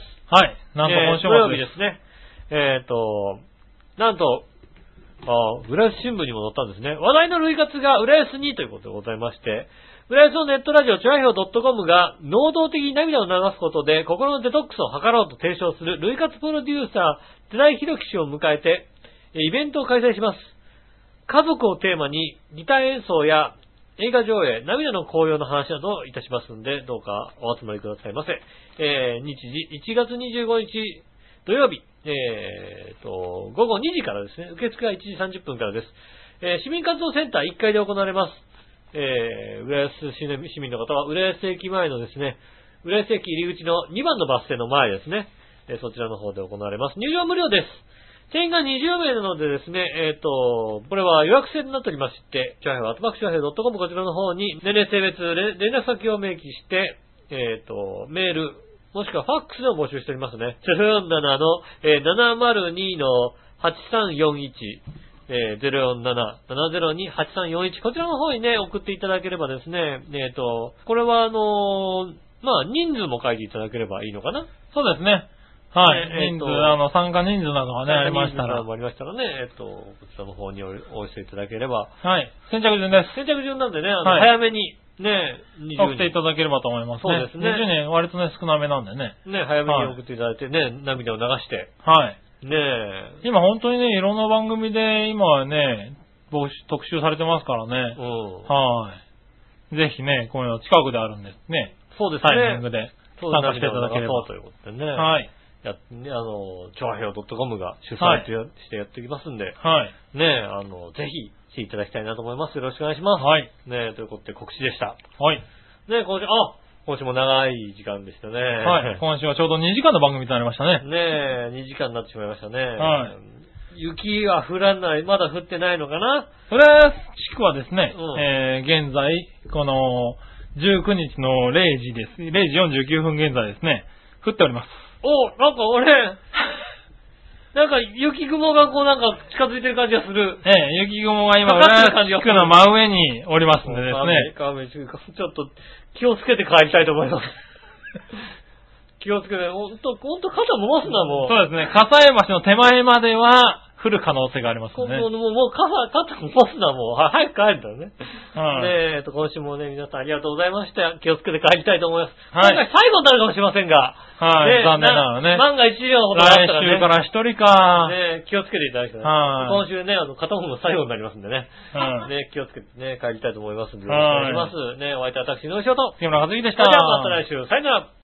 なんと今週末土曜日ですね。なんと、浦安新聞にも載ったんですね。話題の類活が浦安にということでございまして、浦安のネットラジオ、ちょやひょう .com が能動的に涙を流すことで心のデトックスを図ろうと提唱する類活プロデューサー、寺井宏樹氏を迎えて、イベントを開催します。家族をテーマにギター演奏や映画上映、涙の紅葉の話などをいたしますので、どうかお集まりくださいませ。日時、1月25日土曜日、午後2時からですね、受付は1時30分からです。市民活動センター1階で行われます。浦安市民の方は、浦安駅前のですね、浦安駅入り口の2番のバス停の前ですね、そちらの方で行われます。入場無料です。 定員が20名なのでですね、これは予約制になっておりまして、チョアヘオ、@CHOAHEO.com こちらの方に、年齢、性別、連絡先を明記して、メール、もしくはファックスでも募集しておりますね。047の、702-8341、047-702-8341、こちらの方にね、送っていただければですね、これは人数も書いていただければいいのかな？ そうですね。はい。人数、参加人数などがね、ありましたら。 ありましたらね、こちらの方にお寄せいただければ。 はい。先着順です。 先着順なんでね、早めに、ね、 送っていただければと思いますね。 そうですね。 20年割とね、少なめなんでね。 ね、早めに送っていただいてね、涙を流して。 はい。 ねえ。 今本当にね、いろんな番組で、今はね、特集されてますからね。はい。ぜひね、こういうの近くであるんですね。 そうですね。 タイミングで参加していただければ。 ということでね。 はい。 チョアヘオ .com が主催してやっていきますんで。 はい。 ねぜひ来ていただきたいなと思います。よろしくお願いします。 はい。 ねということで告知でした。 はい。 ね今週も長い時間でしたね。 はい。今週はちょうど2時間の番組となりましたね。 ね2時間になってしまいましたね。 はい。 雪は降らない、まだ降ってないのかな？ それ地区はですね、現在、この19日の0時です。0時49分現在ですね、降っております。 なんか俺、なんか雪雲がこうなんか近づいてる感じがする。 雪雲が今、浦安地区の真上におりますんでですね。 ちょっと気をつけて帰りたいと思います。気をつけて、ほんと肩回すな、もう。 そうですね、笠江橋の手前までは降る可能性がありますね。 もう肩回すな、もう。早く帰るんだよね。で、今週もね、皆さんありがとうございました。気をつけて帰りたいと思います。はい。今回最後になるかもしれませんが。 はい。残念ながらね。 万が一秒のことがあったらね。 来週から一人か。 ね気をつけていただきたい。 はい。 今週ね、片方の最後になりますんでね。はい。ね気をつけてね、帰りたいと思いますんで。よろしくお願いします。ねお相手は私の仕事。 木村和樹でした。 それではまた来週。さよなら。